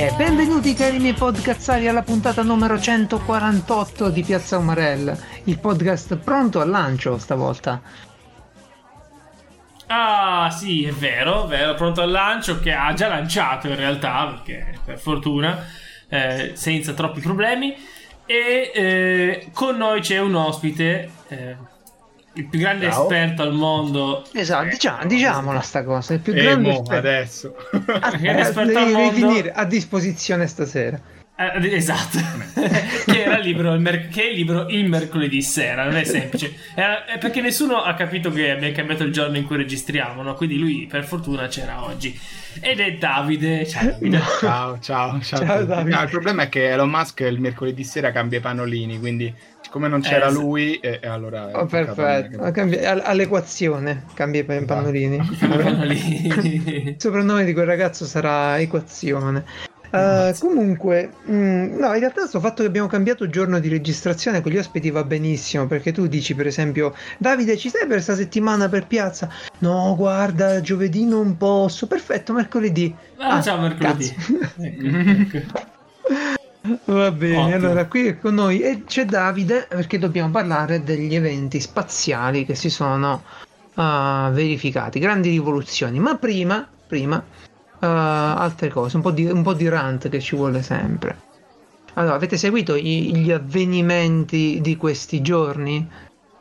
Benvenuti cari miei podcazzari alla puntata numero 148 di Piazza Umarell, il podcast pronto al lancio stavolta. Ah sì, è vero, pronto al lancio, che ha già lanciato in realtà, perché per fortuna, senza troppi problemi. E con noi c'è un ospite, il più grande esperto al mondo. Esatto, diciamola sta cosa, il più grande esperto. Adesso. Esperto al mondo. Finire a disposizione stasera. Esatto. Che era il libro il mercoledì sera. Non è semplice, è perché nessuno ha capito che abbiamo cambiato il giorno in cui registriamo, no? Quindi lui per fortuna c'era oggi ed è Davide. Ciao Davide. No, il problema è che Elon Musk il mercoledì sera cambia i pannolini, quindi siccome non c'era lui allora perfetto, all'equazione cambia i pannolini. Il soprannome di quel ragazzo sarà Equazione. Comunque, no, in realtà sto fatto che abbiamo cambiato giorno di registrazione con gli ospiti va benissimo, perché tu dici per esempio: Davide, ci sei per sta settimana per piazza? No, guarda, giovedì non posso. Perfetto, mercoledì. Ciao, mercoledì. Ecco. Va bene. Ottimo. Allora qui con noi c'è Davide, perché dobbiamo parlare degli eventi spaziali che si sono verificati, grandi rivoluzioni. Ma prima altre cose, un po' di rant che ci vuole sempre. Allora, avete seguito gli avvenimenti di questi giorni?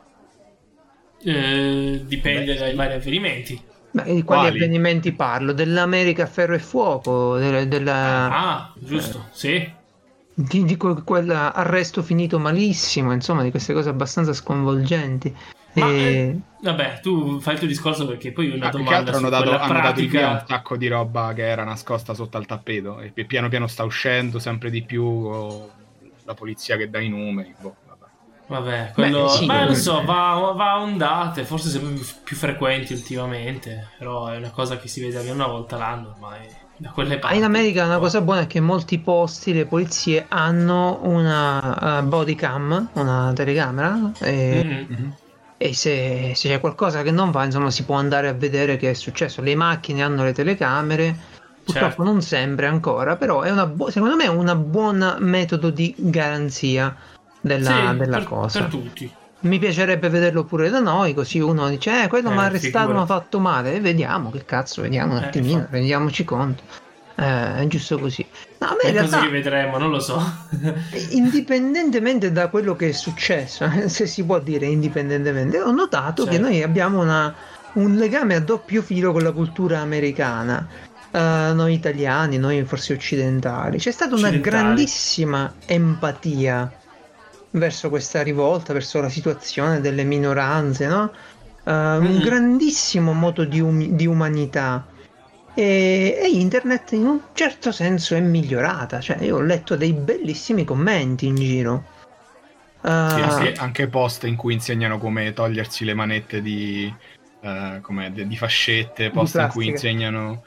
Dipende dai vari avvenimenti. Beh, di quali avvenimenti parlo? Dell'America a ferro e fuoco, Giusto, sì. Di quell'arresto finito malissimo, insomma, di queste cose abbastanza sconvolgenti. Vabbè, tu fai il tuo discorso, perché poi una domanda hanno dato il via pratica. un sacco di roba che era nascosta sotto al tappeto e piano piano sta uscendo sempre di più la polizia che dà i numeri. Vabbè, quello sì, non so, va a ondate, forse sempre più frequenti ultimamente, però è una cosa che si vede almeno una volta l'anno ormai da quelle parti. In America una cosa buona è che in molti posti le polizie hanno una body cam, una telecamera, e se c'è qualcosa che non va, insomma, si può andare a vedere che è successo. Le macchine hanno le telecamere, purtroppo certo. non sempre ancora, però è secondo me è un buon metodo di garanzia della cosa. Per tutti. Mi piacerebbe vederlo pure da noi, così uno dice quello mi ha arrestato, mi ha figurati. fatto male, e vediamo che cazzo, vediamo un attimino, rendiamoci conto. È giusto così. No, a me in realtà, così che vedremo, non lo so. indipendentemente da quello che è successo, se si può dire indipendentemente, ho notato che noi abbiamo un legame a doppio filo con la cultura americana. Noi italiani, noi forse occidentali. C'è stata una grandissima empatia verso questa rivolta, verso la situazione delle minoranze, no? Un grandissimo moto di umanità. E internet in un certo senso è migliorata, cioè io ho letto dei bellissimi commenti in giro. Sì, anche post in cui insegnano come togliersi le manette di fascette, post in cui insegnano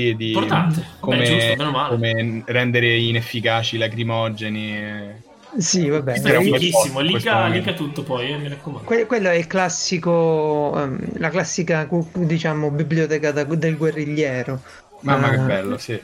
come rendere inefficaci i lacrimogeni. Sì, vabbè. Questo è fighissimo, linka tutto poi, mi raccomando. Quello è il classico, la classica, diciamo, biblioteca del guerrigliero. Mamma che bello, sì.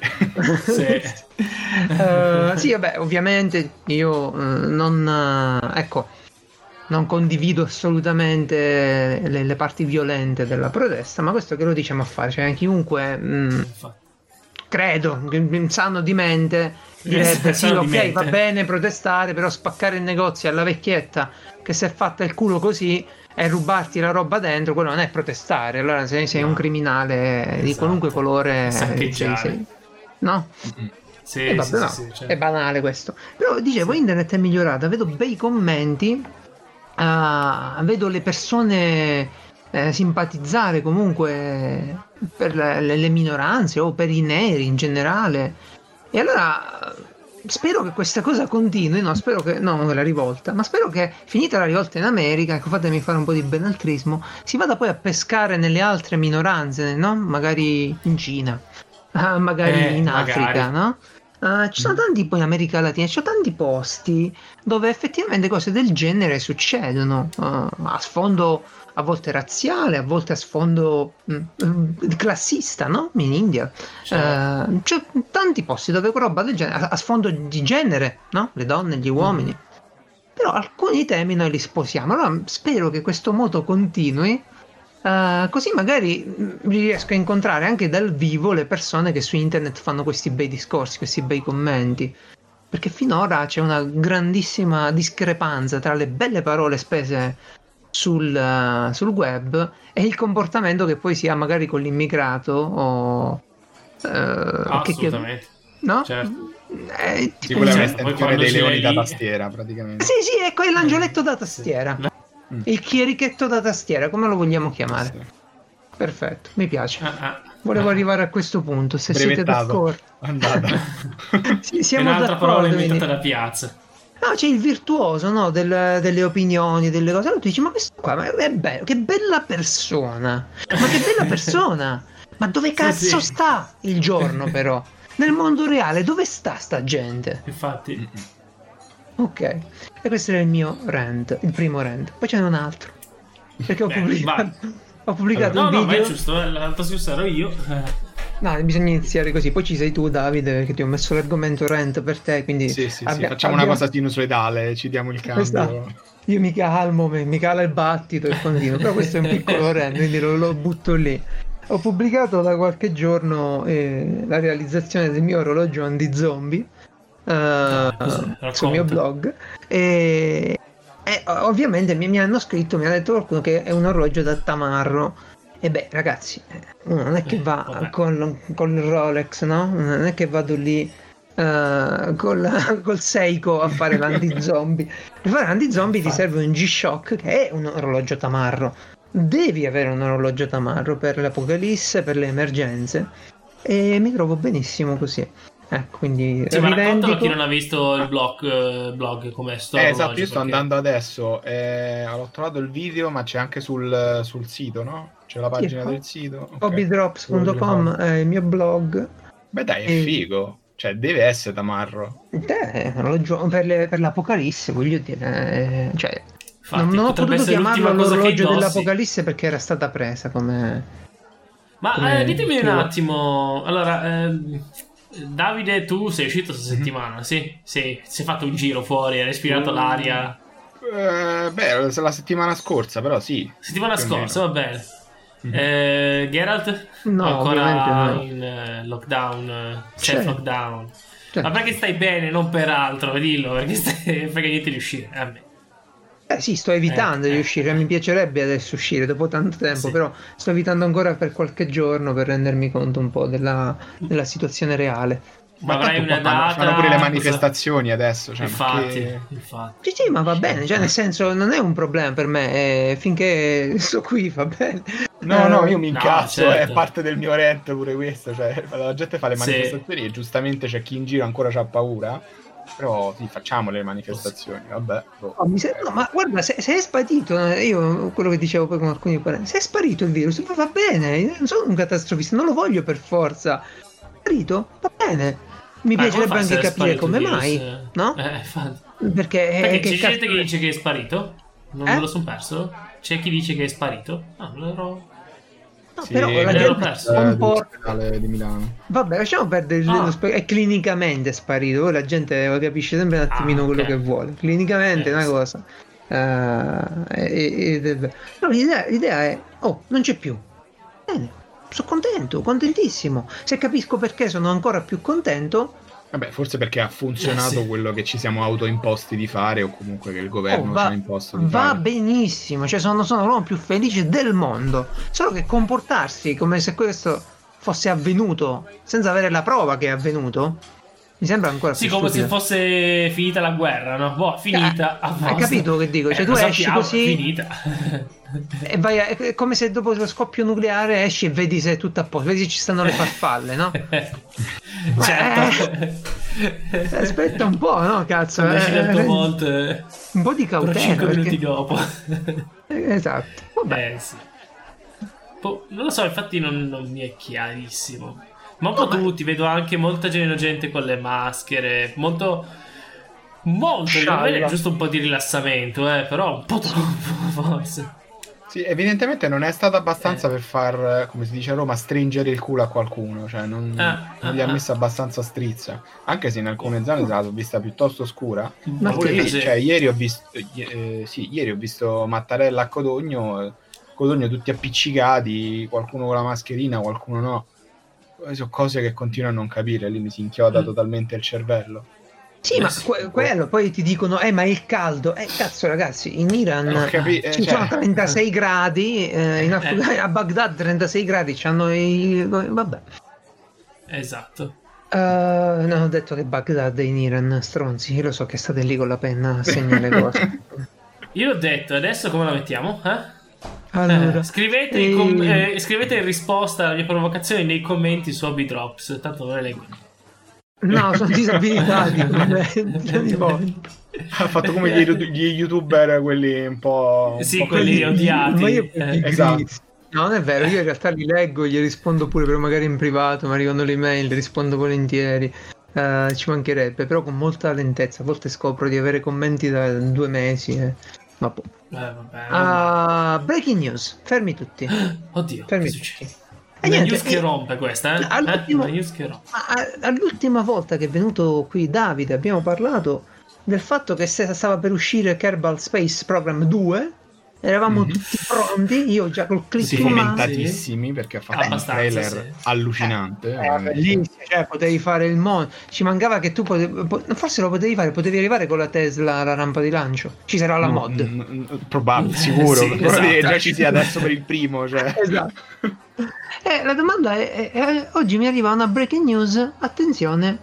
Sì, vabbè, ovviamente io non condivido assolutamente le parti violente della protesta, ma questo che lo diciamo a fare, cioè chiunque credo, sano di mente, direbbe sì, ok, va bene protestare, però spaccare il negozio alla vecchietta che si è fatta il culo così e rubarti la roba dentro, quello non è protestare. Allora sei un criminale di qualunque colore, no? Sì, certo. È banale questo. Però dicevo, internet è migliorata, vedo bei commenti, vedo le persone simpatizzare comunque per le minoranze o per i neri in generale, e allora spero che questa cosa continui, spero che non la rivolta, ma spero che finita la rivolta in America, ecco, fatemi fare un po' di benaltrismo, si vada poi a pescare nelle altre minoranze, no? Magari in Cina, magari in Africa, no? Ci sono tanti, poi in America Latina, ci sono tanti posti dove effettivamente cose del genere succedono, a sfondo a volte razziale, a volte a sfondo classista, no? In India. C'è tanti posti dove roba del genere, a sfondo di genere, no? Le donne, gli uomini. Però alcuni temi noi li sposiamo. Allora spero che questo moto continui. Così magari riesco a incontrare anche dal vivo le persone che su internet fanno questi bei discorsi, questi bei commenti, perché finora c'è una grandissima discrepanza tra le belle parole spese sul web e il comportamento che poi si ha magari con l'immigrato o assolutamente, no? Certo. Tipo l'estensione dei leoni da tastiera, praticamente. Sì, ecco, è l'angioletto da tastiera. Il chierichetto da tastiera, come lo vogliamo chiamare? Sì. Perfetto, mi piace. Volevo arrivare a questo punto, se siete d'accordo. Andata. Siamo un'altra parola inventata da piazza. No, c'è il virtuoso, no? Delle opinioni, delle cose. Allora tu dici, ma questo qua è bello, che bella persona. Ma che bella persona. Ma dove cazzo sta il giorno, però? Nel mondo reale, dove sta sta gente? Infatti. Ok, e questo era il mio rant, il primo rant. Poi c'è un altro, perché ho pubblicato un video. No, ma è giusto, l'altro ero io. No, bisogna iniziare così. Poi ci sei tu, Davide, perché ti ho messo l'argomento rant per te, quindi sì, facciamo una cosa sinusoidale, ci diamo il cambio. Esatto. Io mi calmo, mi cala il battito e continuo. Però questo è un piccolo rant, quindi lo butto lì. Ho pubblicato da qualche giorno la realizzazione del mio orologio anti-zombie sul mio blog e ovviamente mi hanno scritto, mi ha detto qualcuno che è un orologio da tamarro. E beh, ragazzi, uno non è che va con il Rolex, no? Non è che vado lì col Seiko a fare l'anti-zombie. Per fare l'anti-zombie ti serve un G-Shock, che è un orologio tamarro. Devi avere un orologio tamarro per l'apocalisse, per le emergenze, e mi trovo benissimo così. Quindi sì, ma raccontalo a chi non ha visto il blog come sto esatto, io sto andando adesso, ho trovato il video, ma c'è anche sul sito, no? C'è la pagina del sito, hobbydrops.com è il mio blog. Beh dai, è figo, cioè deve essere tamarro per l'apocalisse, voglio dire, cioè infatti, non ho potuto chiamarlo l'orologio dell'apocalisse perché era stata presa come ditemi un attimo, allora Davide, tu sei uscito questa settimana, sì? Sì, si è fatto un giro fuori, hai respirato l'aria? La settimana scorsa, però sì. Settimana scorsa, va bene. Geralt? No, ancora no. in lockdown, self-lockdown. Ma perché stai bene, non per altro, dillo, perché niente di uscire, a me. Sì, sto evitando di uscire, mi piacerebbe adesso uscire dopo tanto tempo, però sto evitando ancora per qualche giorno per rendermi conto un po' della situazione reale. Ma avrai una data? Fanno pure le manifestazioni adesso, cioè, infatti. Sì, ma va bene, cioè nel senso non è un problema per me, finché sto qui va bene. No, io mi incazzo, certo. È parte del mio rant pure questo, cioè la gente fa le manifestazioni e giustamente c'è chi in giro ancora c'ha paura. Però sì, facciamo le manifestazioni, vabbè. No, ma guarda, se è sparito, io quello che dicevo poi con alcuni parenti, se è sparito il virus, va bene, io non sono un catastrofista, non lo voglio per forza. È sparito, va bene. Mi piacerebbe anche capire come mai, no? Perché c'è gente che dice che è sparito? Non me lo sono perso? C'è chi dice che è sparito? No, non ero... No, sì, però la gente di Milano. Vabbè, lasciamo perdere è clinicamente sparito, poi la gente capisce sempre un attimino quello che vuole. Clinicamente è una cosa. No, l'idea è non c'è più. Bene, sono contentissimo. Se capisco perché sono ancora più contento. Vabbè, forse perché ha funzionato quello che ci siamo autoimposti di fare, o comunque che il governo ci ha imposto di fare. Va benissimo, cioè sono l'uomo più felice del mondo. Solo che comportarsi come se questo fosse avvenuto senza avere la prova che è avvenuto mi sembra ancora più come stupido. se fosse finita la guerra, no? Finita. Hai capito che dico? Cioè tu esci così finita. E vai è come se dopo lo scoppio nucleare esci e vedi se è tutto a posto, vedi se ci stanno le farfalle, no? Certo. Aspetta un po', no? Cazzo, un po' di cautela 5 minuti dopo. Esatto, vabbè. Sì. Non lo so, infatti non mi è chiarissimo. Ma un po' tutti, vedo anche molta gente con le maschere, molto giusto un po' di rilassamento, però un po' troppo forse. Sì, evidentemente non è stato abbastanza per far, come si dice a Roma, stringere il culo a qualcuno, cioè non gli ha messo abbastanza strizza, anche se in alcune zone se la sono vista piuttosto scura. Ma pure lì, cioè, ieri ho visto Mattarella a Codogno tutti appiccicati, qualcuno con la mascherina, qualcuno no. Sono cose che continuo a non capire, lì mi si inchioda totalmente il cervello. Sì, ma quello poi ti dicono, ma è il caldo. Cazzo ragazzi, in Iran ci sono 36 gradi, a Baghdad 36 gradi, c'hanno vabbè. Esatto. Non ho detto che Baghdad è in Iran, stronzi, io lo so che state lì con la penna a segnare cose. Io l'ho detto, adesso come la mettiamo? Allora, scrivete in risposta alla mia provocazione nei commenti su Hobby Drops, tanto non le leggo. No, sono disabilitati. Ha fatto come gli youtuber, quelli un po'. Quelli odiati. Esatto. No, non è vero, io in realtà li leggo, gli rispondo pure, però magari in privato, mi arrivano le email, rispondo volentieri. Ci mancherebbe, però con molta lentezza. A volte scopro di avere commenti da 2 mesi. Breaking news, fermi tutti. Oddio, fermi tutti. News che rompe questa, all'ultima volta che è venuto qui Davide abbiamo parlato del fatto che stava per uscire Kerbal Space Program 2. Eravamo tutti pronti, io già col click in mano, fomentatissimi, perché ha fatto un trailer allucinante. Bellissimo, cioè potevi fare il ci mancava che tu forse lo potevi fare, potevi arrivare con la Tesla alla rampa di lancio, ci sarà la mod. Probabile, sicuro, esatto. Già ci sia adesso per il primo, cioè. Esatto. La domanda è oggi mi arriva una breaking news, attenzione,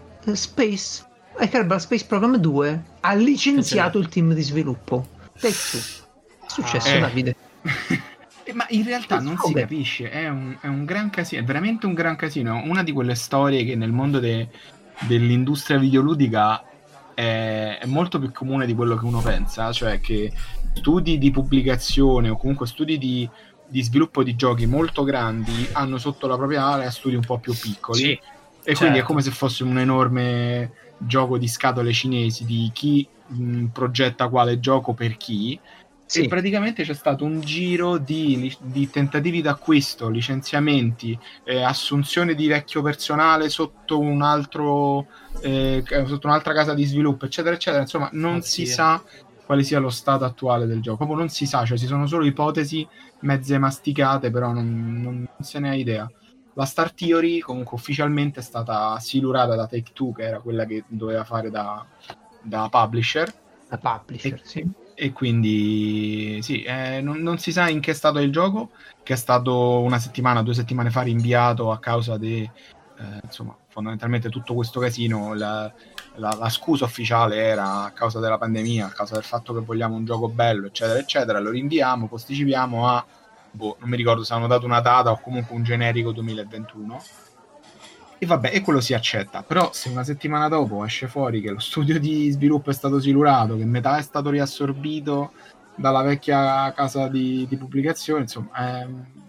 Kerbal Space Program 2 ha licenziato il team di sviluppo. Take-Two. È successo, Davide? Ma in realtà non si capisce, è un gran casino, è veramente un gran casino. Una di quelle storie che nel mondo dell'industria videoludica è molto più comune di quello che uno pensa, cioè che studi di pubblicazione o comunque studi di sviluppo di giochi molto grandi hanno sotto la propria area studi un po' più piccoli, quindi è come se fosse un enorme gioco di scatole cinesi di chi progetta quale gioco per chi. E praticamente c'è stato un giro di tentativi d'acquisto, licenziamenti, assunzione di vecchio personale sotto sotto un'altra casa di sviluppo, eccetera eccetera. Insomma, non si sa quale sia lo stato attuale del gioco, proprio non si sa, cioè ci sono solo ipotesi mezze masticate, però non se ne ha idea. La Star Theory comunque ufficialmente è stata silurata da Take-Two, che era quella che doveva fare da publisher. La publisher, sì. E quindi non si sa in che stato è il gioco, che è stato 2 settimane fa rinviato a causa di insomma, fondamentalmente tutto questo casino. La scusa ufficiale era a causa della pandemia, a causa del fatto che vogliamo un gioco bello, eccetera eccetera, lo rinviamo, posticipiamo a non mi ricordo se hanno dato una data o comunque un generico 2021. E vabbè, e quello si accetta. Però se una settimana dopo esce fuori che lo studio di sviluppo è stato silurato, che metà è stato riassorbito dalla vecchia casa di pubblicazione, insomma è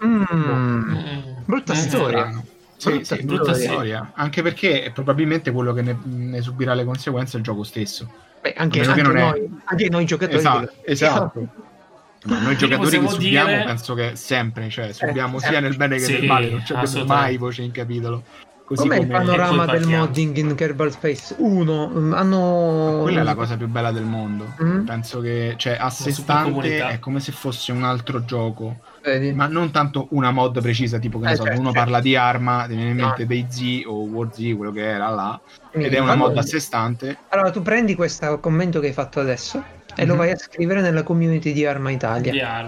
brutta storia. Sì, brutta storia. Anche perché probabilmente quello che ne subirà le conseguenze è il gioco stesso. Anche noi giocatori. Esatto. Ma noi giocatori che subiamo penso che sempre, cioè subiamo sia nel bene che nel male, non c'è mai voce in capitolo. Com'è il panorama del modding in Kerbal Space 1? Quella è la cosa più bella del mondo. Penso che, cioè, a sé stante è come se fosse un altro gioco. Vedi? Ma non tanto una mod precisa, tipo che uno parla di Arma, ti viene in mente DayZ o WarZ, quello che era là, ed è una mod a sé stante. Allora tu prendi questo commento che hai fatto adesso e lo vai a scrivere nella community di Arma Italia.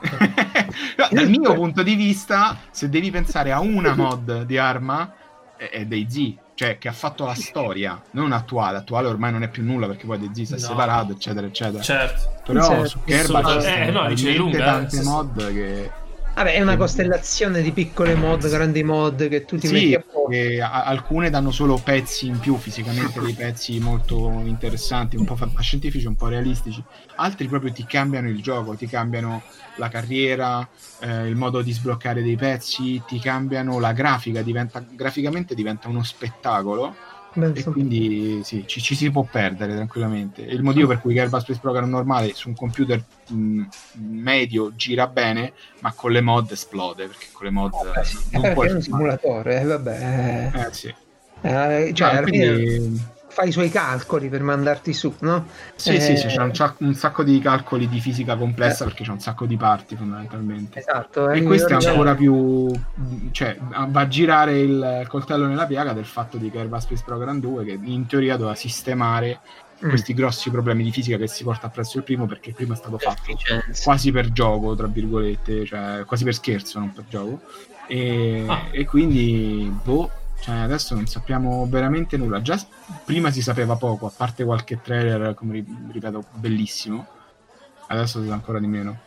Dal mio punto di vista, se devi pensare a una mod di Arma, è DayZ, cioè che ha fatto la storia, non attuale ormai non è più nulla perché poi DayZ si è separato, eccetera eccetera. Certo. Però su Kerbal c'è tante mod che Vabbè, è una costellazione di piccole mod, grandi mod che tu ti metti a poco. Alcune danno solo pezzi in più fisicamente, dei pezzi molto interessanti, un po' fantascientifici, un po' realistici. Altri proprio ti cambiano il gioco, ti cambiano la carriera, il modo di sbloccare dei pezzi, ti cambiano la grafica, graficamente diventa uno spettacolo. E quindi sì, ci si può perdere tranquillamente. Il motivo per cui Kerbal Space Program normale su un computer medio gira bene, ma con le mod esplode, perché con le mod non puoi, è un simulatore, vabbè. Sì. Cioè, quindi fai i suoi calcoli per mandarti su, no? Sì, c'è un sacco di calcoli di fisica complessa, perché c'è un sacco di parti fondamentalmente. Esatto. E questo è ancora più, cioè va a girare il coltello nella piaga del fatto di Kerbal Space Program 2, che in teoria doveva sistemare questi grossi problemi di fisica che si porta appresso il primo, perché il primo è stato fatto quasi per gioco, tra virgolette, cioè quasi per scherzo, non per gioco. E quindi cioè adesso non sappiamo veramente nulla. Già prima si sapeva poco, a parte qualche trailer, come ripeto, bellissimo. Adesso si sa ancora di meno.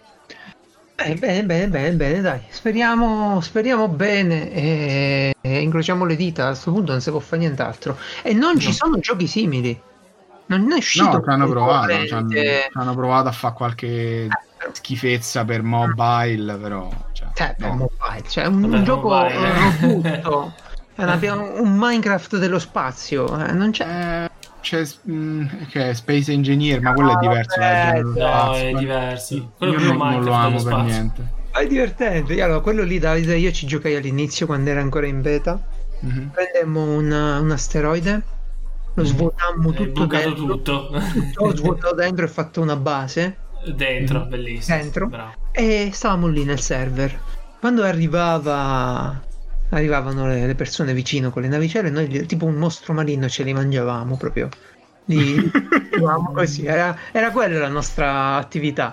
Bene, dai. Speriamo bene e incrociamo le dita. A questo punto non si può fare nient'altro. E non ci sono giochi simili. Non è uscito. No, hanno provato a fare qualche schifezza per mobile, però per mobile, cioè un gioco robusto. Abbiamo un Minecraft dello spazio, non c'è. C'è Space Engineer, ma quello è diverso. È diverso. Io non lo amo per niente. È divertente. Allora, quello lì, Davide, io ci giocai all'inizio quando era ancora in beta. Prendemmo un asteroide, lo svuotammo tutto dentro. Tutto ho svuotato dentro e fatto una base. Dentro, bellissimo. Dentro. Bravo. E stavamo lì nel server. Quando arrivavano le persone vicino con le navicelle, noi tipo un mostro marino ce li mangiavamo proprio. Li così. Era quella la nostra attività.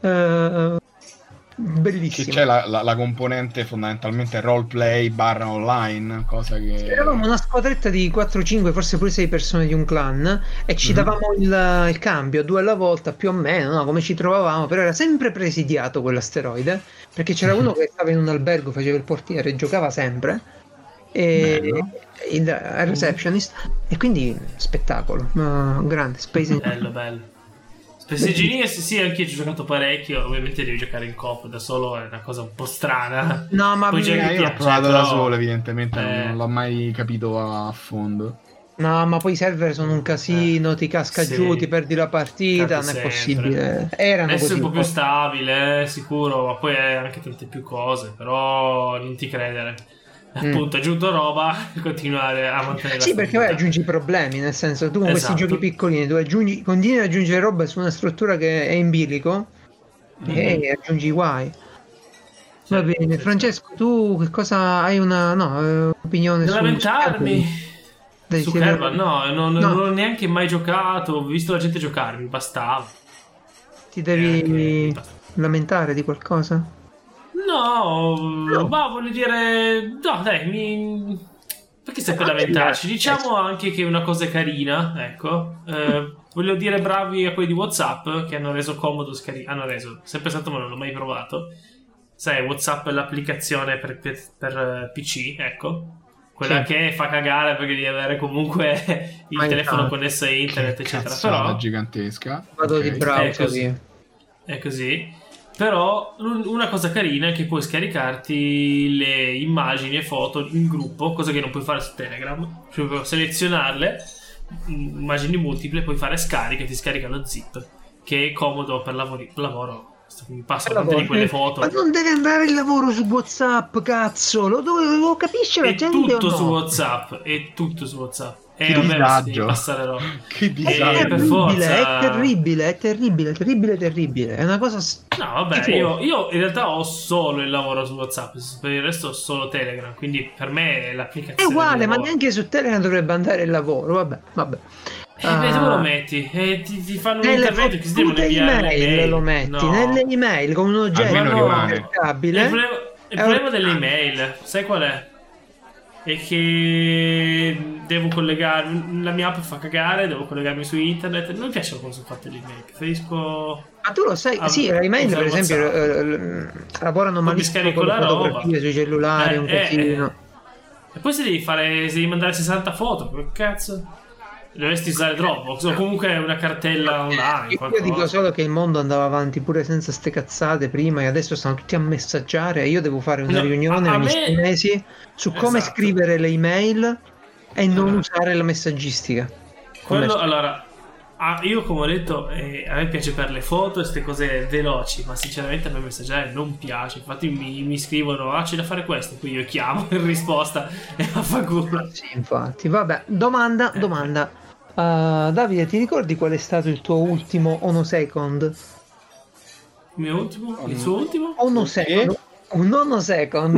Bellissimo. C'è la componente fondamentalmente roleplay / online, cosa che eravamo una squadretta di 4-5, forse pure 6 persone di un clan, e ci davamo il cambio 2 alla volta più o meno, no? Come ci trovavamo, però era sempre presidiato quell'asteroide, perché c'era uno che stava in un albergo, faceva il portiere e giocava sempre, e il receptionist, e quindi spettacolo, grande Space bello. Space Engineer, sì, anche io ci ho giocato parecchio. Ovviamente devi giocare in coop, da solo è una cosa un po' strana. No, ma io ho provato da solo, evidentemente non l'ho mai capito a fondo. No, ma poi i server sono un casino, ti casca giù, ti perdi la partita, non è possibile. Adesso è un po' più stabile, sicuro, ma poi hai anche tante più cose, però non ti credere. Appunto, aggiunto roba, continuare a mantenere la perché poi aggiungi problemi, nel senso, tu con questi giochi piccolini tu continui ad aggiungere roba su una struttura che è in bilico e aggiungi guai. Va bene, Francesco, tu che cosa hai opinione su lamentarmi su Kerbal? Non l'ho neanche mai giocato, ho visto la gente giocare, mi bastava. Ti devi lamentare di qualcosa? No, ma voglio dire, no, dai, perché stai per lamentarci? Diciamo anche che una cosa carina, ecco. Voglio dire bravi a quelli di WhatsApp che hanno reso comodo sempre stato, ma non l'ho mai provato. Sai, WhatsApp è l'applicazione per PC, ecco. Quella che fa cagare perché devi avere comunque il telefono connesso a internet, eccetera. Però gigantesca. Vado di browser. È così. Però una cosa carina è che puoi scaricarti le immagini e foto in gruppo, cosa che non puoi fare su Telegram. Cioè puoi selezionarle, immagini multiple, puoi fare scarica e ti scarica lo zip, che è comodo per lavoro. Mi passa tante di quelle foto. Ma non deve andare il lavoro su WhatsApp, cazzo, lo capisce la gente? È tutto su WhatsApp. Che disagio. Che disagio. Per forza. È terribile. È una cosa. No, vabbè, io in realtà ho solo il lavoro su WhatsApp, per il resto ho solo Telegram, quindi per me è l'applicazione. È uguale, ma neanche su Telegram dovrebbe andare il lavoro. Vabbè. Dove lo metti? Ti fanno un intervento che si devono inviare email. Lo metti nelle email con un oggetto il problema delle email, sai qual è? e che devo collegarmi, la mia app fa cagare, devo collegarmi su internet. Non mi piace come sono fatte le email, preferisco... Ma tu lo sai, sì, le email per esempio lavorano malissimo con le fotografie sui cellulari, un casino. E poi se devi mandare 60 foto, che cazzo? Dovresti usare Dropbox o comunque una cartella online. Io dico solo che il mondo andava avanti pure senza ste cazzate prima e adesso stanno tutti a messaggiare e io devo fare una riunione ogni 6 mesi su come scrivere le email e non usare la messaggistica. Quello, allora, io come ho detto, a me piace per le foto e queste cose veloci, ma sinceramente a me messaggiare non piace. Infatti mi scrivono, c'è da fare questo, poi io chiamo in risposta e affanculo. Sì, infatti. Vabbè, domanda. Davide, ti ricordi qual è stato il tuo ultimo Ono Second? Il mio ultimo? Il suo ultimo? Ono Second. Un Ono Second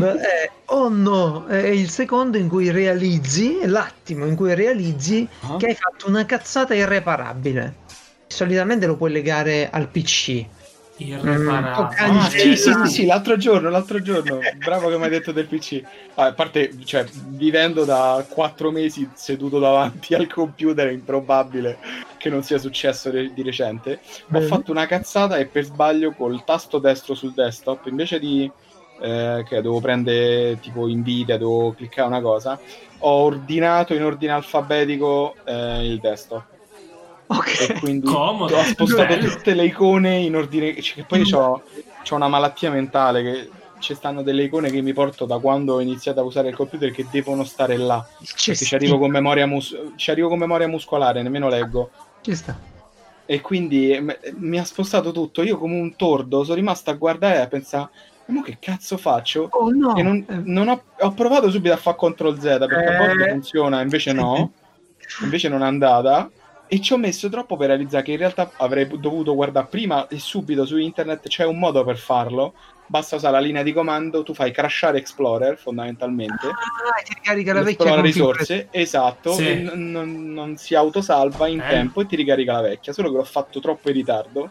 è il secondo in cui realizzi, è l'attimo in cui realizzi che hai fatto una cazzata irreparabile. Solitamente lo puoi legare al PC. Irreparabile. Sì, l'altro giorno. Bravo che mi hai detto del PC. A parte, cioè, vivendo da 4 mesi seduto davanti al computer, è improbabile che non sia successo di recente. Ho fatto una cazzata e per sbaglio col tasto destro sul desktop, invece di che dovevo prendere tipo Nvidia, dovevo cliccare una cosa, ho ordinato in ordine alfabetico il desktop. Okay. E quindi comodo, ho spostato tutte le icone in ordine, cioè, che poi c'ho una malattia mentale, che ci stanno delle icone che mi porto da quando ho iniziato a usare il computer che devono stare là, perché ci arrivo con memoria muscolare, nemmeno leggo. Ci sta. E quindi mi ha spostato tutto, io come un tordo sono rimasto a guardare e a pensare, ma che cazzo faccio? Oh no! E non ho provato subito a fare CTRL Z, perché a volte funziona, invece no, invece non è andata. E ci ho messo troppo per realizzare che in realtà avrei dovuto guardare prima e subito su internet. C'è un modo per farlo, basta usare la linea di comando, tu fai crashare Explorer fondamentalmente, ti ricarica la vecchia risorse, esatto, sì. E non si autosalva in tempo e ti ricarica la vecchia, solo che l'ho fatto troppo in ritardo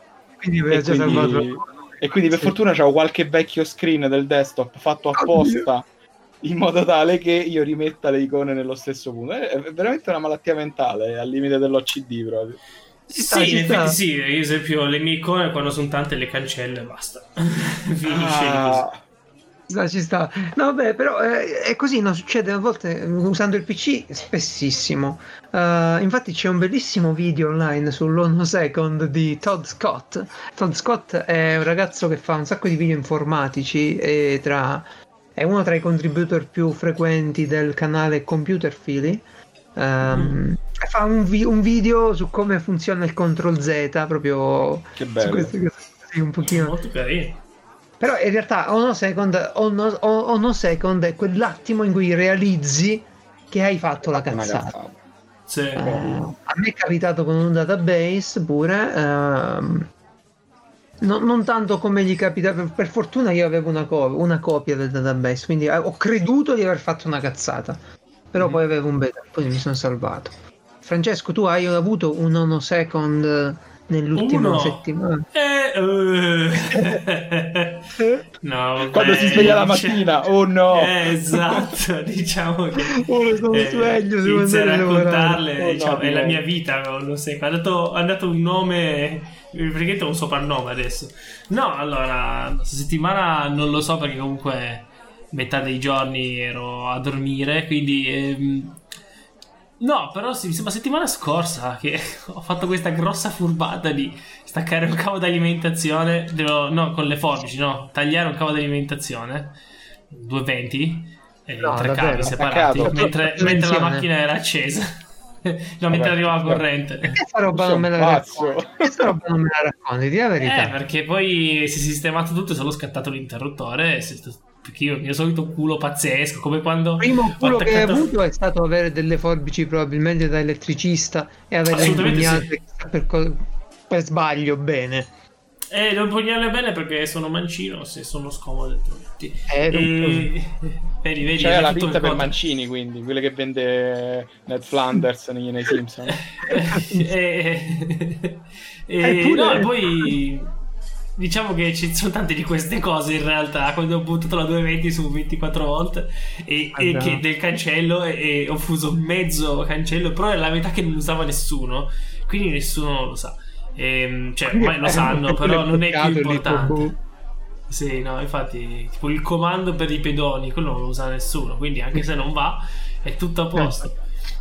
e quindi per fortuna c'avevo qualche vecchio screen del desktop fatto apposta in modo tale che io rimetta le icone nello stesso punto. È veramente una malattia mentale, è al limite dell'OCD proprio. Sì, in effetti sì, ad esempio le mie icone quando sono tante le cancello e basta. Finisce così. Ci sta. No, beh, però è così, no? Succede a volte usando il PC spessissimo. Infatti c'è un bellissimo video online sull'Ono Second di Todd Scott. Todd Scott è un ragazzo che fa un sacco di video informatici e è uno tra i contributor più frequenti del canale Computer Philly. Fa un video su come funziona il CTRL Z, proprio che bello. Su queste cose, sì, un pochino molto carino. Però in realtà Ono Second è quell'attimo in cui realizzi che hai fatto la cazzata. Sì. A me è capitato con un database pure. Non tanto come gli capita, per fortuna io avevo una copia del database, quindi ho creduto di aver fatto una cazzata, però poi avevo un backup, poi mi sono salvato. Francesco, tu hai avuto un Ono Second nell'ultima settimana? No, quando si sveglia la mattina, oh no! Esatto, diciamo che sono sveglio, devo iniziare a lavorare. raccontarle, diciamo, è la mia vita, non so, è andato un nome, praticamente un soprannome adesso. No, allora, questa settimana non lo so perché comunque metà dei giorni ero a dormire, quindi no, però sì, mi sembra settimana scorsa che ho fatto questa grossa furbata di staccare un cavo d'alimentazione, con le forbici, tagliare un cavo d'alimentazione, 220, tre cavi separati, mentre la macchina era accesa. Mentre arrivava la corrente. Questa roba non me la racconti, di la verità. Perché poi si è sistemato tutto e solo scattato l'interruttore perché io il mio solito culo pazzesco, come quando il primo culo che hai avuto è stato avere delle forbici probabilmente da elettricista e averle impugnate per sbaglio bene. Devo impugnarle bene perché sono mancino, se sono scomode tutti. Vedi, c'è la pinza per mancini, quindi quelle che vende Ned Flanders nei Simpson. E poi diciamo che ci sono tante di queste cose in realtà. Quando ho buttato la 220 su 24 volt e che del cancello e ho fuso mezzo cancello, però è la metà che non usava nessuno, quindi nessuno lo sa. Cioè ormai lo sanno, però non è più importante. Sì, no, infatti tipo il comando per i pedoni, quello non lo usa nessuno, quindi anche se non va è tutto a posto.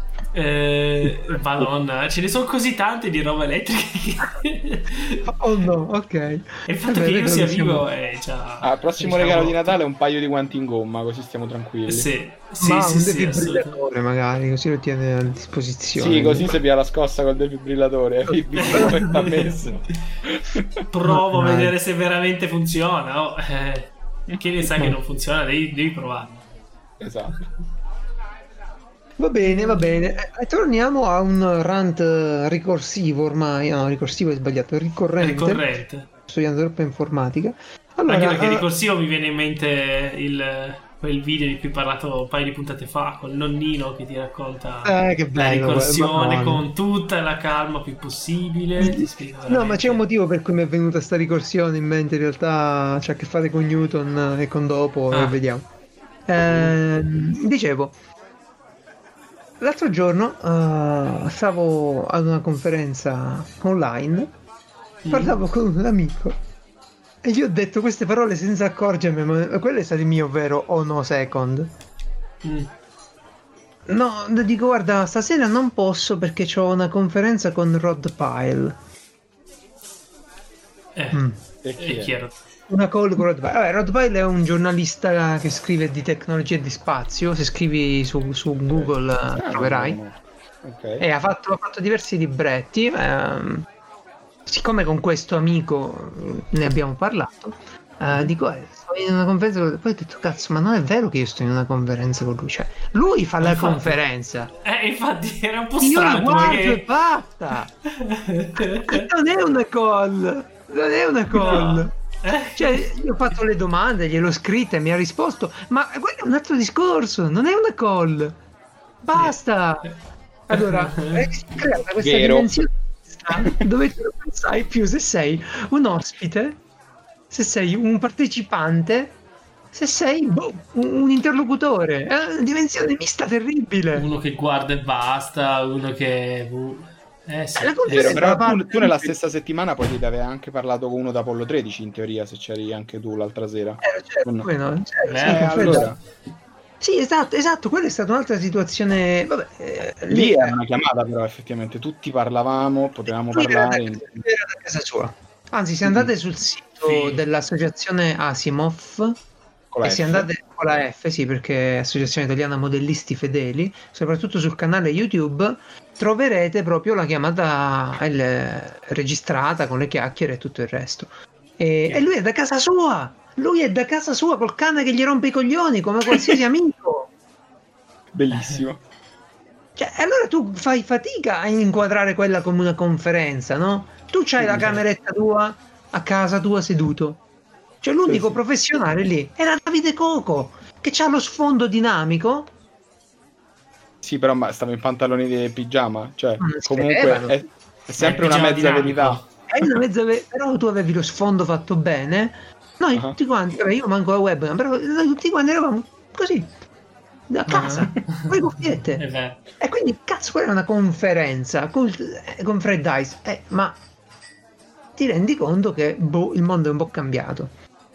Madonna, ce ne sono così tante di roba elettrica. Oh no, ok. E il fatto che io sia vivo è già. Al prossimo regalo di Natale un paio di guanti in gomma, così stiamo tranquilli. Sì, un defibrillatore magari, così lo tiene a disposizione. Sì, così si pia la scossa col defibrillatore. Provo a vedere se veramente funziona. Chi ne sa che non funziona, devi provarlo. Esatto. Va bene. Torniamo a un rant ricorsivo ormai. No, ricorsivo è sbagliato, ricorrente. Sto studiando troppo informatica. Allora, anche perché ricorsivo mi viene in mente quel video di cui ho parlato un paio di puntate fa, con il nonnino che ti racconta che bello, la ricorsione con tutta la calma più possibile. No, ma c'è un motivo per cui mi è venuta sta ricorsione in mente. In realtà c'ha a che fare con Newton e con dopo, e vediamo. Dicevo, l'altro giorno stavo ad una conferenza online, parlavo con un amico e gli ho detto queste parole senza accorgermi, ma quello è stato il mio vero o no second. No, dico guarda, stasera non posso perché ho una conferenza con Rod Pyle. È chiaro. Una call con Rod Pyle. Vabbè, Rod Pyle è un giornalista che scrive di tecnologia e di spazio. Se scrivi su Google troverai. Okay. E ha fatto diversi libretti. Siccome con questo amico ne abbiamo parlato, dico sto in una conferenza con lui. Poi ho detto cazzo, ma non è vero che io sto in una conferenza con lui, cioè lui fa la conferenza, infatti era un po' io strano, la guardo e basta. Non è una call, no. Cioè io ho fatto le domande, gliel'ho scritte, mi ha risposto, ma quello è un altro discorso, non è una call, basta. Allora è creata questa dimensione dove tu non sai più se sei un ospite, se sei un partecipante, se sei un interlocutore. È una dimensione mista terribile. Uno che guarda e basta, uno che sì. Però tu nella stessa settimana poi ti avevi anche parlato con uno da Apollo 13 in teoria, se c'eri anche tu l'altra sera. Allora. Sì, esatto, quella è stata un'altra situazione. Vabbè, lì era una chiamata, però effettivamente tutti parlavamo, potevamo parlare. Era da casa sua. Anzi, se andate sul sito dell'associazione Asimov e se andate con la F, sì, perché è Associazione Italiana Modellisti Fedeli, soprattutto sul canale YouTube troverete proprio la chiamata registrata con le chiacchiere e tutto il resto. E lui è da casa sua. Lui è da casa sua col cane che gli rompe i coglioni come qualsiasi amico. Bellissimo. Cioè, allora tu fai fatica a inquadrare quella come una conferenza, no? Tu c'hai la cameretta tua a casa tua seduto. Cioè l'unico professionale lì era Davide Coco, che c'ha lo sfondo dinamico. Sì, però stava in pantaloni di pigiama, cioè comunque è sempre una mezza verità. È una mezza però tu avevi lo sfondo fatto bene. Noi tutti quanti, io manco la webcam, però noi tutti quanti eravamo così da casa con le cuffiette. E quindi cazzo, quella è una conferenza con Fred Ice, ma ti rendi conto che il mondo è un po' cambiato.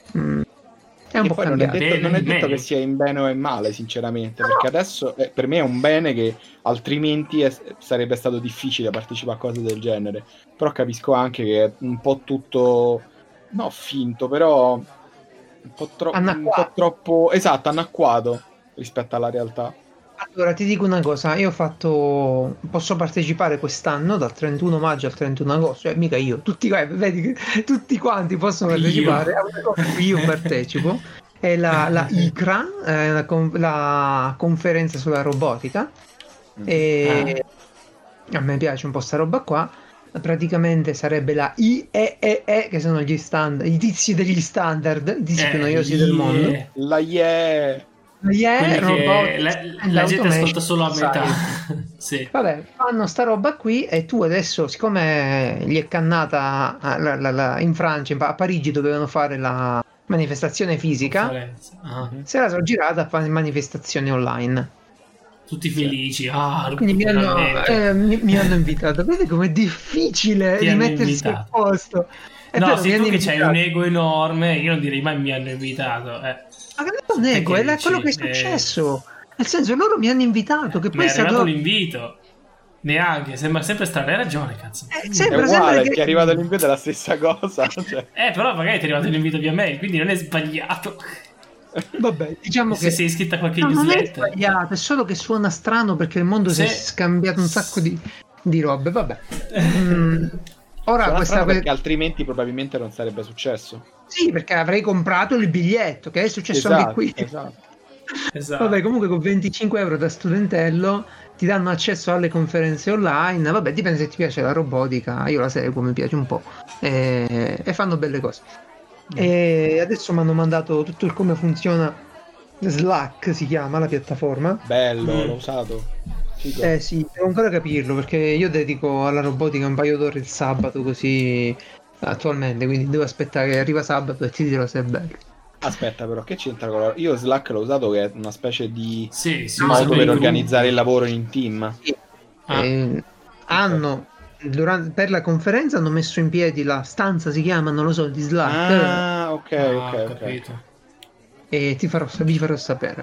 È un po' cambiato. Non è detto che sia in bene o in male, sinceramente, perché adesso per me è un bene che altrimenti sarebbe stato difficile partecipare a cose del genere. Però capisco anche che è un po' tutto finto, però un po' troppo anacquato rispetto alla realtà. Allora ti dico una cosa, io posso partecipare quest'anno dal 31 maggio al 31 agosto, cioè mica io, vedi che tutti quanti possono partecipare a una cosa che io partecipo, è la ICRA, la conferenza sulla robotica, e a me piace un po' sta roba qua. Praticamente sarebbe la IEEE, che sono i tizi degli standard, i tizi più noiosi del mondo. La IE. la gente ascolta solo a metà. Sì. Vabbè, fanno sta roba qui e tu adesso, siccome gli è cannata in Francia, a Parigi dovevano fare la manifestazione fisica, se la sono girata a fare manifestazioni online. Tutti felici. Quindi mi hanno invitato. Vedete com'è difficile rimettersi al posto. Se tu che c'hai un ego enorme, io non direi mai mi hanno invitato. Ma non è ego, è quello che è successo. Nel senso, loro mi hanno invitato. Che poi è arrivato l'invito. Neanche, sembra sempre strano. Hai ragione, cazzo. Sembra che è arrivato l'invito è la stessa cosa. Cioè. Però magari ti è arrivato l'invito via mail, quindi non è sbagliato. Vabbè, diciamo se sei iscritta a qualche newsletter. Non è sbagliato, è solo che suona strano perché il mondo si è scambiato un sacco di robe. Vabbè. Ora perché altrimenti probabilmente non sarebbe successo. Sì, perché avrei comprato il biglietto, che è successo anche qui. Esatto. Vabbè, comunque con 25 euro da studentello ti danno accesso alle conferenze online. Vabbè, dipende se ti piace la robotica, io la seguo, mi piace un po'. E fanno belle cose. E adesso mi hanno mandato tutto il come funziona Slack, si chiama la piattaforma. Bello, l'ho usato. Figo. Sì, devo ancora capirlo perché io dedico alla robotica un paio d'ore il sabato così attualmente, quindi devo aspettare che arriva sabato e ti dirò se è bello. Aspetta però, che c'entra con io Slack l'ho usato che è una specie di modo per organizzare il lavoro in team. Sì. Per la conferenza hanno messo in piedi la stanza, si chiama, non lo so, di Slack. Ok. Capito. E vi farò sapere.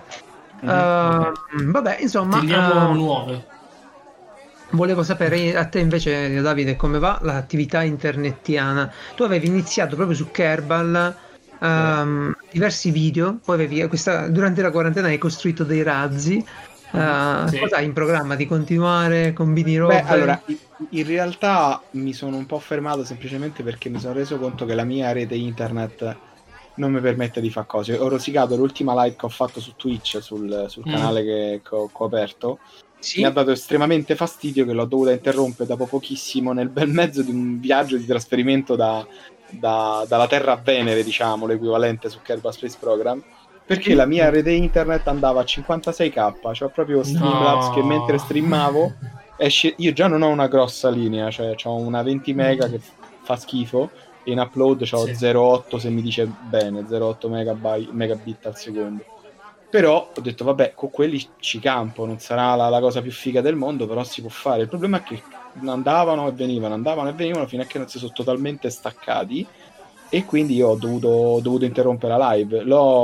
Vabbè, insomma, nuove. Volevo sapere a te invece, Davide, come va l'attività internettiana. Tu avevi iniziato proprio su Kerbal diversi video, poi durante la quarantena hai costruito dei razzi. Cosa hai in programma di continuare con Bini robe? Allora, in realtà mi sono un po' fermato semplicemente perché mi sono reso conto che la mia rete internet non mi permette di fare cose. Ho rosicato l'ultima live che ho fatto su Twitch sul canale che ho aperto. Sì? Mi ha dato estremamente fastidio che l'ho dovuta interrompere dopo pochissimo nel bel mezzo di un viaggio di trasferimento dalla Terra a Venere, diciamo, l'equivalente su Kerbal Space Program, perché la mia rete internet andava a 56k, cioè proprio Streamlabs che mentre streamavo io già non ho una grossa linea, cioè ho una 20 mega che fa schifo e in upload c'ho 0,8 se mi dice bene, 0,8 megabit al secondo. Però ho detto vabbè, con quelli ci campo, non sarà la cosa più figa del mondo, però si può fare. Il problema è che andavano e venivano fino a che non si sono totalmente staccati e quindi io ho dovuto interrompere la live.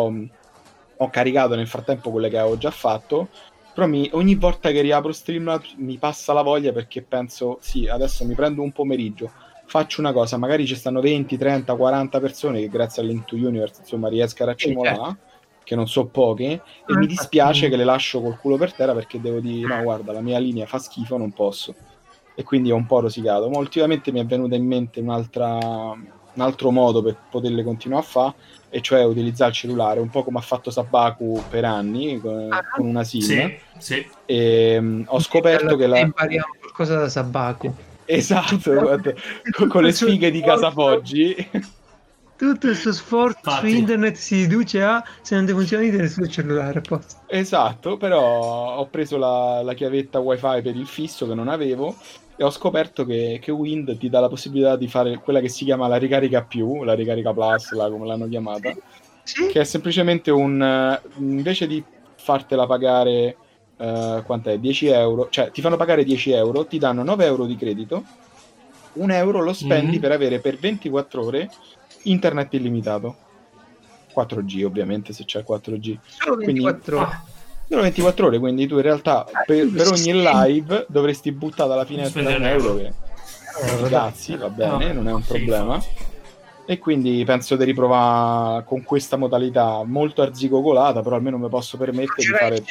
Ho caricato nel frattempo quelle che avevo già fatto, però ogni volta che riapro Streamlabs mi passa la voglia perché penso sì, adesso mi prendo un pomeriggio, faccio una cosa, magari ci stanno 20, 30, 40 persone che grazie all'Into Universe insomma riesco a raccimolare, che non so poche, e mi dispiace che le lascio col culo per terra perché devo dire no guarda la mia linea fa schifo, non posso, e quindi ho un po' rosicato. Ma ultimamente mi è venuta in mente un altro modo per poterle continuare a fare, e cioè utilizzare il cellulare un po' come ha fatto Sabaku per anni con una SIM. Sì. E ho scoperto che impariamo qualcosa da Sabaku. Esatto, guarda, con le sfighe di Casa Foggi. Tutto il suo sforzo su internet si riduce a se non ti funziona internet sul cellulare. Esatto, però ho preso la chiavetta wifi per il fisso che non avevo e ho scoperto che Wind ti dà la possibilità di fare quella che si chiama la ricarica più, la ricarica plus, come l'hanno chiamata, che è semplicemente invece di fartela pagare quant'è? 10 euro, cioè ti fanno pagare 10 euro, ti danno 9 euro di credito, 1 euro lo spendi per avere per 24 ore internet illimitato, 4G ovviamente se c'è 4G, solo 24 ore. Solo 24 ore, quindi tu in realtà per ogni live dovresti buttare dalla finestra 1 euro che ragazzi va bene, non è un problema. E quindi penso di riprovare con questa modalità molto arzigogolata, però almeno mi posso permettere di fare.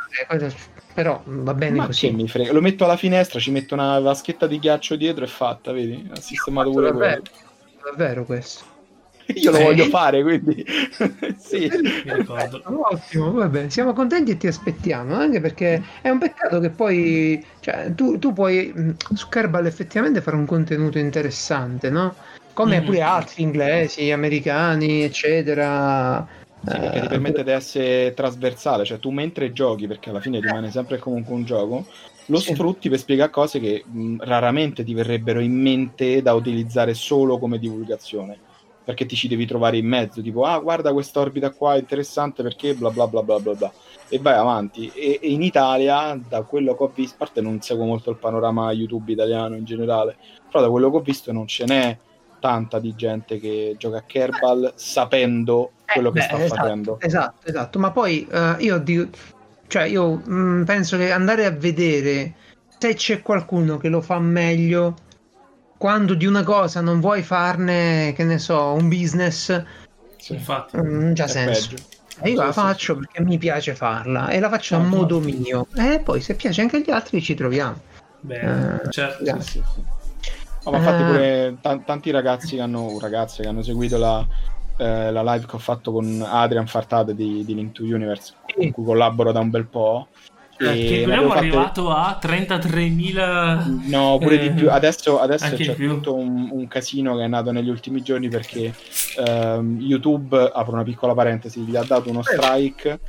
Però va bene. Ma così che mi frega, lo metto alla finestra, ci metto una vaschetta di ghiaccio dietro e fatta, vedi? Ha sistemato pure quello. Davvero questo? Io lo voglio fare, quindi sì, mi ricordo. Ottimo, vabbè, siamo contenti e ti aspettiamo, anche perché è un peccato che poi, cioè, tu puoi su Kerbal effettivamente fare un contenuto interessante, no? Come pure altri inglesi, americani, eccetera. Sì, perché ti permette di essere trasversale, cioè tu mentre giochi, perché alla fine rimane sempre comunque un gioco, lo sfrutti per spiegare cose che raramente ti verrebbero in mente da utilizzare solo come divulgazione, perché ti ci devi trovare in mezzo, tipo guarda questa orbita qua è interessante perché bla bla bla bla bla bla, e vai avanti. E in Italia, da quello che ho visto, a parte non seguo molto il panorama YouTube italiano in generale, però da quello che ho visto non ce n'è tanta di gente che gioca a Kerbal sapendo quello che sta facendo. Esatto, ma poi io dico, cioè io penso che andare a vedere se c'è qualcuno che lo fa meglio, quando di una cosa non vuoi farne, che ne so, un business, sì, infatti già senso. E io la faccio perché mi piace farla e la faccio a modo mio, e poi se piace anche agli altri ci troviamo. Bene, certo. Sì. Oh, ma infatti pure tanti ragazzi che hanno seguito la live che ho fatto con Adrian Fartate di Link to Universe, con cui collaboro da un bel po'. Che abbiamo arrivato a 33.000. No, pure di più. Adesso c'è tutto un casino che è nato negli ultimi giorni perché YouTube, apro una piccola parentesi, gli ha dato uno strike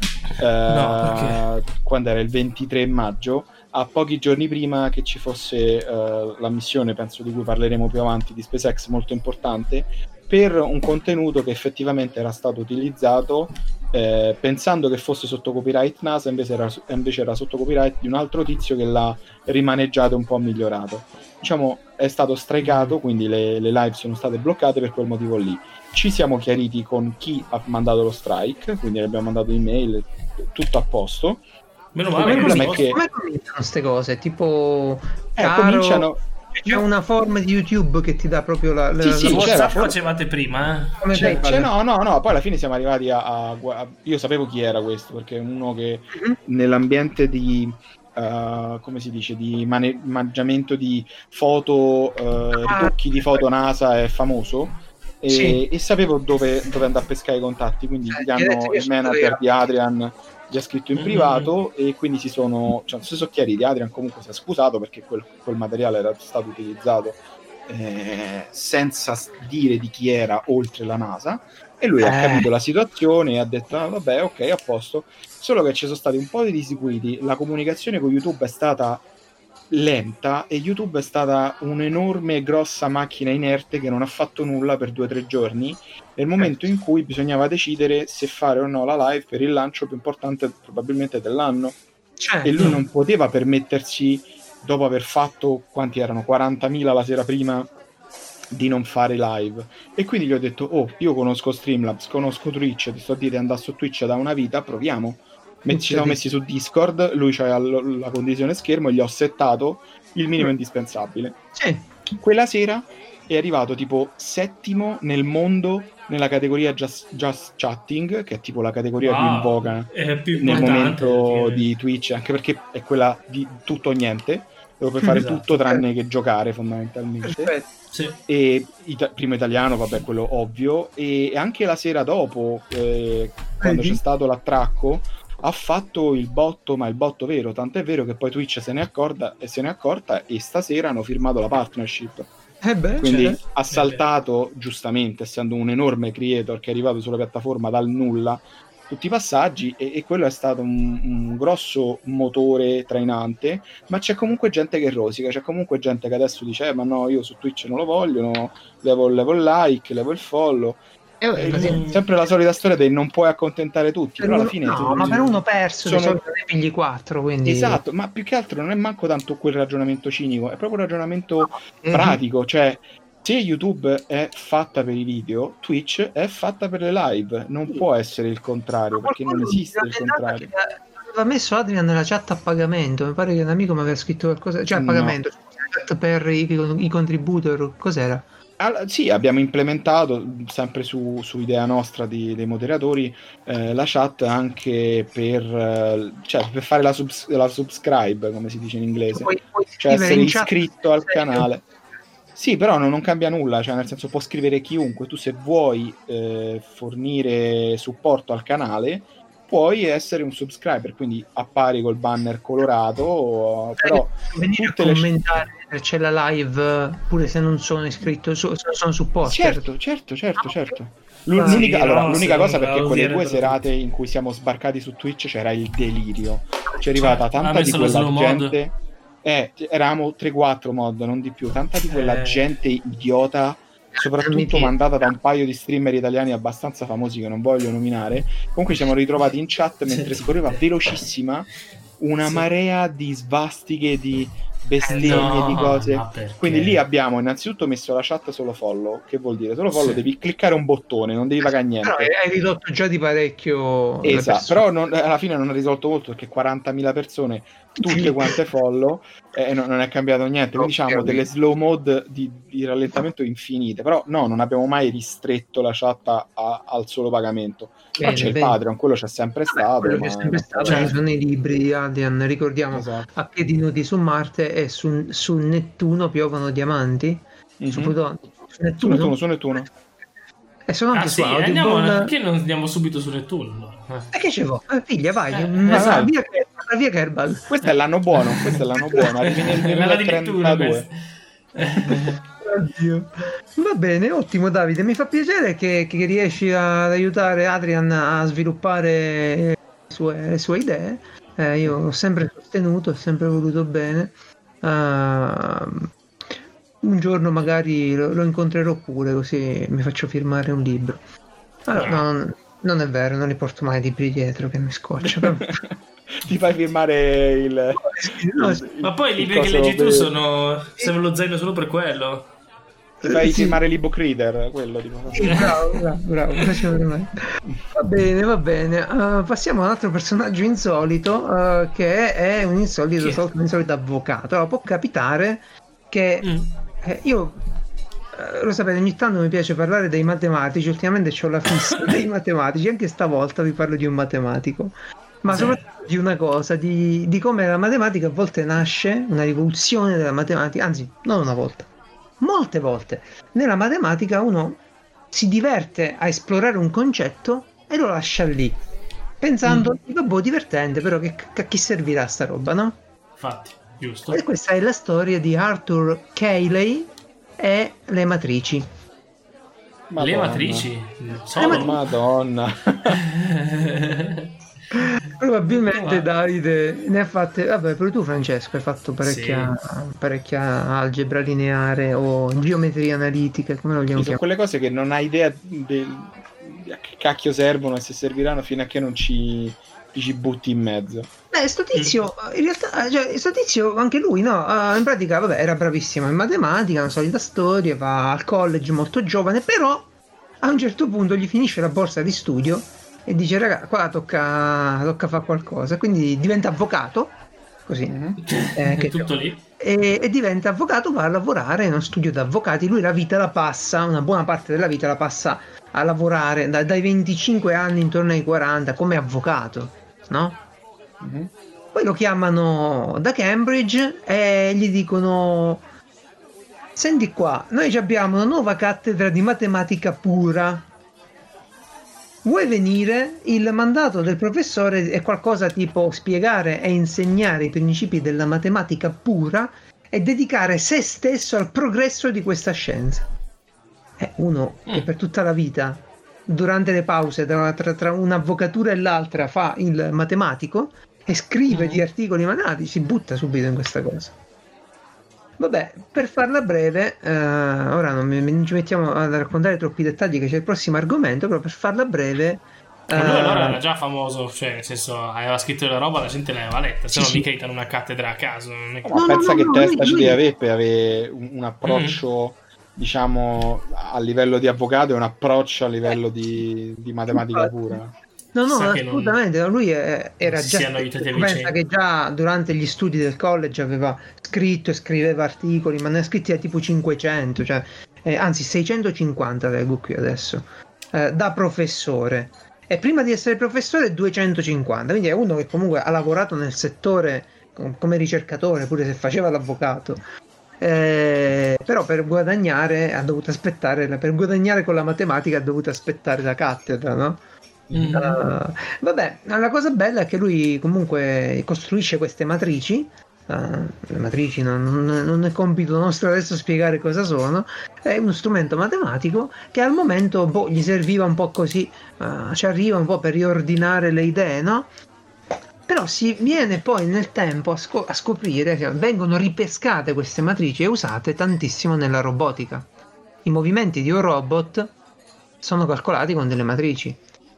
quando era il 23 maggio, a pochi giorni prima che ci fosse la missione, penso di cui parleremo più avanti, di SpaceX, molto importante, per un contenuto che effettivamente era stato utilizzato pensando che fosse sotto copyright NASA, invece era sotto copyright di un altro tizio che l'ha rimaneggiato e un po' migliorato. Diciamo, è stato strikeato, quindi le live sono state bloccate per quel motivo lì. Ci siamo chiariti con chi ha mandato lo strike, quindi le abbiamo mandato email, tutto a posto. Meno male. Come cominciano queste cose? Tipo cominciano. C'è una forma di YouTube che ti dà proprio la WhatsApp facevate prima, no, poi alla fine siamo arrivati a io sapevo chi era questo, perché è uno che nell'ambiente di come si dice, di maneggiamento di foto, ritocchi di foto NASA è famoso, e sapevo dove andare a pescare i contatti, quindi il manager di Adrian gli ha scritto in privato, e quindi si sono chiariti. Adrian comunque si è scusato perché quel materiale era stato utilizzato senza dire di chi era, oltre la NASA, e lui ha capito la situazione e ha detto vabbè, ok, a posto. Solo che ci sono stati un po' di disguidi, la comunicazione con YouTube è stata lenta e YouTube è stata un'enorme e grossa macchina inerte che non ha fatto nulla per 2 o 3 giorni, nel momento in cui bisognava decidere se fare o no la live per il lancio più importante probabilmente dell'anno. E lui non poteva permettersi, dopo aver fatto quanti erano 40.000 la sera prima, di non fare live. E quindi gli ho detto io conosco Streamlabs, conosco Twitch, ti sto a dire andare su Twitch da una vita, proviamo. Ci siamo messi su Discord, lui c'ha la condivisione schermo e gli ho settato il minimo indispensabile. Quella sera è arrivato tipo 7° nel mondo nella categoria just Chatting, che è tipo la categoria più in voga nel momento di Twitch, anche perché è quella di tutto o niente, dove puoi fare tutto tranne che giocare fondamentalmente. E primo italiano, vabbè, quello ovvio. E anche la sera dopo, quando c'è stato l'attracco, ha fatto il botto, ma il botto vero, tant'è vero che poi Twitch se ne è accorta e stasera hanno firmato la partnership. Quindi ha saltato, giustamente, essendo un enorme creator che è arrivato sulla piattaforma dal nulla, tutti i passaggi, e quello è stato un grosso motore trainante. Ma c'è comunque gente che rosica, c'è comunque gente che adesso dice ma no, io su Twitch non lo voglio, no, levo il like, levo il follow. Sempre la solita storia del non puoi accontentare tutti, però alla fine ma per uno perso di solito ne pigli 4, quindi esatto. Ma più che altro non è manco tanto quel ragionamento cinico, è proprio un ragionamento pratico. Cioè, se YouTube è fatta per i video, Twitch è fatta per le live, non può essere il contrario, perché non esiste il contrario. Aveva messo Adrian nella chat a pagamento, mi pare che un amico mi aveva scritto qualcosa, cioè a pagamento, chat per i contributor, cos'era? Sì, abbiamo implementato sempre su idea nostra dei moderatori la chat anche per fare la subscribe, come si dice in inglese, cioè essere iscritto al canale. Sì, però non cambia nulla, cioè nel senso può scrivere chiunque. Tu se vuoi fornire supporto al canale puoi essere un subscriber, quindi appari col banner colorato, però venire a commentare c'è la live pure se non sono iscritto, sono supporter. Certo. L'unica cosa, perché quelle 2 serate in cui siamo sbarcati su Twitch c'era il delirio. C'è arrivata tanta di quella gente. Eravamo 3-4 mod, non di più. Tanta di quella gente idiota, soprattutto mandata da un paio di streamer italiani abbastanza famosi che non voglio nominare. Comunque ci siamo ritrovati in chat mentre scorreva velocissima una marea di svastiche, di bestemmie, di cose. Quindi lì abbiamo innanzitutto messo la chat solo follow. Che vuol dire? Solo follow, devi cliccare un bottone, non devi pagare niente. Però hai ridotto già di parecchio. Esatto, però alla fine non ha risolto molto, perché 40.000 persone, tutte quante follow, non è cambiato niente. Quindi diciamo delle slow mode di rallentamento infinite. Però non abbiamo mai ristretto la chat al solo pagamento. Però c'è il Patreon, quello c'è sempre stato. Quello c'è sempre stato, ci sono i libri di Adrian, ricordiamo, A piedi nudi su Marte e su Nettuno piovono diamanti. Su Nettuno. E sono anche su Audible. Perché non andiamo subito su Nettuno? E che ce vuoi? Figlia, vai. Via Kerbal. Questo è l'anno buono. Arrivi nel 2032. Oddio. Va bene, ottimo Davide, mi fa piacere che riesci ad aiutare Adrian a sviluppare le sue idee. Io l'ho sempre sostenuto, ho sempre voluto bene. Un giorno magari lo incontrerò pure, così mi faccio firmare un libro. Allora, non è vero, non li porto mai libri dietro, che mi scoccia. Ti fai firmare il ma poi i libri che leggi tu sono serve lo zaino solo per quello. Ti fai firmare l'ebook reader, quello tipo. Bravo. Va bene. Passiamo a un altro personaggio insolito, che è un insolito avvocato. Allora, può capitare che io lo sapete, ogni tanto mi piace parlare dei matematici. Ultimamente c'ho la fissa dei matematici, anche stavolta vi parlo di un matematico, ma soprattutto di una cosa, di come la matematica a volte nasce, una rivoluzione della matematica, anzi non una volta, molte volte. Nella matematica uno si diverte a esplorare un concetto e lo lascia lì, pensando divertente, però che a chi servirà sta roba, no? Infatti, giusto. E questa è la storia di Arthur Cayley e le matrici. Madonna. Le matrici? Madonna. Probabilmente Davide ne ha fatte, vabbè, però tu Francesco hai fatto parecchia algebra lineare o geometria analitica, come lo vogliamo chiamare? Quelle cose che non hai idea a che cacchio servono e se serviranno fino a che non ci butti in mezzo. Sto tizio, in realtà, sto tizio anche lui, no? In pratica, vabbè, era bravissimo in matematica, una solita storia, va al college molto giovane, però a un certo punto gli finisce la borsa di studio e dice, raga, qua tocca fare qualcosa, quindi diventa avvocato, così, che tutto lì, e diventa avvocato, va a lavorare in uno studio di avvocati. Lui la vita la passa, una buona parte della vita la passa a lavorare dai 25 anni intorno ai 40 come avvocato, no? Poi lo chiamano da Cambridge e gli dicono, senti qua, noi abbiamo una nuova cattedra di matematica pura, vuoi venire? Il mandato del professore è qualcosa tipo spiegare e insegnare i principi della matematica pura e dedicare se stesso al progresso di questa scienza. È uno che per tutta la vita, durante le pause tra un'avvocatura e l'altra, fa il matematico e scrive di articoli matematici, si butta subito in questa cosa. Vabbè, per farla breve, ora non ci mettiamo a raccontare troppi dettagli, che c'è il prossimo argomento, però per farla breve... Ma lui allora era già famoso, cioè nel senso aveva scritto la roba, la gente l'aveva letta, se no mica gli danno una cattedra a caso. Ma pensa che testa ci deve avere per avere un approccio, diciamo, a livello di avvocato e un approccio a livello di matematica pura. No, assolutamente, lui era già, pensa che già durante gli studi del college aveva scritto e scriveva articoli, ma ne ha scritti a tipo 500, cioè, anzi 650 leggo qui adesso, da professore, e prima di essere professore 250, quindi è uno che comunque ha lavorato nel settore come ricercatore, pure se faceva l'avvocato. Però per guadagnare ha dovuto aspettare, per guadagnare con la matematica ha dovuto aspettare la cattedra, no? Vabbè, la cosa bella è che lui comunque costruisce queste matrici le matrici non è compito nostro adesso spiegare cosa sono, è uno strumento matematico che al momento gli serviva un po' così, ci arriva un po' per riordinare le idee, no? Però si viene poi nel tempo a scoprire che vengono ripescate queste matrici e usate tantissimo nella robotica. I movimenti di un robot sono calcolati con delle matrici.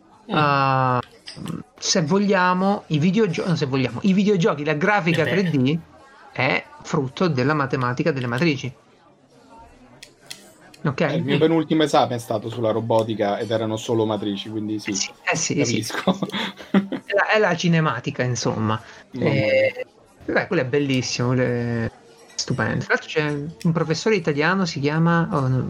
Se vogliamo, i videogiochi, la grafica 3D è frutto della matematica delle matrici. Ok. Il mio penultimo esame è stato sulla robotica ed erano solo matrici, quindi sì, capisco. Sì. È la cinematica, insomma. Quello è bellissimo, quello è stupendo. Tra l'altro c'è un professore italiano, si chiama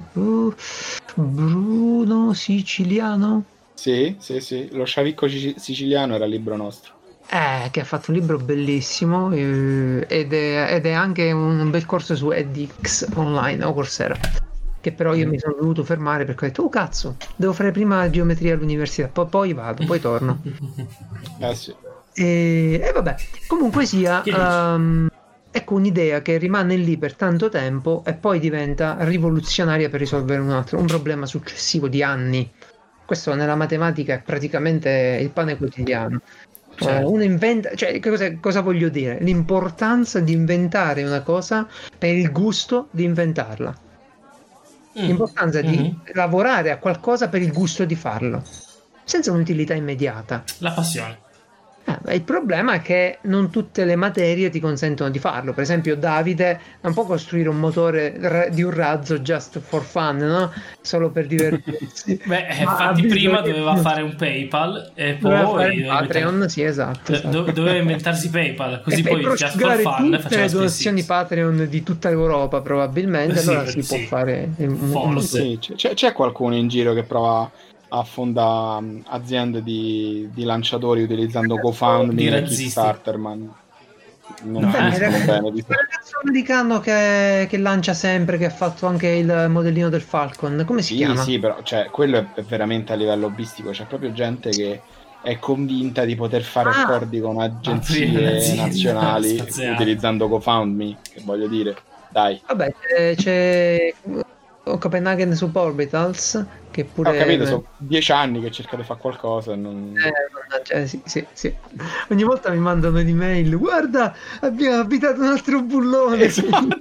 Bruno Siciliano. Sì, lo sciavicco siciliano era il libro nostro. Che ha fatto un libro bellissimo ed è anche un bel corso su edX online o Coursera, che però io mi sono dovuto fermare perché ho detto, cazzo, devo fare prima geometria all'università, poi vado, poi torno. Sì. E vabbè, comunque sia, ecco un'idea che rimane lì per tanto tempo e poi diventa rivoluzionaria per risolvere un problema successivo di anni. Questo nella matematica è praticamente il pane quotidiano. Uno inventa, cioè, cosa voglio dire? L'importanza di inventare una cosa per il gusto di inventarla. L'importanza di lavorare a qualcosa per il gusto di farlo, senza un'utilità immediata. La passione. Il problema è che non tutte le materie ti consentono di farlo. Per esempio Davide non può costruire un motore di un razzo just for fun, no? Solo per divertirsi. Infatti prima doveva fare un PayPal e poi Patreon, sì, esatto. Doveva inventarsi PayPal, così poi just for fun tutte le donazioni Patreon di tutta Europa probabilmente, allora si può fare forse. C'è qualcuno in giro che prova a fondare aziende di lanciatori utilizzando GoFundMe e Kickstarter, ma non finiscono bene. Il ragazzo americano che lancia sempre, che ha fatto anche il modellino del Falcon, come si chiama? Sì, però quello è veramente a livello hobbistico, c'è proprio gente che è convinta di poter fare accordi con agenzie nazionali utilizzando GoFundMe, che voglio dire, dai. Vabbè, c'è Copenhagen Suborbitals, che pure... Ho capito, sono 10 anni che cerca di fare qualcosa. Sì. Ogni volta mi mandano un'email, guarda, abbiamo abitato un altro bullone. Esatto.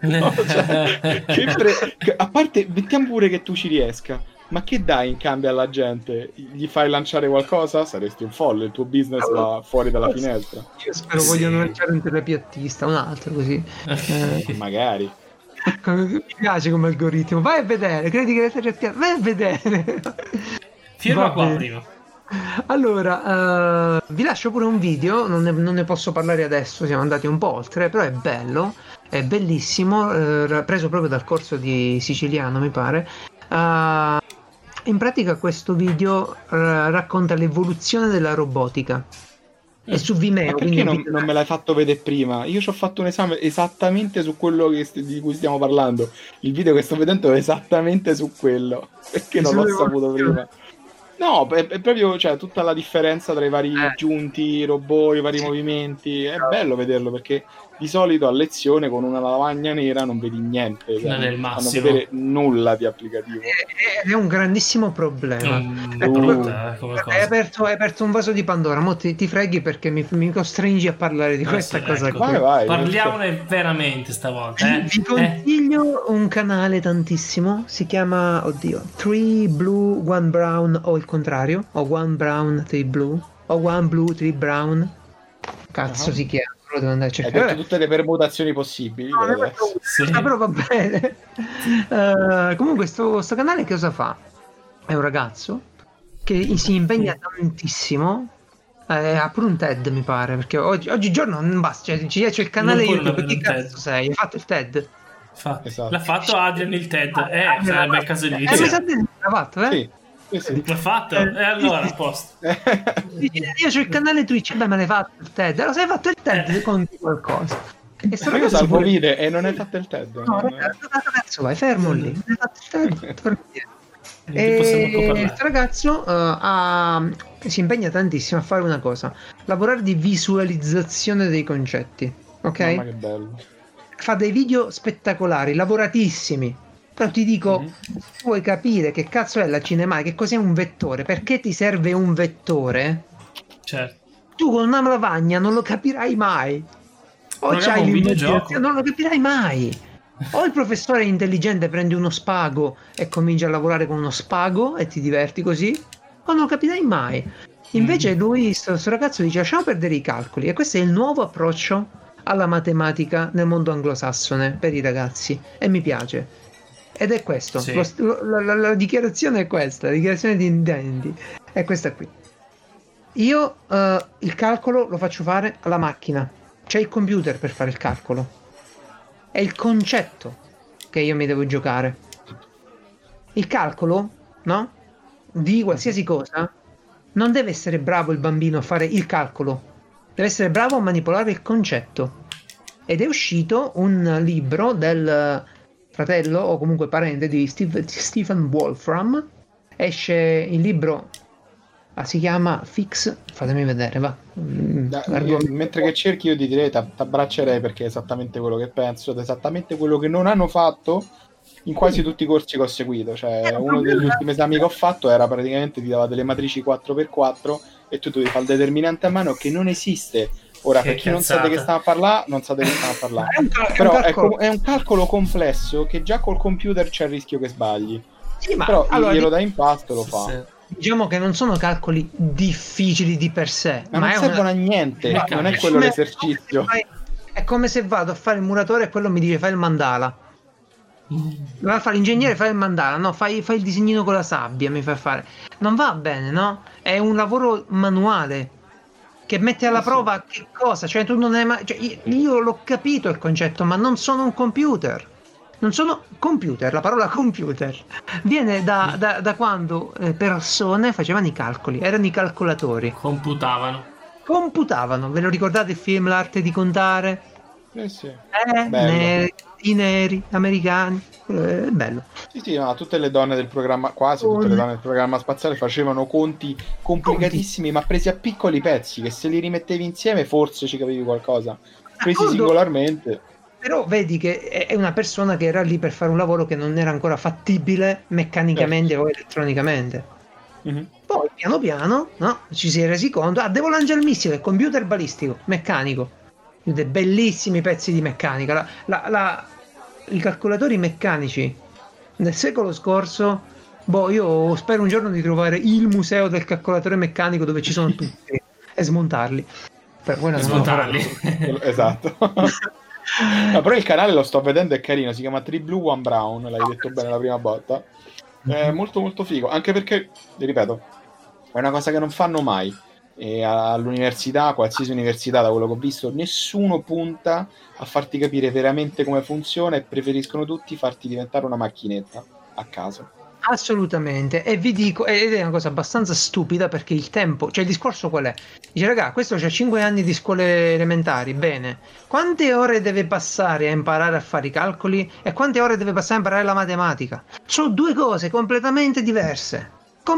A parte, mettiamo pure che tu ci riesca, ma che dai in cambio alla gente? Gli fai lanciare qualcosa? Saresti un folle, il tuo business va fuori dalla finestra. Io spero vogliono lanciare un terapiattista, un altro così. Magari. Mi piace come algoritmo, vai a vedere, credi che vai a vedere. Firma qua prima. Allora, vi lascio pure un video, non ne posso parlare adesso, siamo andati un po' oltre, però è bello, è bellissimo, preso proprio dal corso di siciliano mi pare. In pratica questo video racconta l'evoluzione della robotica. È su Vimeo. Ma perché non me l'hai fatto vedere prima? Io ci ho fatto un esame esattamente su quello di cui stiamo parlando. Il video che sto vedendo è esattamente su quello. Perché non l'ho saputo prima? No, è proprio, cioè, tutta la differenza tra i vari giunti, i robot, i vari movimenti. È bello vederlo, perché di solito a lezione con una lavagna nera non vedi niente, non è il massimo. Non vedere nulla di applicativo. È un grandissimo problema. Hai aperto un vaso di Pandora. Mo ti freghi perché mi costringi a parlare di questa cosa. Vai, parliamone veramente stavolta. Vi consiglio un canale tantissimo. Si chiama 3 Blue 1 Brown, o il contrario, o 1 Brown 3 Blue, o 1 Blue 3 Brown. Cazzo si chiama. Devo andare a cercare. Tutte le permutazioni possibili. Però va bene. Comunque sto canale che cosa fa? È un ragazzo che si impegna tantissimo. Ha pure un TED mi pare, perché oggigiorno non basta, c'è il canale YouTube. Chi cazzo sei? Hai fatto il TED? Esatto. L'ha fatto Adrian il TED. Sarebbe il caso di l'ha fatto, Sì. L'ha fatto? E allora a posto. Io c'ho il canale Twitch. Beh, ma l'hai fatto il TED? Allora se hai fatto il TED conti qualcosa. Ma io salvo vide e non hai fatto il TED. No, ragazzo, vai fermo lì. Non hai fatto il TED. E questo ragazzo si impegna tantissimo a fare una cosa: lavorare di visualizzazione dei concetti. ok? Mamma che bello. Fa dei video spettacolari, lavoratissimi. Però ti dico, vuoi capire che cazzo è la cinematica, che cos'è un vettore, perché ti serve un vettore? Certo. Tu con una lavagna non lo capirai mai. O c'hai un videogioco, non lo capirai mai. O il professore è intelligente, prendi uno spago e cominci a lavorare con uno spago e ti diverti così, o non lo capirai mai. Invece lui, sto ragazzo, dice lasciamo perdere i calcoli, e questo è il nuovo approccio alla matematica nel mondo anglosassone per i ragazzi, e mi piace. Ed è questo, sì. la dichiarazione è questa, la dichiarazione di intenti è questa qui. Io il calcolo lo faccio fare alla macchina, c'è il computer per fare il calcolo, è il concetto che io mi devo giocare. Il calcolo, no? Di qualsiasi cosa, non deve essere bravo il bambino a fare il calcolo, deve essere bravo a manipolare il concetto. Ed è uscito un libro del fratello o comunque parente di Stephen Wolfram. Esce il libro, si chiama Fix, fatemi vedere, va. Mentre che cerchi io ti direi t'abbraccerei, perché è esattamente quello che penso ed è esattamente quello che non hanno fatto in quasi tutti i corsi che ho seguito. Cioè, uno degli ultimi esami che ho fatto era praticamente, ti dava delle matrici 4x4 e tu devi fare il determinante a mano, che non esiste. Ora, per chi non sa di che stiamo a parlare, non sa di che stiamo a parlare. Però è un calcolo complesso che già col computer c'è il rischio che sbagli. Sì, ma però allora, glielo dai in pasto, lo fa. Sì. Diciamo che non sono calcoli difficili di per sé, ma non servono a niente, non è quello l'esercizio. È come se vado a fare il muratore e quello mi dice fai il mandala. Va a fare l'ingegnere, fai il mandala, no, fai il disegnino con la sabbia, mi fa fare. Non va bene, no? È un lavoro manuale che mette alla prova che cosa? Cioè tu non è cioè, io l'ho capito il concetto, ma non sono un computer. Non sono computer, la parola computer viene da quando persone facevano i calcoli, erano i calcolatori. Computavano, ve lo ricordate il film L'arte di contare? Sì. I neri americani, bello. Sì, ma tutte le donne del programma, quasi tutte le donne del programma spaziale facevano conti complicatissimi, ma presi a piccoli pezzi, che se li rimettevi insieme forse ci capivi qualcosa. Presi singolarmente. Però vedi che è una persona che era lì per fare un lavoro che non era ancora fattibile meccanicamente o elettronicamente. Poi piano piano, no, ci si è resi conto, devo lanciare il missile, computer balistico, meccanico. Dei bellissimi pezzi di meccanica. I calcolatori meccanici nel secolo scorso, io spero un giorno di trovare il museo del calcolatore meccanico dove ci sono tutti e smontarli. Esatto. No, però il canale lo sto vedendo, è carino, si chiama Three Blue One Brown, l'hai detto bene la prima volta. È molto molto figo, anche perché, ripeto, è una cosa che non fanno mai. E all'università, qualsiasi università, da quello che ho visto, nessuno punta a farti capire veramente come funziona e preferiscono tutti farti diventare una macchinetta a caso. Assolutamente, e vi dico, ed è una cosa abbastanza stupida, perché il tempo, cioè il discorso qual è? Dice, raga, questo c'ha 5 anni di scuole elementari, bene, quante ore deve passare a imparare a fare i calcoli e quante ore deve passare a imparare la matematica? Sono due cose completamente diverse.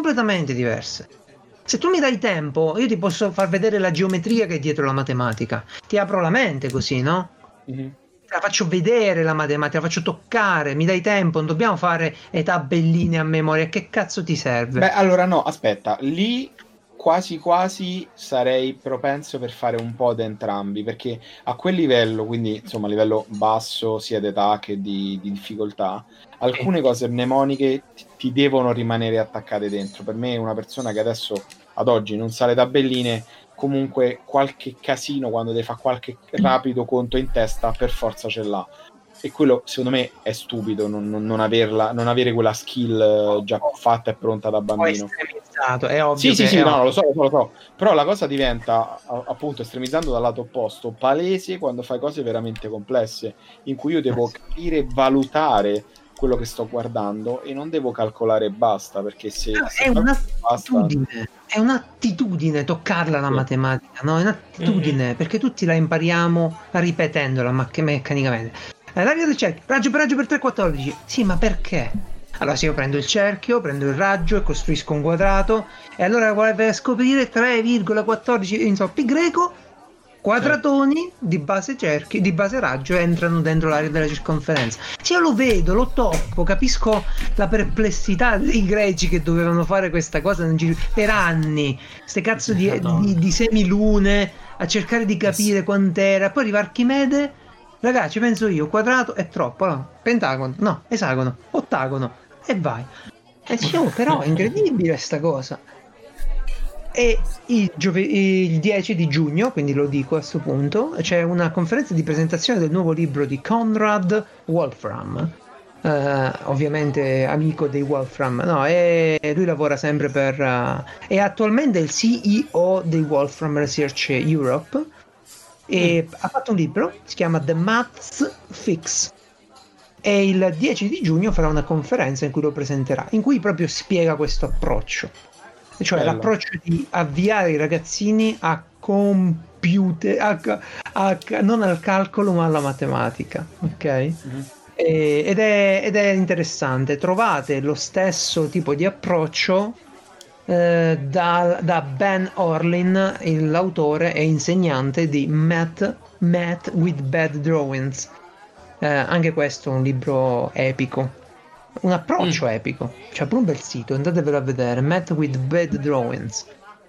Se tu mi dai tempo, io ti posso far vedere la geometria che è dietro la matematica, ti apro la mente così, no? La faccio vedere la matematica, la faccio toccare, mi dai tempo, non dobbiamo fare le tabelline a memoria, che cazzo ti serve? Beh, allora no, aspetta, lì quasi quasi sarei propenso per fare un po' da entrambi, perché a quel livello, quindi insomma a livello basso sia d'età che di difficoltà, alcune cose mnemoniche ti devono rimanere attaccate dentro. Per me una persona che adesso ad oggi non sa le tabelline, comunque qualche casino quando deve fare qualche rapido conto in testa per forza ce l'ha, e quello secondo me è stupido non avere quella skill già fatta e pronta da bambino. È ovvio. Sì, no, lo so, però la cosa diventa, appunto, estremizzando dal lato opposto, palese quando fai cose veramente complesse, in cui io devo capire e valutare quello che sto guardando e non devo calcolare e basta, perché se è un'attitudine toccarla la matematica, no? È un'attitudine, perché tutti la impariamo ripetendola meccanicamente. L'area del cerchio, raggio per 3,14. Sì, ma perché? Allora, se io prendo il cerchio, prendo il raggio e costruisco un quadrato, e allora vai a scoprire 3,14 in pi greco, quadratoni di base cerchi, di base raggio, entrano dentro l'area della circonferenza. Se io lo vedo, lo tocco, capisco la perplessità dei greci che dovevano fare questa cosa per anni, ste cazzo di semilune, a cercare di capire quant'era, poi arriva Archimede, ragazzi, penso io, quadrato è troppo, no? Pentagono, no, esagono, ottagono, e vai. E dicevo, però è incredibile sta cosa. E il 10 di giugno, quindi lo dico a questo punto, c'è una conferenza di presentazione del nuovo libro di Conrad Wolfram, ovviamente amico dei Wolfram, no, e lui lavora sempre è attualmente il CEO dei Wolfram Research Europe, e ha fatto un libro, si chiama The Maths Fix, e il 10 di giugno farà una conferenza in cui lo presenterà, in cui proprio spiega questo approccio. Cioè l'approccio di avviare i ragazzini a computer, non al calcolo ma alla matematica, ok? Mm-hmm. Ed è interessante. Trovate lo stesso tipo di approccio da Ben Orlin, l'autore e insegnante di Math with Bad Drawings. Anche questo è un libro epico. Un approccio epico, c'è pure un bel sito, andatevelo a vedere, Math with Bad Drawings.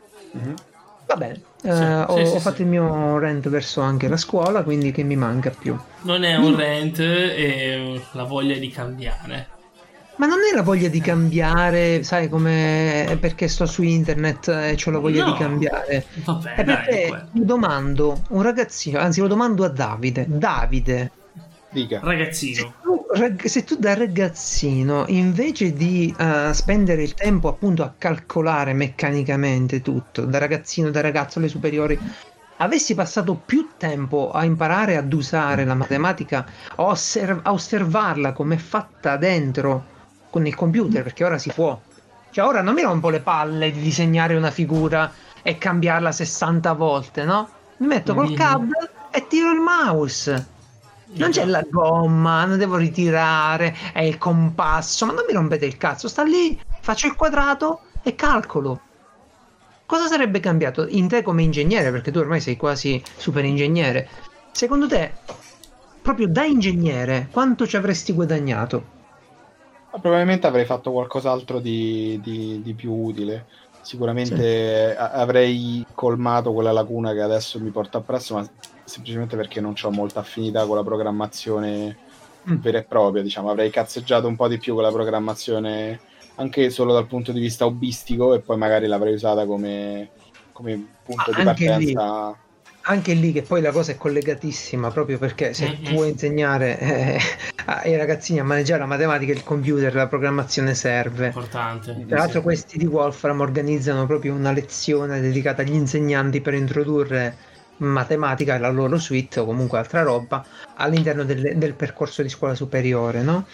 Va bene, ho fatto il mio rant verso anche la scuola, quindi che mi manca più? Non è un rant, è la voglia di cambiare. Ma non è la voglia di cambiare, sai, come perché sto su internet e ho la voglia di cambiare. Vabbè, è perché mi domando, un ragazzino, anzi lo domando a Davide. Dica. Ragazzino. Se tu da ragazzino, invece di spendere il tempo appunto a calcolare meccanicamente tutto, da ragazzino, da ragazzo alle superiori, avessi passato più tempo a imparare ad usare la matematica o a osservarla come è fatta dentro con il computer, perché ora si può. Cioè ora non mi rompo le palle di disegnare una figura e cambiarla 60 volte, no? Mi metto col cable e tiro il mouse. Non c'è la gomma, non devo ritirare, è il compasso, ma non mi rompete il cazzo, sta lì, faccio il quadrato e calcolo. Cosa sarebbe cambiato in te come ingegnere, perché tu ormai sei quasi super ingegnere? Secondo te, proprio da ingegnere, quanto ci avresti guadagnato? Probabilmente avrei fatto qualcos'altro di più utile. Sicuramente avrei colmato quella lacuna che adesso mi porta appresso, ma semplicemente perché non ho molta affinità con la programmazione vera e propria, diciamo. Avrei cazzeggiato un po' di più con la programmazione anche solo dal punto di vista hobbistico, e poi magari l'avrei usata come punto di partenza. Anche lì che poi la cosa è collegatissima, proprio perché se tu vuoi insegnare ai ragazzini a maneggiare la matematica, il computer, la programmazione serve. Importante. Tra l'altro questi di Wolfram organizzano proprio una lezione dedicata agli insegnanti per introdurre matematica e la loro suite o comunque altra roba all'interno del percorso di scuola superiore, no?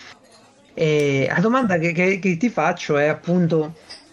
E la domanda che ti faccio è appunto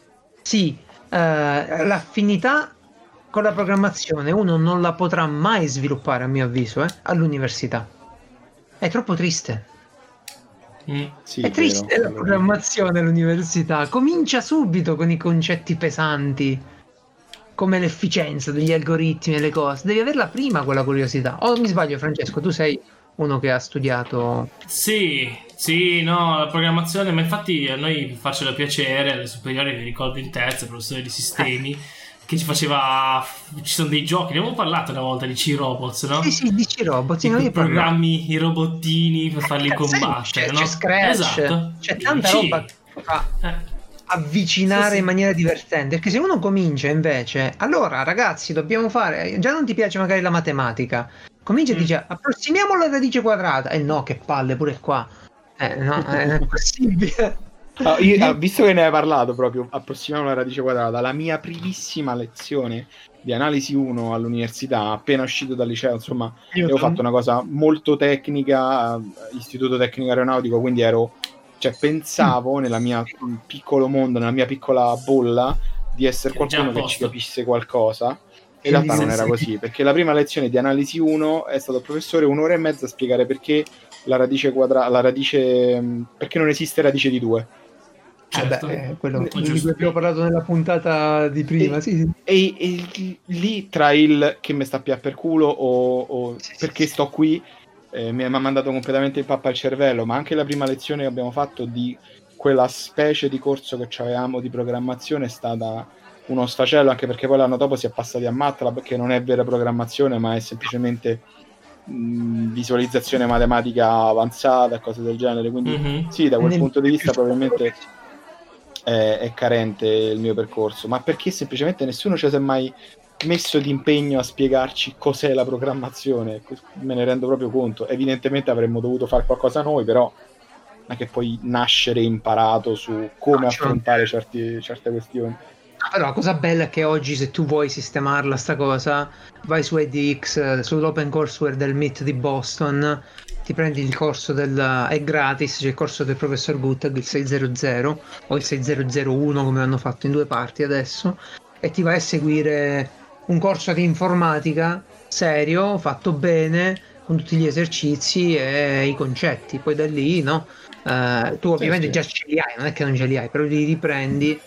l'affinità con la programmazione uno non la potrà mai sviluppare, a mio avviso, all'università. È troppo triste. È triste la programmazione all'università. Comincia subito con i concetti pesanti, come l'efficienza degli algoritmi e le cose. Devi averla prima quella curiosità. O mi sbaglio, Francesco? Tu sei uno che ha studiato. Sì, no, la programmazione, ma infatti a noi faceva piacere, alle superiori, mi ricordo in terza, professore di sistemi, che ci sono dei giochi, ne avevo parlato una volta di C-Robots, no? Sì, di C-Robots, i programmi, i robottini per farli combattere, no? C'è Scratch, esatto. C'è tanta roba che fa avvicinare in maniera divertente, perché se uno comincia invece, allora ragazzi dobbiamo fare, già non ti piace magari la matematica, comincia e dice approssimiamo la radice quadrata, e no, che palle pure qua, no, è possibile. Visto che ne hai parlato proprio, approssimiamo la radice quadrata, la mia primissima lezione di analisi 1 all'università, appena uscito dal liceo, insomma, avevo fatto una cosa molto tecnica, istituto tecnico aeronautico, quindi pensavo nella mia piccolo mondo, nella mia piccola bolla, di essere qualcuno che ci capisse qualcosa. In realtà non era così, perché la prima lezione di analisi 1 è stato il professore 1 ora e mezza a spiegare perché la radice perché non esiste radice di 2. certo. Quello di cui abbiamo parlato nella puntata di prima. E lì tra il che mi sta più per culo o perché sto qui, mi ha mandato completamente in pappa il cervello, ma anche la prima lezione che abbiamo fatto di quella specie di corso che avevamo di programmazione è stata uno sfacelo, anche perché poi l'anno dopo si è passati a MATLAB, che non è vera programmazione, ma è semplicemente visualizzazione matematica avanzata e cose del genere, quindi sì, da quel punto di vista probabilmente è carente il mio percorso, ma perché semplicemente nessuno ci si è mai messo d'impegno a spiegarci cos'è la programmazione. Me ne rendo proprio conto. Evidentemente avremmo dovuto fare qualcosa noi, però non è che puoi nascere imparato su come affrontare certe questioni. Però la cosa bella è che oggi, se tu vuoi sistemarla sta cosa, vai su edX, sull'open courseware del MIT di Boston, ti prendi il corso è gratis, c'è il corso del professor Guttag, il 600 o il 6001 come hanno fatto in 2 parti adesso, e ti vai a seguire un corso di informatica serio, fatto bene, con tutti gli esercizi e i concetti. Poi da lì, no? Tu ovviamente già ce li hai, non è che non ce li hai, però li riprendi.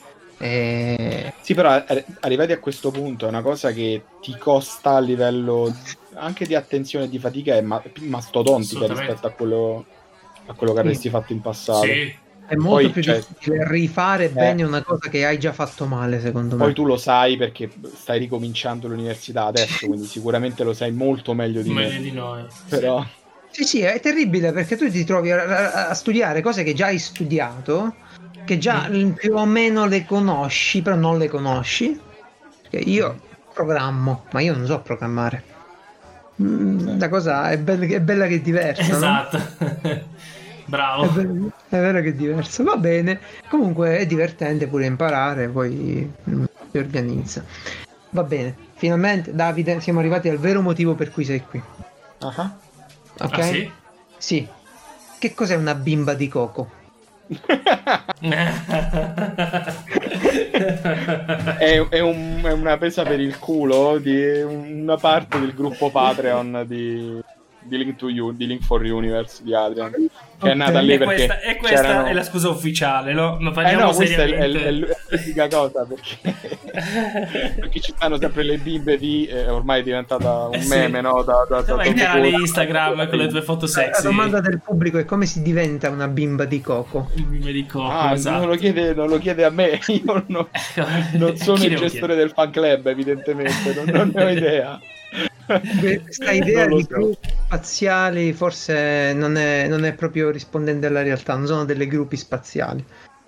Sì, però arrivati a questo punto è una cosa che ti costa a livello anche di attenzione e di fatica, è mastodontica rispetto a quello che avresti fatto in passato. Sì. È molto più difficile rifare bene una cosa che hai già fatto male, secondo me. Poi tu lo sai perché stai ricominciando l'università adesso, quindi sicuramente lo sai molto meglio di noi. Però sì, è terribile, perché tu ti trovi a studiare cose che già hai studiato, che già più o meno le conosci, però non le conosci. Io programmo, ma io non so programmare. La cosa è bella che è diversa. Esatto. No? Bravo. È vero che è diverso. Va bene. Comunque è divertente pure imparare, poi si organizza. Va bene. Finalmente, Davide, siamo arrivati al vero motivo per cui sei qui. Ok? Sì? Sì. Che cos'è una bimba di coco? è una presa per il culo di una parte del gruppo Patreon di Link to You, di Link for Universe di Adrian, che è nata lì perché questa è la scusa ufficiale, no? Lo parliamo seriamente. È l'unica cosa, perché ci stanno sempre le bimbe di ormai è diventata un meme, no? Vai in canale Instagram con le tue foto sexy. La domanda del pubblico è: come si diventa una bimba di coco? Bimba di coco, esatto. non lo chiede a me, io non sono il gestore del fan club, evidentemente, non ne ho idea. Questa idea di gruppi spaziali forse non è proprio rispondente alla realtà, non sono delle gruppi spaziali.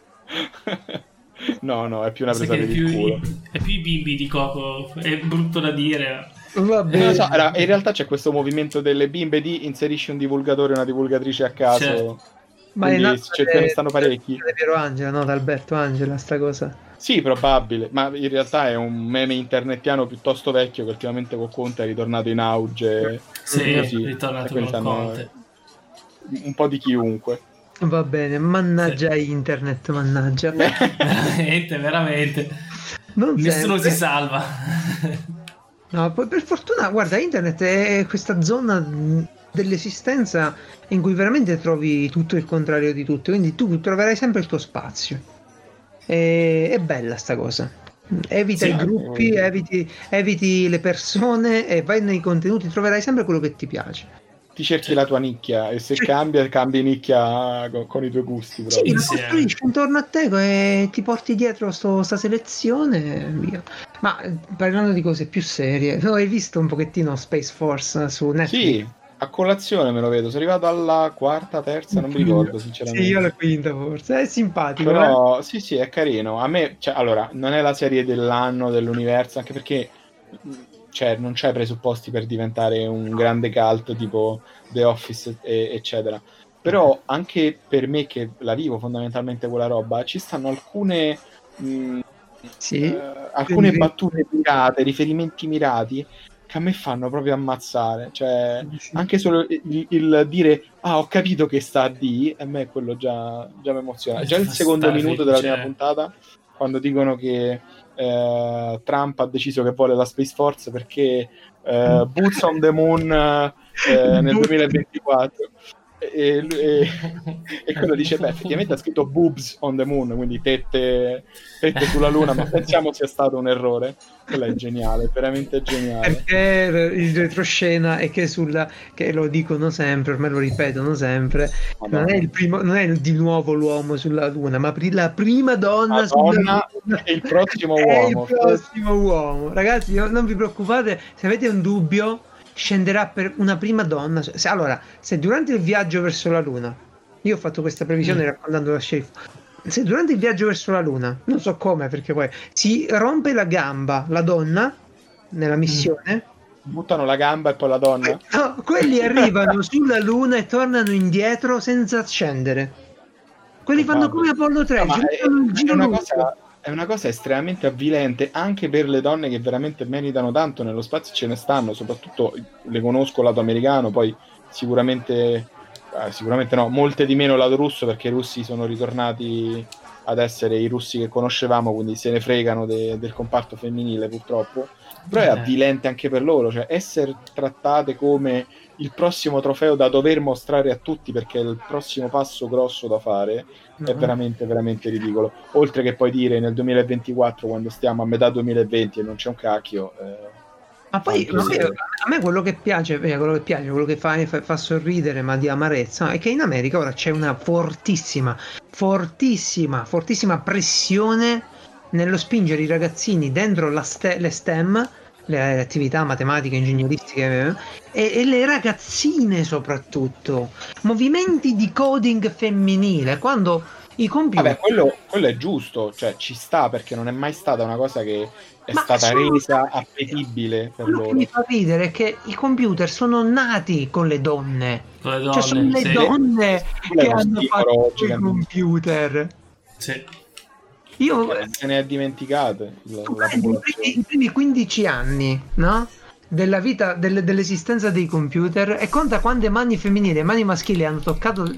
No, è più una presa per il culo. È più i bimbi di coco, è brutto da dire. Va bene. Non so, in realtà c'è questo movimento delle bimbe di inserisci un divulgatore e una divulgatrice a caso. Certo. Ma ne stanno parecchi. Da Piero Angela, no? Da Alberto Angela, sta cosa. Sì, probabile, ma in realtà è un meme internetiano piuttosto vecchio che ultimamente con Conte è ritornato in auge. Sì, è ritornato con Conte. Un po' di chiunque. Va bene, mannaggia internet, mannaggia. Veramente. Nessuno si salva. No, poi per fortuna, guarda, internet è questa zona dell'esistenza in cui veramente trovi tutto il contrario di tutto, quindi tu troverai sempre il tuo spazio. È bella sta cosa. Evita i gruppi, eviti le persone e vai nei contenuti, troverai sempre quello che ti piace. Ti cerchi la tua nicchia e se cambi nicchia con i tuoi gusti. Sì, la costruisci intorno a te e ti porti dietro sta selezione e via. Ma parlando di cose più serie, hai visto un pochettino Space Force su Netflix? Sì, a colazione me lo vedo, sono arrivato alla quarta, terza, non mi ricordo sinceramente. Sì, io alla quinta forse, è simpatico. Però sì, è carino. A me, allora, non è la serie dell'anno, dell'universo, anche perché non c'è presupposti per diventare un grande cult tipo The Office eccetera. Però anche per me che la vivo fondamentalmente quella roba, ci stanno alcune battute mirate, riferimenti mirati che a me fanno proprio ammazzare, cioè anche solo il dire ho capito che sta a D, a me quello già mi emoziona. Già il secondo minuto della prima puntata, quando dicono che Trump ha deciso che vuole la Space Force perché Boots on the Moon nel 2024 e quello dice, beh, effettivamente ha scritto boobs on the moon, quindi tette sulla luna, ma pensiamo sia stato un errore. Quello è geniale, veramente geniale. Perché il retroscena è che che lo dicono sempre, ormai lo ripetono sempre, non è di nuovo l'uomo sulla luna, ma la prima donna sulla luna è il prossimo uomo. È il prossimo uomo. Ragazzi, non vi preoccupate, se avete un dubbio scenderà per una prima donna. Allora, se durante il viaggio verso la luna, io ho fatto questa previsione raccontando la sceriffo, se durante il viaggio verso la luna, non so come, perché poi si rompe la gamba la donna nella missione, buttano la gamba e poi la donna, no, quelli arrivano sulla luna e tornano indietro senza scendere. Quelli fanno come Apollo 13, è una cosa estremamente avvilente anche per le donne che veramente meritano tanto nello spazio. Ce ne stanno, soprattutto le conosco lato americano, poi sicuramente no, molte di meno lato russo, perché i russi sono ritornati ad essere i russi che conoscevamo, quindi se ne fregano del comparto femminile purtroppo. Però è avvilente anche per loro, cioè essere trattate come il prossimo trofeo da dover mostrare a tutti perché è il prossimo passo grosso da fare, è veramente veramente ridicolo. Oltre che poi dire nel 2024, quando stiamo a metà 2020 e non c'è un cacchio, ma poi a me quello che piace, quello che fa sorridere, ma di amarezza, è che in America ora c'è una fortissima pressione nello spingere i ragazzini dentro le STEM, le attività matematiche, ingegneristiche, e le ragazzine soprattutto, movimenti di coding femminile, quando i computer... Vabbè, quello è giusto, cioè ci sta, perché non è mai stata una cosa che è stata resa appetibile per loro. Quello che mi fa ridere è che i computer sono nati con le donne, cioè sono le donne che hanno fatto i computer. Sì. Se ne è dimenticate i primi 15 anni, no? Della vita, dell'esistenza dei computer, e conta quante mani femminili e mani maschili hanno toccato,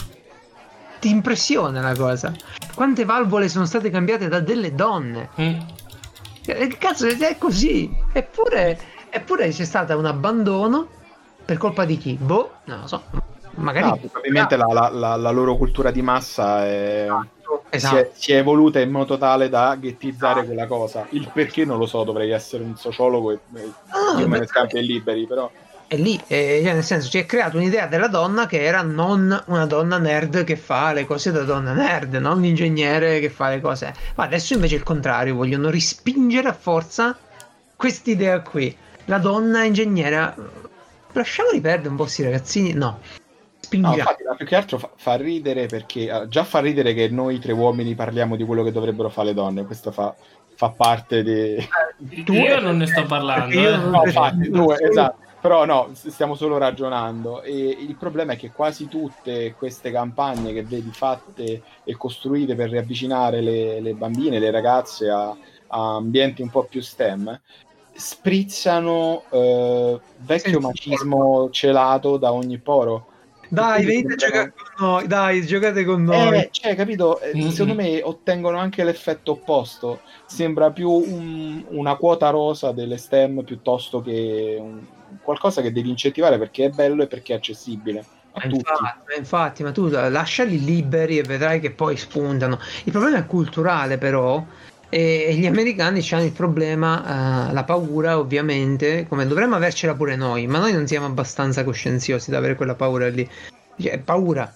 ti impressiona la cosa, quante valvole sono state cambiate da delle donne. Che cazzo, è così. Eppure c'è stato un abbandono per colpa di chi? Boh, non lo so, magari probabilmente la loro cultura di massa esatto. Si è evoluta in modo tale da ghettizzare quella cosa. Il perché non lo so, dovrei essere un sociologo e io me ne scampi liberi, però è lì, nel senso, si è creata un'idea della donna che era non una donna nerd che fa le cose da donna nerd, non un ingegnere che fa le cose, ma adesso invece è il contrario, vogliono rispingere a forza quest'idea qui, la donna ingegnera. Lasciamoli perdere un po' sti ragazzini, no, infatti, più che altro fa ridere, perché già fa ridere che noi tre uomini parliamo di quello che dovrebbero fare le donne. Questo fa parte di... Io non ne sto parlando. Esatto. Però no, stiamo solo ragionando, e il problema è che quasi tutte queste campagne che vedi fatte e costruite per riavvicinare le bambine, le ragazze a ambienti un po' più STEM sprizzano vecchio macismo celato da ogni poro. Dai, venite a giocare con noi, dai, giocate con noi. Cioè, capito? Secondo me ottengono anche l'effetto opposto. Sembra più una quota rosa delle STEM piuttosto che qualcosa che devi incentivare perché è bello e perché è accessibile a tutti. Infatti, ma tu lasciali liberi e vedrai che poi spuntano. Il problema è culturale, però, e gli americani hanno il problema, la paura, ovviamente, come dovremmo avercela pure noi, ma noi non siamo abbastanza coscienziosi da avere quella paura lì. Cioè, paura,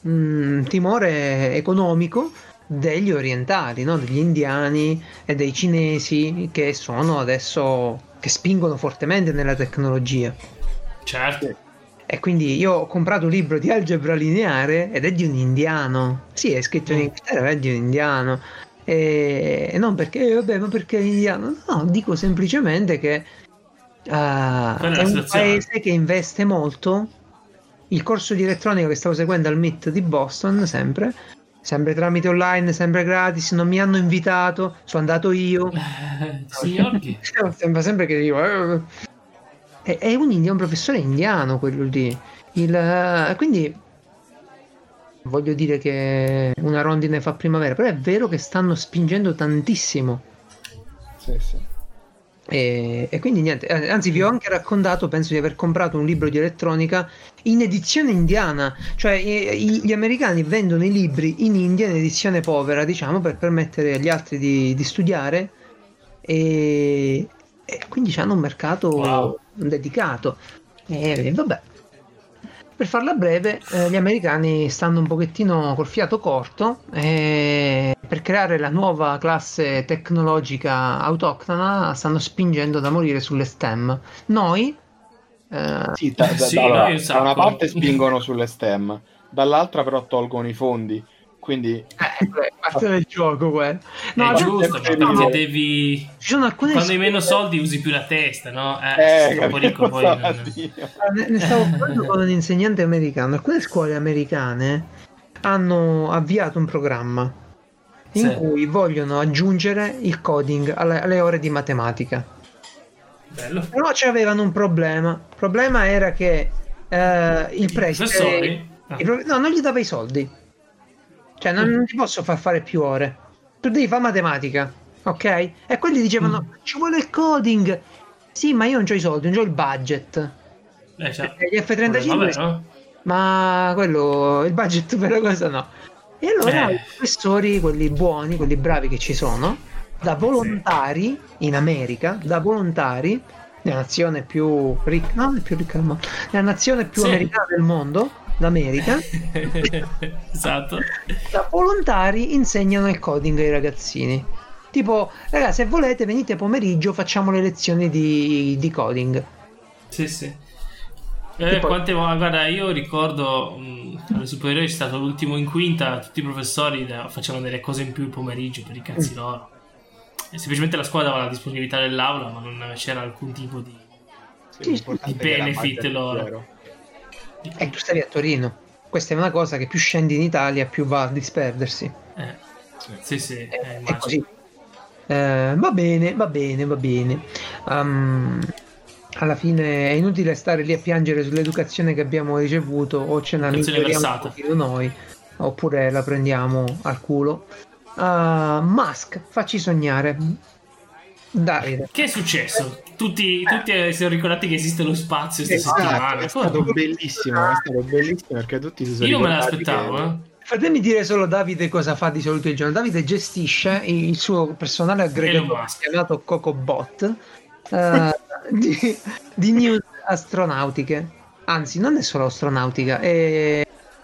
timore economico degli orientali, no? Degli indiani e dei cinesi, che sono adesso, che spingono fortemente nella tecnologia. Certo. E quindi io ho comprato un libro di algebra lineare ed è di un indiano. Sì, è scritto in Inghilterra, è di un indiano. E non perché, vabbè, ma perché è indiano? No, dico semplicemente che è un paese che investe molto. Il corso di elettronica che stavo seguendo al MIT di Boston, sempre tramite online, sempre gratis, non mi hanno invitato, sono andato io. Signori. Sembra sempre che io... È un professore indiano quello lì. Quindi voglio dire che una rondine fa primavera, però è vero che stanno spingendo tantissimo. Sì. E quindi niente, anzi vi ho anche raccontato, penso di aver comprato un libro di elettronica in edizione indiana, cioè gli americani vendono i libri in India in edizione povera, diciamo, per permettere agli altri di studiare, e quindi hanno un mercato dedicato. E vabbè, per farla breve, gli americani stanno un pochettino col fiato corto, per creare la nuova classe tecnologica autoctona stanno spingendo da morire sulle STEM. Noi Sì, noi un da sacco. una parte spingono sulle STEM, dall'altra però tolgono i fondi, quindi parte del gioco quello. È giusto, ma perché devi... Ci sono alcune Quando hai scuole... meno soldi usi più la testa, no? Sei troppo ricco poi Ne stavo parlando con un insegnante americano. Alcune scuole americane hanno avviato un programma in cui vogliono aggiungere il coding alle ore di matematica. Bello. Però c'avevano un problema. Il problema era che il preside non gli dava i soldi. Cioè non ti posso far fare più ore. Tu devi fare matematica, ok? E quelli dicevano ci vuole il coding. Sì, ma io non c'ho i soldi, non c'ho il budget. Gli F-35 vabbè, no? Ma quello, il budget per la cosa no. E allora i professori, quelli buoni, quelli bravi che ci sono, da volontari in America, da volontari nella nazione più ricca, no, più ricca del mondo, nella nazione più americana del mondo, l'America, esatto, da volontari insegnano il coding ai ragazzini. Tipo, ragazzi, se volete venite pomeriggio, facciamo le lezioni di coding. Sì. Quante volte, guarda, io ricordo alle superiori c'è stato l'ultimo in quinta, tutti i professori facevano delle cose in più il pomeriggio per i cazzi loro. E semplicemente la scuola dava la disponibilità dell'aula, ma non c'era alcun tipo di benefit loro. E tu stavi a Torino. Questa è una cosa che più scendi in Italia più va a disperdersi. Sì, è così. Va bene. Alla fine è inutile stare lì a piangere sull'educazione che abbiamo ricevuto, o ce la miglioriamo un pochino noi, oppure la prendiamo al culo. Musk, facci sognare. Davide, che è successo? Tutti si sono ricordati che esiste lo spazio questa settimana. È stato bellissimo perché tutti si sono Io non me ricordati l'aspettavo. Fatemi dire solo Davide cosa fa di solito il giorno. Davide gestisce il suo personale aggregatore chiamato CocoBot di news astronautiche. Anzi, non è solo astronautica, è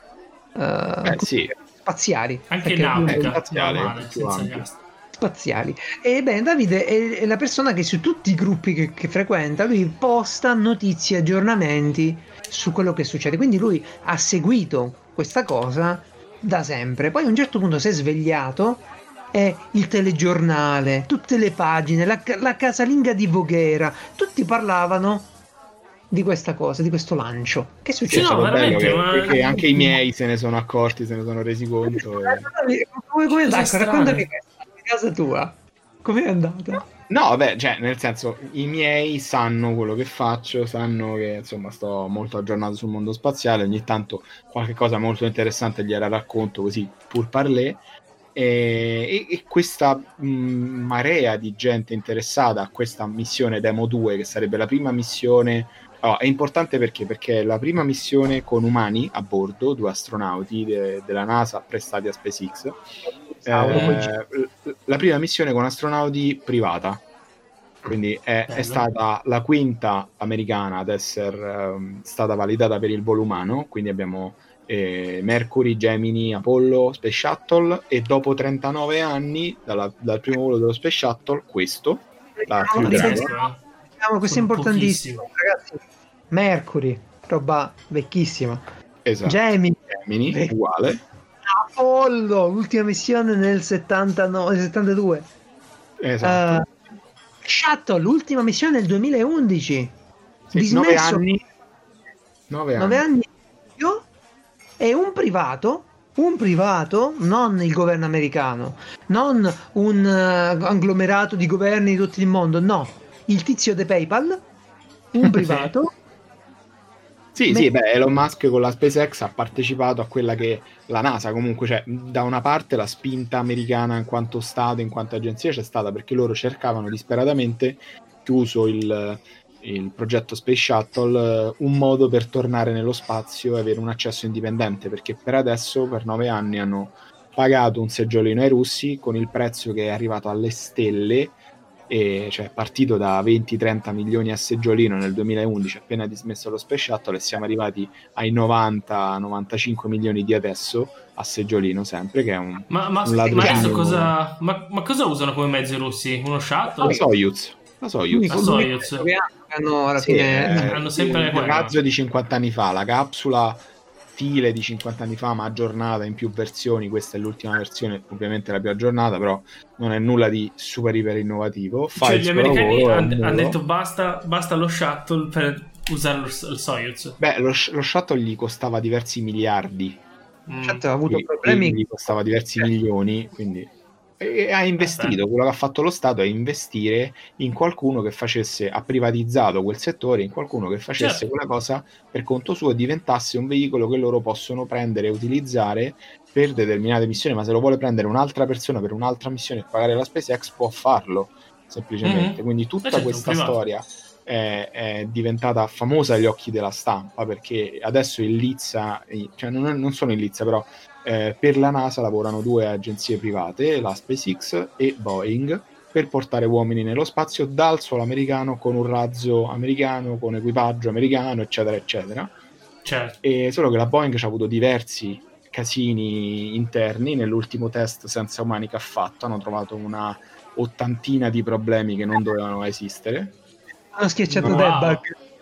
spaziali. Anche nautica, spaziali. E bene, Davide è la persona che su tutti i gruppi che frequenta, lui posta notizie, aggiornamenti su quello che succede. Quindi lui ha seguito questa cosa da sempre. Poi a un certo punto si è svegliato e il telegiornale, tutte le pagine, la casalinga di Voghera, tutti parlavano di questa cosa, di questo lancio. Che è successo? No, veramente, perché anche i miei se ne sono accorti, se ne sono resi conto. Come è andata? Raccontami a casa tua. Come è andata? No, vabbè, cioè, nel senso, i miei sanno quello che faccio, sanno che, insomma, sto molto aggiornato sul mondo spaziale, ogni tanto qualche cosa molto interessante gliela racconto, così, pur parler, e questa marea di gente interessata a questa missione Demo 2, che sarebbe la prima missione... è importante perché è la prima missione con umani a bordo, 2 astronauti della NASA prestati a SpaceX. La prima missione con astronauti privata, quindi è stata la quinta americana ad essere stata validata per il volo umano, quindi abbiamo Mercury, Gemini, Apollo, Space Shuttle, e dopo 39 anni dal primo volo dello Space Shuttle, questo questo è importantissimo, ragazzi. Mercury, roba vecchissima. Esatto. Gemini uguale. Apollo, l'ultima missione nel 72. Esatto. Shuttle, l'ultima missione nel 2011. Sì, 9 anni. E un privato, non il governo americano, non un agglomerato di governi di tutto il mondo, no, il tizio de PayPal, un privato. Sì, Elon Musk con la SpaceX ha partecipato a quella che la NASA comunque, cioè, da una parte la spinta americana in quanto Stato, in quanto agenzia c'è stata perché loro cercavano disperatamente chiuso il progetto Space Shuttle, un modo per tornare nello spazio e avere un accesso indipendente, perché per adesso, per 9 anni, hanno pagato un seggiolino ai russi con il prezzo che è arrivato alle stelle, e cioè è partito da 20-30 milioni a seggiolino nel 2011 appena dismesso lo Space Shuttle, e siamo arrivati ai 90-95 milioni di adesso a seggiolino, sempre, che è un adesso cosa usano come mezzo i russi? Uno shuttle? La Soyuz. Hanno sempre il razzo di 50 anni fa, la capsula stile di 50 anni fa, ma aggiornata in più versioni. Questa è l'ultima versione, ovviamente la più aggiornata, però non è nulla di super iper innovativo. Gli americani hanno detto basta lo shuttle per usare il Soyuz. Beh, lo shuttle gli costava diversi miliardi. Ha avuto problemi, gli costava diversi milioni, quindi e ha investito. Quello che ha fatto lo Stato è investire in qualcuno che ha privatizzato quel settore, in qualcuno che facesse quella cosa per conto suo e diventasse un veicolo che loro possono prendere e utilizzare per determinate missioni. Ma se lo vuole prendere un'altra persona per un'altra missione e pagare la SpaceX, può farlo semplicemente. Quindi tutta questa storia è diventata famosa agli occhi della stampa, perché adesso in Lizza, cioè non sono in Lizza, però per la NASA lavorano 2 agenzie private, la SpaceX e Boeing, per portare uomini nello spazio dal suolo americano, con un razzo americano, con equipaggio americano, eccetera eccetera. E solo che la Boeing ha avuto diversi casini interni nell'ultimo test senza umani che ha fatto. Hanno trovato una 80ina di problemi che non dovevano esistere. Hanno schiacciato debug.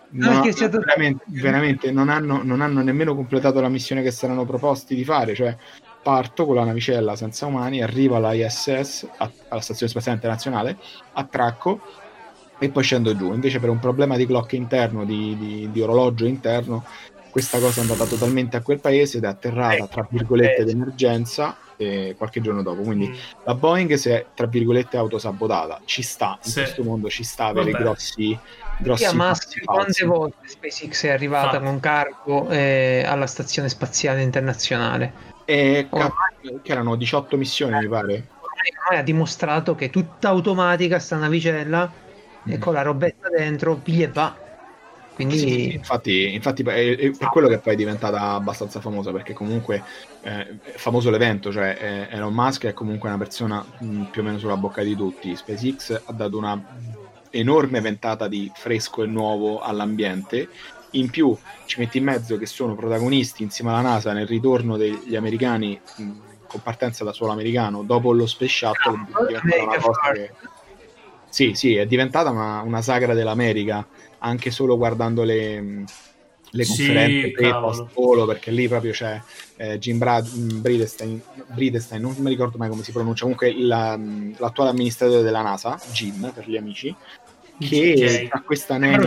Veramente non hanno nemmeno completato la missione che si erano proposti di fare. Cioè, parto con la navicella senza umani, arrivo alla ISS, alla Stazione Spaziale Internazionale, attracco e poi scendo giù. Invece, per un problema di clock interno, di orologio interno, questa cosa è andata totalmente a quel paese ed è atterrata, tra virgolette, d'emergenza qualche giorno dopo. Quindi la Boeing si è, tra virgolette, autosabotata. Ci sta, in questo mondo ci sta avere grossi quante volte SpaceX è arrivata con cargo alla Stazione Spaziale Internazionale? Che erano 18 missioni, mi pare. Ormai ha dimostrato che è tutta automatica sta navicella, e con la robetta dentro piglia e va. Quindi sì, infatti è per quello che poi è diventata abbastanza famosa, perché comunque è famoso l'evento, cioè Elon Musk è comunque una persona più o meno sulla bocca di tutti. SpaceX ha dato una enorme ventata di fresco e nuovo all'ambiente. In più ci metti in mezzo che sono protagonisti insieme alla NASA nel ritorno degli americani con partenza da suolo americano dopo lo Space Shuttle. Una cosa che sì, è diventata una sagra dell'America, anche solo guardando le conferenze post volo, perché lì proprio c'è Jim Bridenstine, non mi ricordo mai come si pronuncia, comunque l'attuale amministratore della NASA, Jim per gli amici, che ha questa nenia,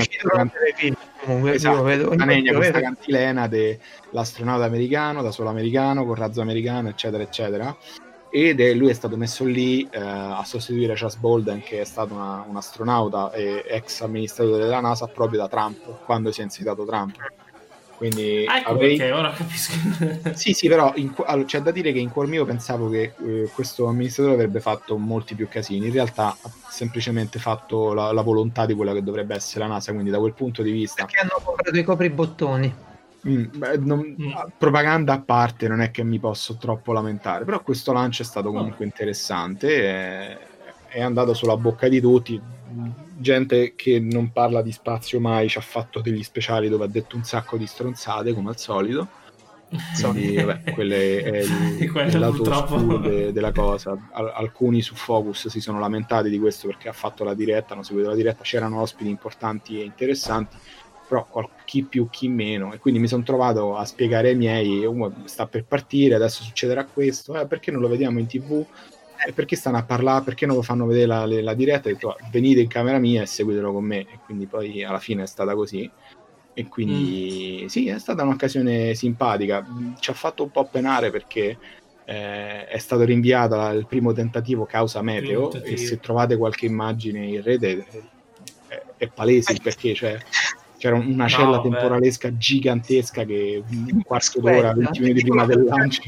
questa cantilena dell'astronauta americano, da solo americano, con razzo americano, eccetera eccetera. Ed lui è stato messo lì a sostituire Charles Bolden, che è stato un astronauta e ex amministratore della NASA, proprio da Trump, quando si è insediato Trump. Quindi ok, ora capisco. sì, però c'è da dire che in cuor mio pensavo che questo amministratore avrebbe fatto molti più casini. In realtà ha semplicemente fatto la volontà di quella che dovrebbe essere la NASA, quindi da quel punto di vista, perché hanno comprato i copribottoni. Propaganda a parte, non è che mi posso troppo lamentare, però questo lancio è stato comunque interessante, è andato sulla bocca di tutti. Gente che non parla di spazio mai ci ha fatto degli speciali dove ha detto un sacco di stronzate, come al solito. Quindi quello è il lato oscuro della cosa. Alcuni su Focus si sono lamentati di questo perché ha fatto la diretta, hanno seguito la diretta, c'erano ospiti importanti e interessanti, però chi più chi meno, e quindi mi sono trovato a spiegare ai miei: sta per partire, adesso succederà questo, perché non lo vediamo in TV, e perché stanno a parlare, perché non lo fanno vedere la diretta. Ho detto: venite in camera mia e seguitelo con me. E quindi poi alla fine è stata così, e quindi sì, è stata un'occasione simpatica. Ci ha fatto un po' penare perché è stato rinviato il primo tentativo causa meteo, e se trovate qualche immagine in rete è palese il perché, cioè c'era una cella temporalesca gigantesca che un quarto d'ora, 20 minuti prima del lancio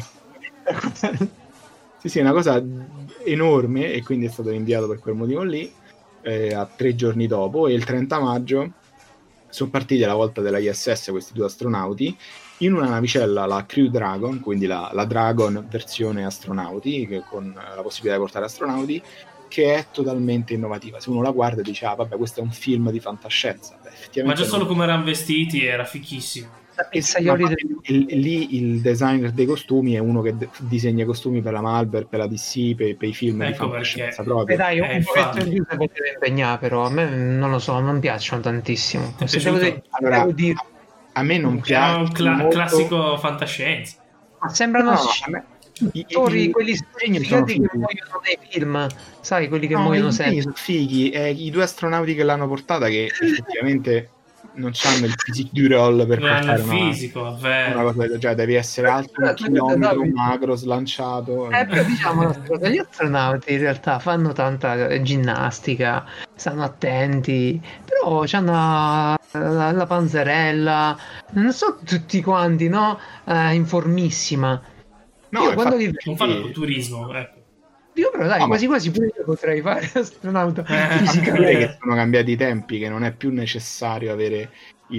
sì, una cosa enorme, e quindi è stato rinviato per quel motivo lì. a 3 giorni dopo, e il 30 maggio sono partiti alla volta della ISS questi 2 astronauti in una navicella, la Crew Dragon, quindi la Dragon versione astronauti, che con la possibilità di portare astronauti, che è totalmente innovativa. Se uno la guarda dice vabbè, questo è un film di fantascienza. Beh, effettivamente ma già solo come erano vestiti era fichissimo. Lì il designer dei costumi è uno che disegna i costumi per la Marvel, per la DC, per i film di fantascienza proprio. Dai, un pochetto in più si poteva impegnare, però a me non lo so, non piacciono tantissimo. Allora, a me non piace molto... classico fantascienza. Ma sembrano quelli sfigati che muoiono nei film, sai, quelli che muoiono sempre. Sono fighi, i 2 astronauti che l'hanno portata, che effettivamente non hanno il physique du roll per portare una cosa, cioè devi essere alto un chilometro, magro, slanciato. Però diciamo, gli astronauti in realtà fanno tanta ginnastica, stanno attenti, però hanno la panzerella, non so tutti quanti, no? Informissima. No, io quando non fanno culturismo, ecco. Io però dai, quasi pure io potrei fare astronauta fisicamente. Che sono cambiati i tempi, che non è più necessario avere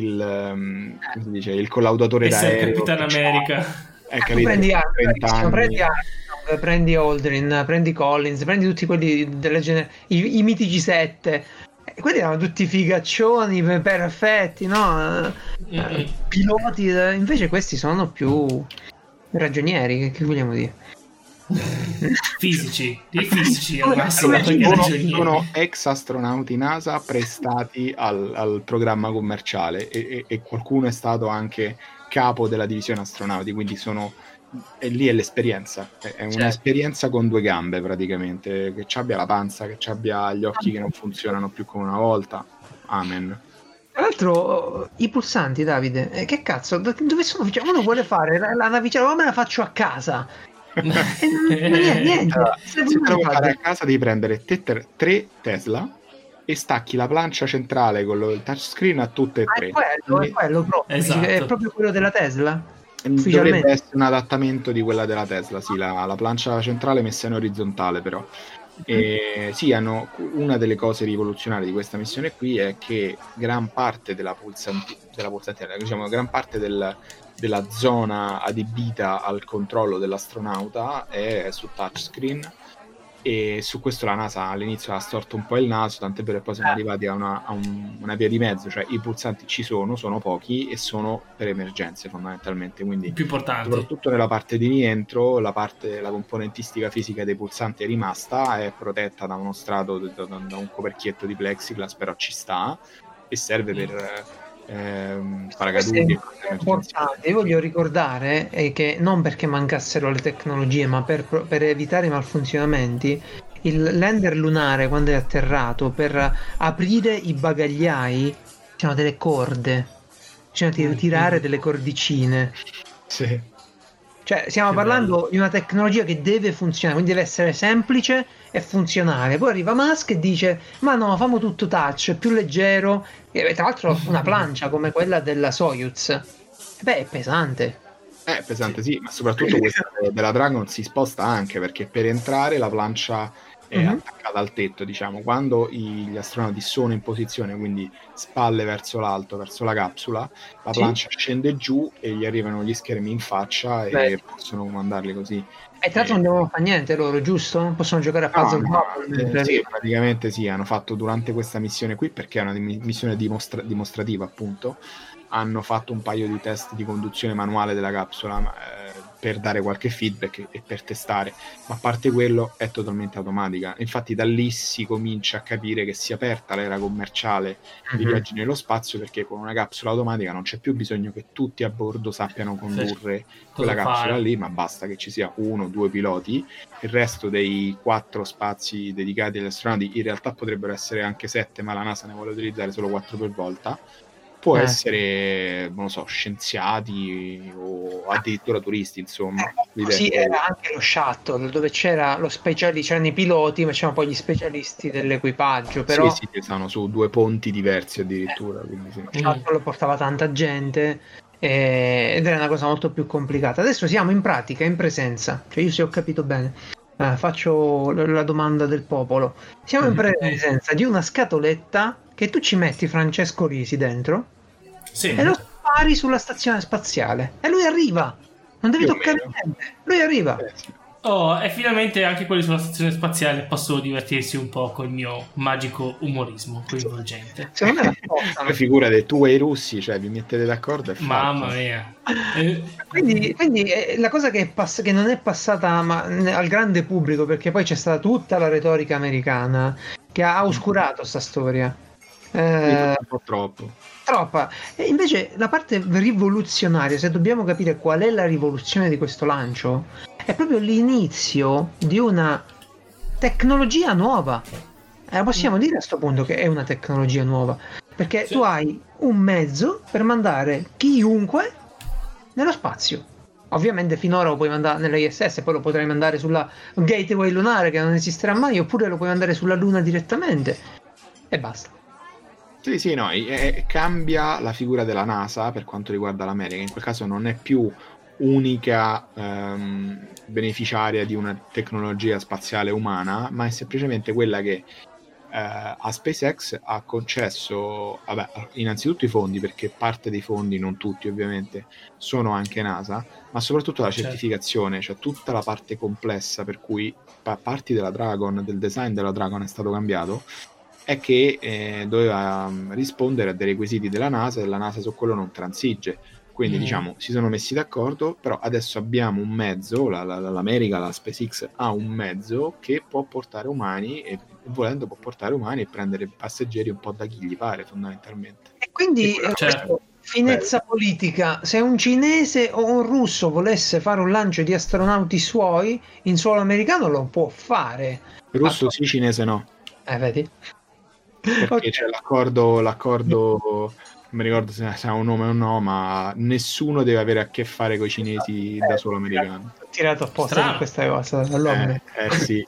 il collaudatore d'aereo. Capitano America. Prendi Armstrong, prendi Aldrin, prendi Collins, prendi tutti quelli delle i mitici 7. Quelli erano tutti figaccioni perfetti, no? Piloti, invece questi sono più ragionieri, che vogliamo dire? Fisici al massimo. Sono ex astronauti NASA prestati al programma commerciale, e qualcuno è stato anche capo della divisione astronauti, quindi lì è l'esperienza, è un'esperienza con 2 gambe praticamente, che ci abbia la panza, che ci abbia gli occhi che non funzionano più come una volta. Amen. Tra l'altro i pulsanti, Davide, che cazzo, dove sono? Cioè, uno vuole fare la navicella, ma me la faccio a casa. Niente. Se te lo vuoi fare a casa devi prendere 3 Tesla e stacchi la plancia centrale con il touchscreen a tutte e 3. È quello proprio. Esatto. È proprio quello della Tesla. Dovrebbe essere un adattamento di quella della Tesla, sì, la plancia centrale messa in orizzontale, però. Una delle cose rivoluzionarie di questa missione qui è che gran parte della pulsantina, diciamo, gran parte della zona adibita al controlro dell'astronauta è su touchscreen, e su questo la NASA all'inizio ha storto un po' il naso, tant'è vero che poi siamo arrivati a una via di mezzo, cioè i pulsanti ci sono pochi e sono per emergenze fondamentalmente, quindi più importanti. Soprattutto nella parte di rientro la componentistica fisica dei pulsanti è rimasta, è protetta da uno strato, da un coperchietto di plexiglass, però ci sta e serve per paracaduti. È importante. Io voglio ricordare che non perché mancassero le tecnologie, ma per evitare i malfunzionamenti, il lander lunare, quando è atterrato, per aprire i bagagliai c'erano delle corde, c'erano tirare delle cordicine. Sì. Cioè stiamo parlando di una tecnologia che deve funzionare, quindi deve essere semplice e funzionale. Poi arriva Musk e dice ma no, facciamo tutto touch, più leggero, e tra l'altro una plancia come quella della Soyuz, è pesante. È pesante, sì, ma soprattutto questa della Dragon si sposta anche, perché per entrare la plancia è attaccata al tetto, diciamo. Quando gli astronauti sono in posizione, quindi spalle verso l'alto, verso la capsula, la plancia scende giù e gli arrivano gli schermi in faccia e possono comandarli così. E tra l'altro non devono fare niente loro, giusto? Possono giocare a puzzle bubble. Sì, praticamente sì, hanno fatto durante questa missione qui, perché è una missione dimostrativa, appunto, hanno fatto un paio di test di conduzione manuale della capsula per dare qualche feedback e per testare, ma a parte quello è totalmente automatica. Infatti da lì si comincia a capire che si è aperta l'era commerciale di viaggi nello spazio, perché con una capsula automatica non c'è più bisogno che tutti a bordo sappiano condurre quella capsula lì, ma basta che ci sia 1 o 2 piloti. Il resto dei 4 spazi dedicati agli astronauti, in realtà potrebbero essere anche 7, ma la NASA ne vuole utilizzare solo 4 per volta. Può essere, non lo so, scienziati o addirittura turisti, insomma. Sì, era anche lo shuttle, dove c'era c'erano i piloti, ma c'erano poi gli specialisti dell'equipaggio. Però sì, stanno su 2 ponti diversi addirittura. Quindi sì. Lo shuttle portava tanta gente ed era una cosa molto più complicata. Adesso siamo in pratica, in presenza, cioè io se ho capito bene. faccio la domanda del popolo. Siamo in presenza di una scatoletta che tu ci metti Francesco Risi dentro e lo spari sulla stazione spaziale e lui arriva. Non devi toccare niente, lui arriva. Oh, e finalmente anche quelli sulla stazione spaziale possono divertirsi un po' col mio magico umorismo coinvolgente. Secondo me la figura dei tu e i russi, cioè vi mettete d'accordo e mamma mia. Quindi la cosa che non è passata al grande pubblico, perché poi c'è stata tutta la retorica americana che ha oscurato sta storia. Un po' troppa. E invece la parte rivoluzionaria, se dobbiamo capire qual è la rivoluzione di questo lancio, è proprio l'inizio di una tecnologia nuova. Possiamo dire a questo punto che è una tecnologia nuova, perché tu hai un mezzo per mandare chiunque nello spazio. Ovviamente finora lo puoi mandare nell'ISS, poi lo potrai mandare sulla gateway lunare che non esisterà mai, oppure lo puoi mandare sulla Luna direttamente e basta. Sì, no, cambia la figura della NASA per quanto riguarda l'America. In quel caso non è più unica beneficiaria di una tecnologia spaziale umana, ma è semplicemente quella che a SpaceX ha concesso, innanzitutto i fondi, perché parte dei fondi, non tutti ovviamente, sono anche NASA, ma soprattutto la certificazione, cioè tutta la parte complessa per cui parti della Dragon, del design della Dragon è stato cambiato, è che doveva rispondere a dei requisiti della NASA e la NASA su quello non transige. Quindi diciamo si sono messi d'accordo, però adesso abbiamo un mezzo, l'America, la SpaceX ha un mezzo che può portare umani e volendo può portare umani e prendere passeggeri un po' da chi gli pare fondamentalmente. E quindi finezza politica, se un cinese o un russo volesse fare un lancio di astronauti suoi in suolo americano lo può fare. Russo sì, cinese no. Vedi? Perché c'è l'accordo non mi ricordo se ha un nome o no, ma nessuno deve avere a che fare con i cinesi da solo americano. Ho tirato apposta per questa cosa, lo ammetto. Sì.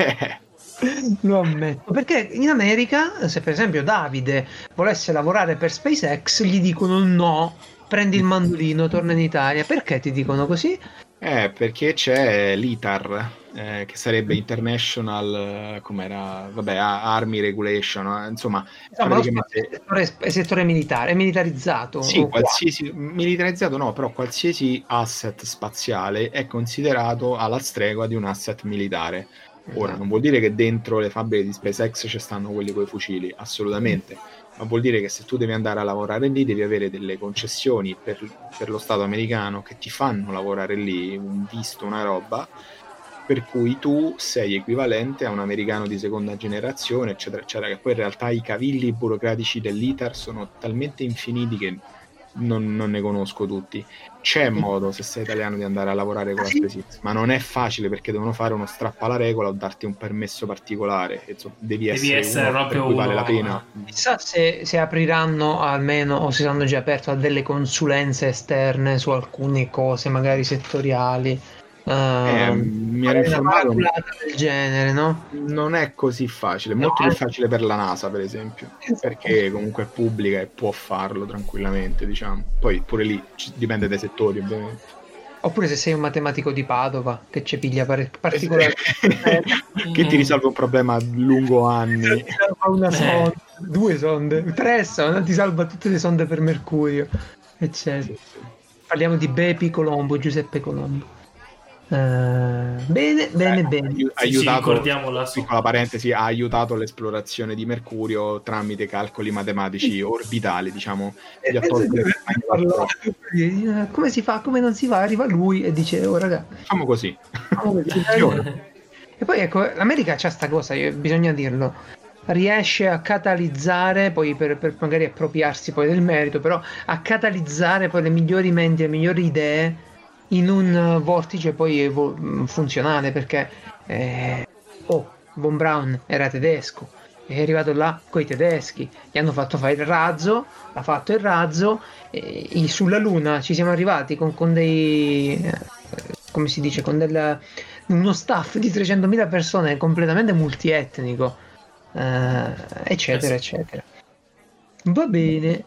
Lo ammetto, perché in America, se per esempio Davide volesse lavorare per SpaceX, gli dicono no, prendi il mandolino, torna in Italia. Perché ti dicono così? Perché c'è l'ITAR, che sarebbe International, Army Regulation, insomma praticamente settore militare, militarizzato. Sì, qualsiasi militarizzato no, però qualsiasi asset spaziale è considerato alla stregua di un asset militare. Ora, non vuol dire che dentro le fabbriche di SpaceX ci stanno quelli coi fucili, assolutamente, ma vuol dire che se tu devi andare a lavorare lì devi avere delle concessioni per lo Stato americano che ti fanno lavorare lì, un visto, una roba, per cui tu sei equivalente a un americano di seconda generazione, eccetera, eccetera, che poi in realtà i cavilli burocratici dell'ITER sono talmente infiniti che non ne conosco tutti. C'è modo, se sei italiano, di andare a lavorare con la SpaceX, ma non è facile perché devono fare uno strappo alla regola o darti un permesso particolare. Insomma, devi essere uno per cui vale la pena. Chissà se apriranno almeno, o si hanno già aperto a delle consulenze esterne su alcune cose magari settoriali. Mi ero informato del genere, no? Non è così facile, molto più facile per la NASA per esempio, perché comunque è pubblica e può farlo tranquillamente, diciamo. Poi pure lì dipende dai settori ovviamente. Oppure se sei un matematico di Padova che ci piglia particolare che ti risolve un problema lungo anni, una sonda, 2 sonde, 3 sonde, ti salva tutte le sonde per Mercurio, eccetera. Sì. Parliamo di Bepi Colombo, Giuseppe Colombo. Bene. Ha aiutato, piccola parentesi, ha aiutato l'esplorazione di Mercurio tramite calcoli matematici orbitali, diciamo. Come si fa, come non si fa, arriva lui e dice raga, facciamo così. E poi ecco, l'America c'ha sta cosa, bisogna dirlo, riesce a catalizzare, poi per magari appropriarsi poi del merito, però a catalizzare poi le migliori menti, le migliori idee in un vortice poi funzionale, perché Von Braun era tedesco, è arrivato là coi tedeschi, gli hanno fatto fare il razzo, ha fatto il razzo, e sulla Luna ci siamo arrivati con dei come si dice, con uno staff di 300.000 persone completamente multietnico, eccetera eccetera. Va bene.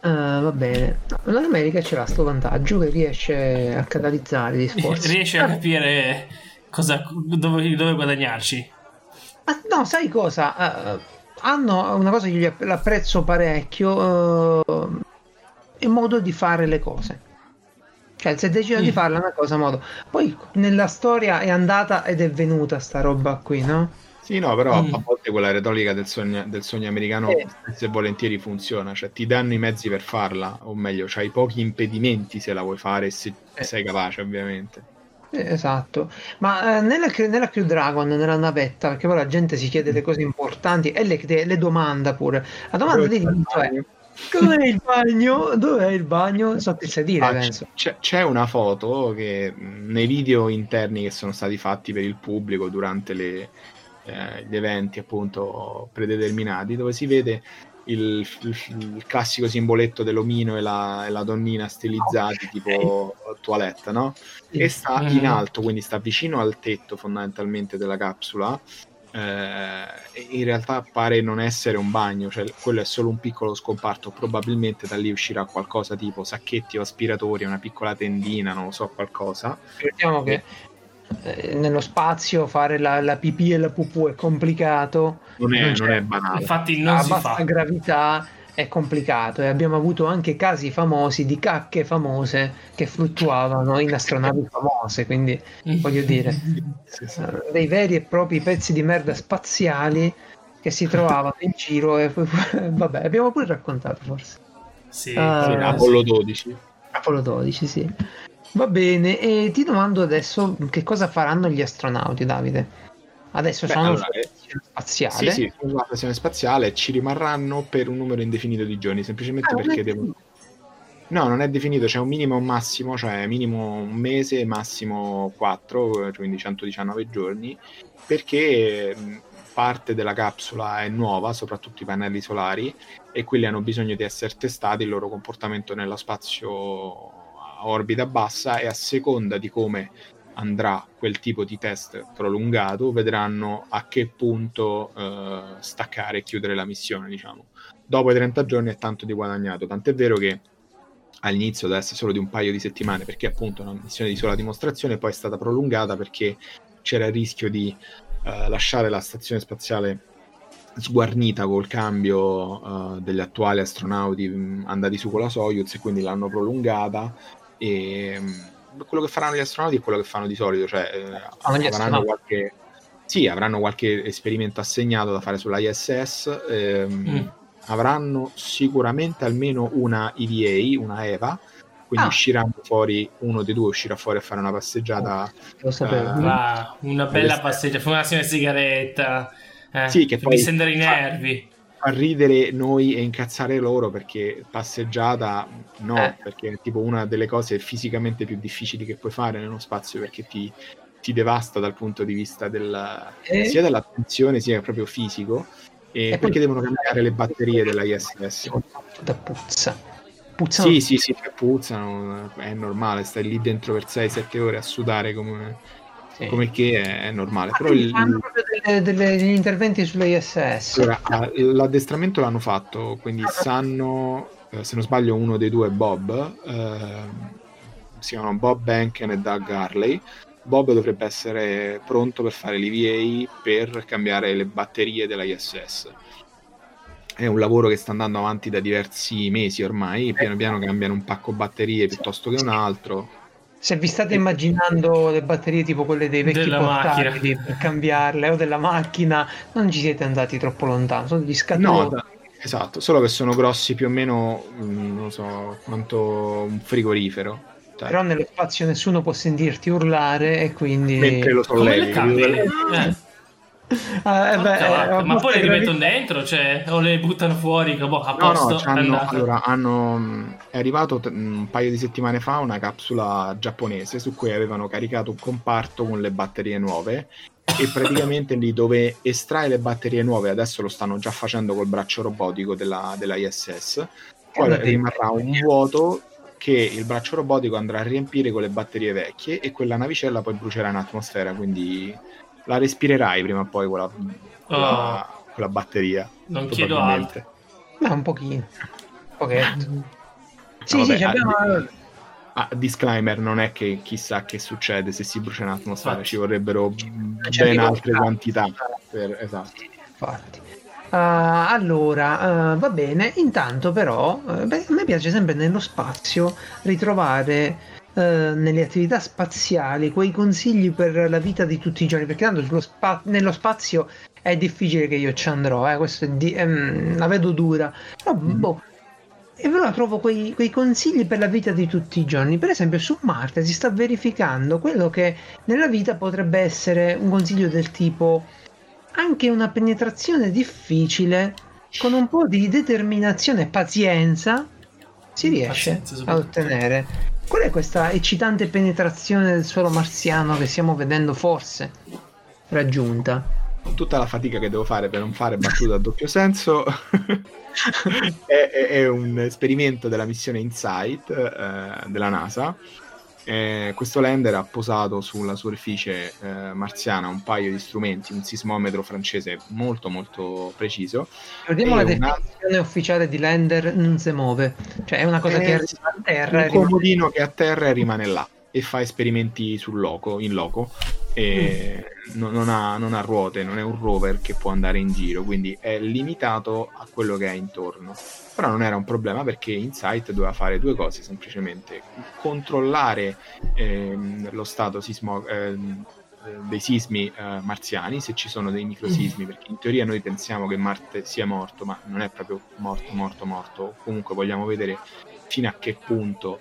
L'America ce l'ha sto vantaggio che riesce a catalizzare gli sforzi. Riesce a capire dove guadagnarci. No, sai cosa? Hanno una cosa che io l'apprezzo parecchio, il modo di fare le cose. Cioè, se decidono di farla una cosa, modo. Poi nella storia è andata ed è venuta sta roba qui, no? Sì, no, però a volte quella retorica del sogno americano spesso e volentieri funziona, cioè ti danno i mezzi per farla, o meglio, c'hai pochi impedimenti se la vuoi fare, se sei capace, ovviamente. Esatto, ma nella Crew Dragon, nella navetta, perché poi la gente si chiede le cose importanti e le domanda pure. La domanda di inizio è: dov'è il bagno? Dov'è il bagno? Sotto il sedile, penso. C'è una foto che nei video interni che sono stati fatti per il pubblico durante gli eventi appunto predeterminati, dove si vede il classico simboletto dell'omino e la donnina stilizzati tipo toilette, no? E sta in alto, quindi sta vicino al tetto fondamentalmente della capsula. In realtà pare non essere un bagno, cioè quello è solo un piccolo scomparto, probabilmente da lì uscirà qualcosa tipo sacchetti o aspiratori, una piccola tendina, non lo so, qualcosa. Diciamo che nello spazio fare la pipì e la pupù è complicato, non è banale, infatti non si bassa fa. Gravità è complicato, e abbiamo avuto anche casi famosi di cacche famose che fluttuavano in astronavi famose, quindi voglio dire sì. dei veri e propri pezzi di merda spaziali che si trovavano in giro e vabbè, abbiamo pure raccontato forse Apollo 12. Apollo 12, sì. Va bene, e ti domando adesso che cosa faranno gli astronauti, Davide? Adesso sono sulla stazione spaziale. Sì, sulla stazione spaziale, ci rimarranno per un numero indefinito di giorni, semplicemente perché devono... No, non è definito, c'è un minimo e un massimo, cioè minimo un mese, massimo 4, quindi 119 giorni, perché parte della capsula è nuova, soprattutto i pannelli solari, e quelli hanno bisogno di essere testati, il loro comportamento nello spazio a orbita bassa, e a seconda di come andrà quel tipo di test prolungato vedranno a che punto staccare e chiudere la missione, diciamo. Dopo i 30 giorni è tanto di guadagnato, tant'è vero che all'inizio deve essere solo di un paio di settimane, perché appunto è una missione di sola dimostrazione, poi è stata prolungata perché c'era il rischio di lasciare la stazione spaziale sguarnita col cambio degli attuali astronauti andati su con la Soyuz, e quindi l'hanno prolungata. E quello che faranno gli astronauti è quello che fanno di solito, cioè avranno qualche esperimento assegnato da fare sulla ISS, avranno sicuramente almeno una EVA, una EVA, quindi usciranno fuori, uno dei due uscirà fuori a fare una passeggiata, una bella passeggiata, fumazione di sigaretta, sì, che poi distendere i nervi, fa ridere noi e incazzare loro, perché passeggiata perché è tipo una delle cose fisicamente più difficili che puoi fare nello spazio, perché ti devasta dal punto di vista sia dell'attenzione sia proprio fisico, e perché devono cambiare le batterie della ISS. Puzzano. Sì, puzzano, è normale, stai lì dentro per 6-7 ore a sudare come che è normale. Però fanno proprio degli interventi sulle ISS. Allora, l'addestramento l'hanno fatto, quindi sanno, se non sbaglio uno dei due è Bob, si chiamano Bob Behnken e Doug Hurley. Bob dovrebbe essere pronto per fare l'EVA per cambiare le batterie della ISS. È un lavoro che sta andando avanti da diversi mesi ormai, piano piano cambiano un pacco batterie piuttosto che un altro. Se vi state immaginando le batterie tipo quelle dei vecchi portatili per cambiarle, o della macchina, non ci siete andati troppo lontano, sono degli scatoloni. No, esatto, solo che sono grossi più o meno, non so quanto un frigorifero. Cioè. Però nello spazio nessuno può sentirti urlare, e quindi... Mentre lo sollevi. Ma poi le rimettono dentro, cioè, o le buttano fuori a posto? È arrivato un paio di settimane fa una capsula giapponese su cui avevano caricato un comparto con le batterie nuove, e praticamente lì dove estrae le batterie nuove, adesso lo stanno già facendo col braccio robotico della ISS, poi rimarrà un vuoto che il braccio robotico andrà a riempire con le batterie vecchie, e quella navicella poi brucerà in atmosfera, quindi la respirerai prima o poi quella batteria. Non chiedo altro. Ma un pochino. Pochetto. Sì, abbiamo... disclaimer, non è che chissà che succede se si brucia in atmosfera, ci vorrebbero Cioè, ben dico, altre quantità esatto. Infatti. Allora, va bene. Intanto però a me piace sempre nello spazio ritrovare nelle attività spaziali quei consigli per la vita di tutti i giorni, perché tanto nello spazio è difficile che io ci andrò, questo la vedo dura, però e però trovo quei consigli per la vita di tutti i giorni. Per esempio su Marte si sta verificando quello che nella vita potrebbe essere un consiglio del tipo: anche una penetrazione difficile, con un po' di determinazione e pazienza, si riesce a ottenere. Qual è questa eccitante penetrazione del suolo marziano che stiamo vedendo forse raggiunta? Tutta la fatica che devo fare per non fare battute a doppio senso è un esperimento della missione InSight della NASA. Questo lander ha posato sulla superficie marziana un paio di strumenti, un sismometro francese molto molto preciso. Ricordiamo la definizione ufficiale di lander: non si muove, cioè è una cosa che arriva a terra, un comodino che a terra rimane là e fa esperimenti in loco e non ha ruote, non è un rover che può andare in giro, quindi è limitato a quello che è intorno. Però non era un problema, perché InSight doveva fare due cose semplicemente: controllare lo stato dei sismi marziani, se ci sono dei microsismi, perché in teoria noi pensiamo che Marte sia morto, ma non è proprio morto. Comunque vogliamo vedere fino a che punto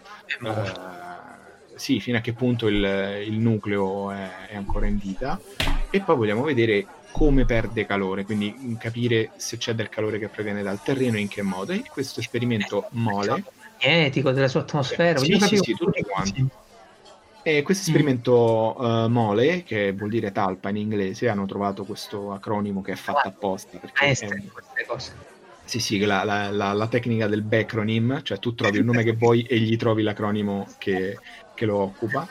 fino a che punto il nucleo è ancora in vita, e poi vogliamo vedere come perde calore, quindi capire se c'è del calore che proviene dal terreno e in che modo. E questo esperimento MOLE magnetico della sua atmosfera, sì, tutti quanti. E questo esperimento MOLE, che vuol dire talpa in inglese, hanno trovato questo acronimo che è fatto apposta perché queste cose. Sì, la tecnica del backronym, cioè tu trovi il nome che vuoi e gli trovi l'acronimo che lo occupa.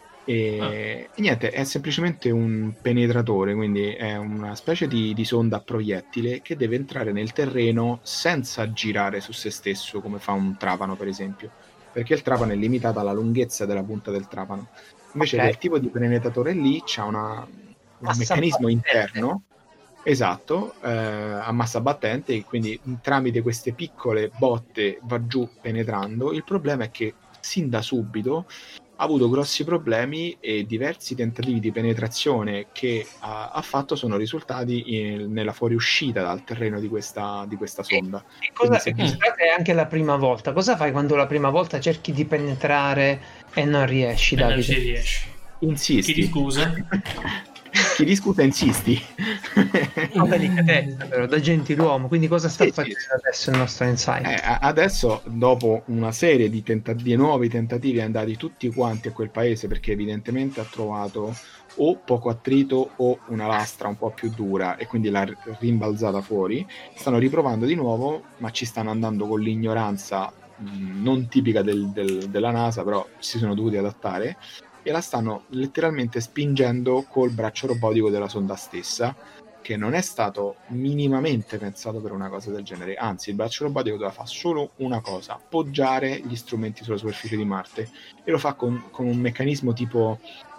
E niente, è semplicemente un penetratore, quindi è una specie di sonda a proiettile che deve entrare nel terreno senza girare su se stesso come fa un trapano, per esempio, perché il trapano è limitato alla lunghezza della punta del trapano. Invece quel tipo di penetratore lì c'ha un meccanismo interno, esatto, a massa battente, e quindi tramite queste piccole botte va giù penetrando. Il problema è che sin da subito ha avuto grossi problemi, e diversi tentativi di penetrazione che ha fatto sono risultati nella fuoriuscita dal terreno di questa sonda. Questa è anche la prima volta. Cosa fai quando la prima volta cerchi di penetrare e non riesci, Davide? Non ci riesci. Insisti. Chiedi scusa. Chiedi scusa, insisti. Una delicatezza, però, da gentiluomo. Quindi cosa sta facendo adesso il nostro InSight? Adesso, dopo una serie di nuovi tentativi andati tutti quanti a quel paese, perché evidentemente ha trovato o poco attrito o una lastra un po' più dura, e quindi l'ha rimbalzata fuori, stanno riprovando di nuovo, ma ci stanno andando con l'ignoranza non tipica della NASA, però si sono dovuti adattare, e la stanno letteralmente spingendo col braccio robotico della sonda stessa, che non è stato minimamente pensato per una cosa del genere. Anzi, il braccio robotico doveva fare solo una cosa: poggiare gli strumenti sulla superficie di Marte, e lo fa con un meccanismo tipo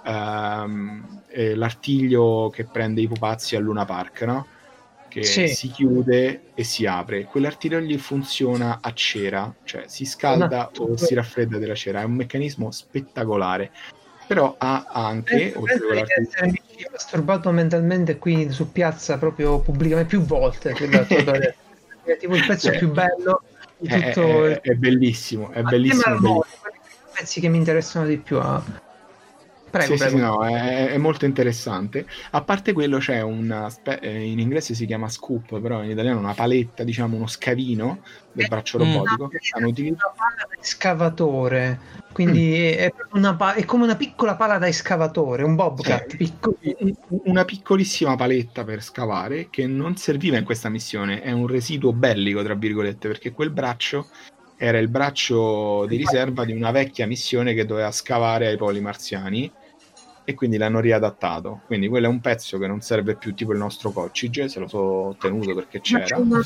l'artiglio che prende i pupazzi al Luna Park, no? Che si chiude e si apre. Quell'artiglio gli funziona a cera, cioè si scalda o si raffredda della cera. È un meccanismo spettacolare. Però ha anche essere masturbato mentalmente qui su piazza, proprio pubblicamente, più volte. È tipo il pezzo più bello di tutto. È bellissimo, è bellissimo. I pezzi che mi interessano di più. Prego. Sì, no, è molto interessante. A parte quello, c'è in inglese si chiama scoop, però in italiano una paletta, diciamo uno scavino del braccio robotico. Una pala da escavatore, quindi è come una piccola pala da escavatore, un bobcat una piccolissima paletta per scavare, che non serviva in questa missione, è un residuo bellico, tra virgolette, perché quel braccio era il braccio di riserva di una vecchia missione che doveva scavare ai poli marziani, e quindi l'hanno riadattato. Quindi quello è un pezzo che non serve più, tipo il nostro coccige, se lo so tenuto perché c'era.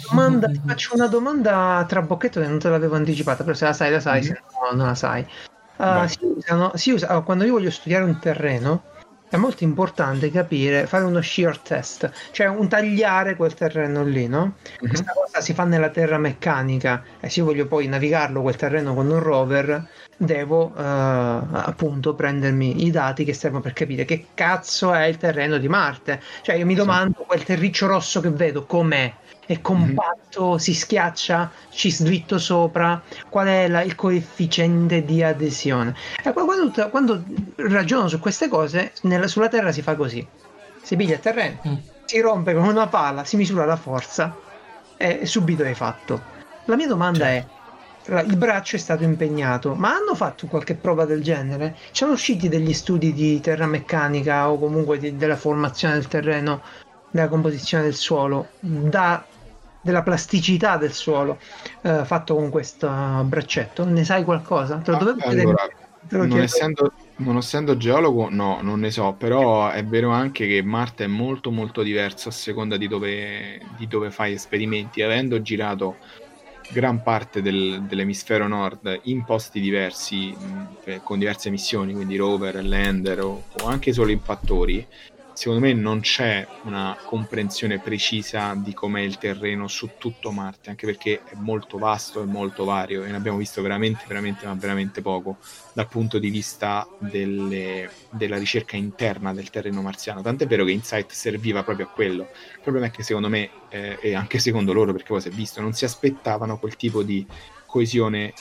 Ti faccio una domanda tra bocchetto che non te l'avevo anticipata, però se la sai, se no non la sai. si usa quando io voglio studiare un terreno. È molto importante capire, fare uno shear test, cioè un tagliare quel terreno lì, no? Questa cosa si fa nella terra meccanica, e se io voglio poi navigarlo quel terreno con un rover, devo appunto prendermi i dati che servono per capire che cazzo è il terreno di Marte. Cioè io mi domando, quel terriccio rosso che vedo com'è? È compatto, si schiaccia, ci slitto sopra, qual è il coefficiente di adesione? E quando ragiono su queste cose, sulla Terra si fa così: si piglia il terreno, si rompe con una pala, si misura la forza e subito hai fatto. La mia domanda è: il braccio è stato impegnato, ma hanno fatto qualche prova del genere? Ci sono usciti degli studi di terra meccanica o comunque della formazione del terreno, della composizione del suolo, della plasticità del suolo, fatto con questo braccetto? Ne sai qualcosa? Te lo dovevo chiedere. Allora, non essendo geologo, no, non ne so, però è vero anche che Marte è molto molto diverso a seconda di dove fai esperimenti. Avendo girato gran parte dell'emisfero nord in posti diversi, con diverse missioni, quindi rover, lander o anche solo impattori, secondo me non c'è una comprensione precisa di com'è il terreno su tutto Marte, anche perché è molto vasto e molto vario, e ne abbiamo visto veramente poco dal punto di vista della ricerca interna del terreno marziano. Tant'è vero che Insight serviva proprio a quello. Il problema è che secondo me, e anche secondo loro, perché poi si è visto, non si aspettavano quel tipo di coesione,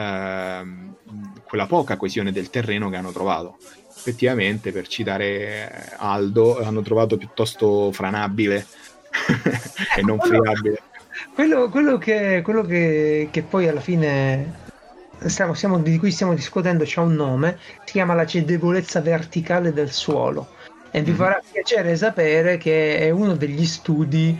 quella poca coesione del terreno che hanno trovato. Effettivamente, per citare Aldo, hanno trovato piuttosto franabile e non friabile. Quello che poi alla fine di cui stiamo discutendo c'ha un nome, si chiama la cedevolezza verticale del suolo, e vi farà piacere sapere che è uno degli studi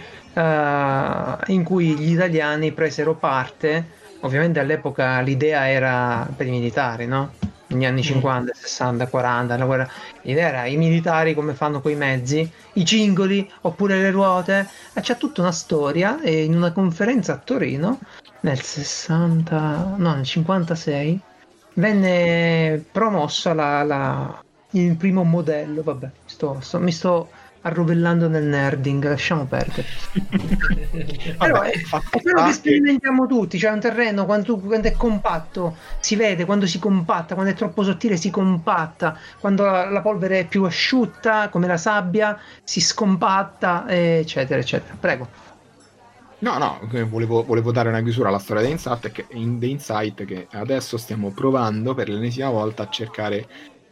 in cui gli italiani presero parte. Ovviamente all'epoca l'idea era per i militari, no? Negli anni 50, 60, 40, la guerra. L'idea era i militari come fanno coi mezzi, i cingoli oppure le ruote, e c'è tutta una storia. E in una conferenza a Torino nel 56 venne promossa il primo modello. Vabbè, mi sto arrovellando nel nerding, lasciamo perdere. Però è quello che sperimentiamo tutti, cioè un terreno quando è compatto si vede, quando si compatta, quando è troppo sottile si compatta, quando la polvere è più asciutta come la sabbia si scompatta, eccetera eccetera. Prego. No, volevo dare una chiusura alla storia di Insight, che adesso stiamo provando per l'ennesima volta a cercare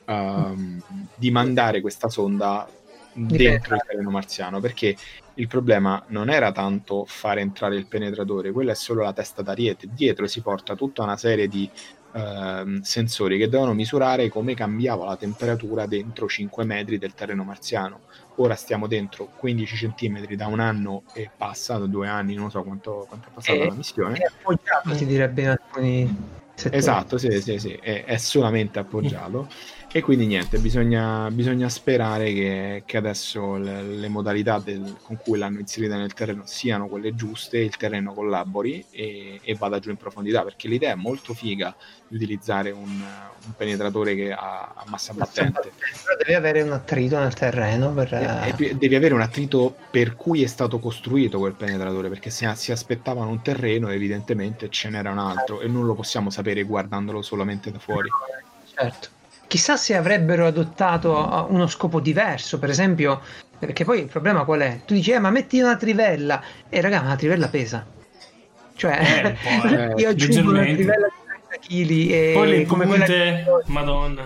di mandare questa sonda dentro il terreno marziano, perché il problema non era tanto fare entrare il penetratore, quella è solo la testa d'ariete. Dietro si porta tutta una serie di sensori che devono misurare come cambiava la temperatura dentro 5 metri del terreno marziano. Ora stiamo dentro 15 centimetri da un anno e passa, da 2 anni, non so quanto è passata la missione. È appoggiato, si direbbe in alcuni settori. Esatto, sì, è solamente appoggiato. E quindi niente, bisogna sperare che adesso le modalità con cui l'hanno inserita nel terreno siano quelle giuste, il terreno collabori e vada giù in profondità, perché l'idea è molto figa di utilizzare un penetratore che ha massa battente. Però devi avere un attrito nel terreno devi avere un attrito per cui è stato costruito quel penetratore, perché se si aspettavano un terreno evidentemente ce n'era un altro e non lo possiamo sapere guardandolo solamente da fuori. Certo. Chissà se avrebbero adottato uno scopo diverso, per esempio, perché poi il problema qual è? Tu dici, ma metti una trivella, e raga, una trivella pesa. Cioè, io aggiungo una trivella di 30 kg e poi le come punte, madonna.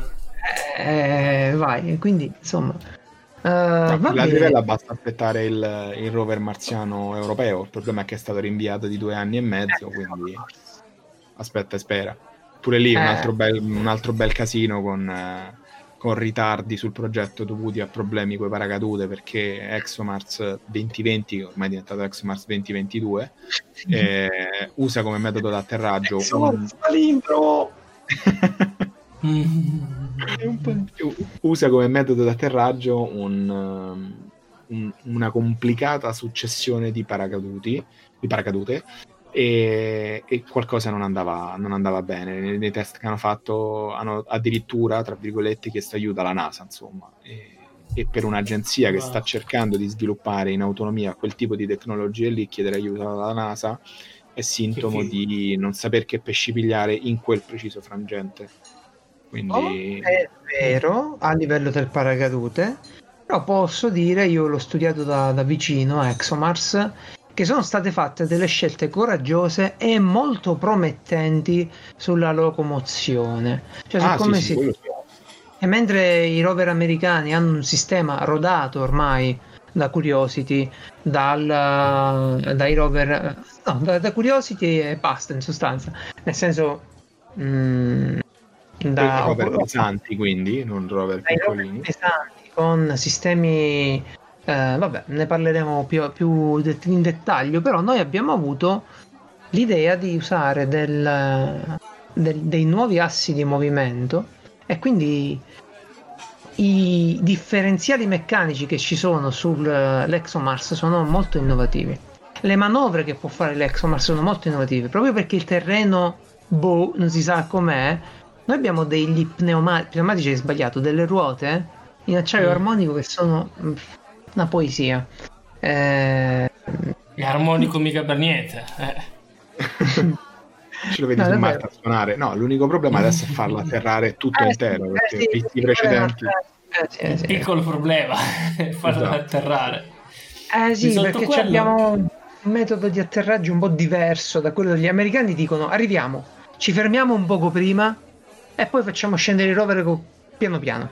Vai, quindi, insomma... la trivella basta aspettare il rover marziano europeo, il problema è che è stato rinviato di 2 anni e mezzo, quindi aspetta e spera. Pure lì un altro bel casino con ritardi sul progetto dovuti a problemi con i paracadute, perché ExoMars 2020, che ormai è diventato ExoMars 2022, usa come metodo d'atterraggio usa come metodo d'atterraggio una complicata successione di paracadute, e qualcosa non andava bene. Nei test che hanno fatto hanno addirittura, tra virgolette, chiesto aiuto alla NASA, insomma, e per un'agenzia che sta cercando di sviluppare in autonomia quel tipo di tecnologie lì, chiedere aiuto alla NASA è sintomo di non saper che pesci pigliare in quel preciso frangente. Quindi è vero a livello del paracadute, però posso dire, io l'ho studiato da vicino, ExoMars, che sono state fatte delle scelte coraggiose e molto promettenti sulla locomozione. Cioè, e mentre i rover americani hanno un sistema rodato ormai da Curiosity, dai rover, no, da Curiosity e basta, in sostanza, nel senso da rover pesanti, quindi non rover piccolini, pesanti con sistemi vabbè, ne parleremo più in dettaglio, però noi abbiamo avuto l'idea di usare dei nuovi assi di movimento, e quindi i differenziali meccanici che ci sono sull'ExoMars sono molto innovativi. Le manovre che può fare l'ExoMars sono molto innovative, proprio perché il terreno non si sa com'è. Noi abbiamo degli pneumatici, è sbagliato, delle ruote in acciaio armonico che sono una poesia. È armonico mica per niente. Ce lo vedi su Marte a suonare? No, l'unico problema adesso è farlo atterrare tutto intero, perché i precedenti... Il piccolo problema è farlo atterrare. Sì, perché abbiamo un metodo di atterraggio un po' diverso da quello degli americani. Dicono: arriviamo, ci fermiamo un poco prima e poi facciamo scendere il rover piano piano.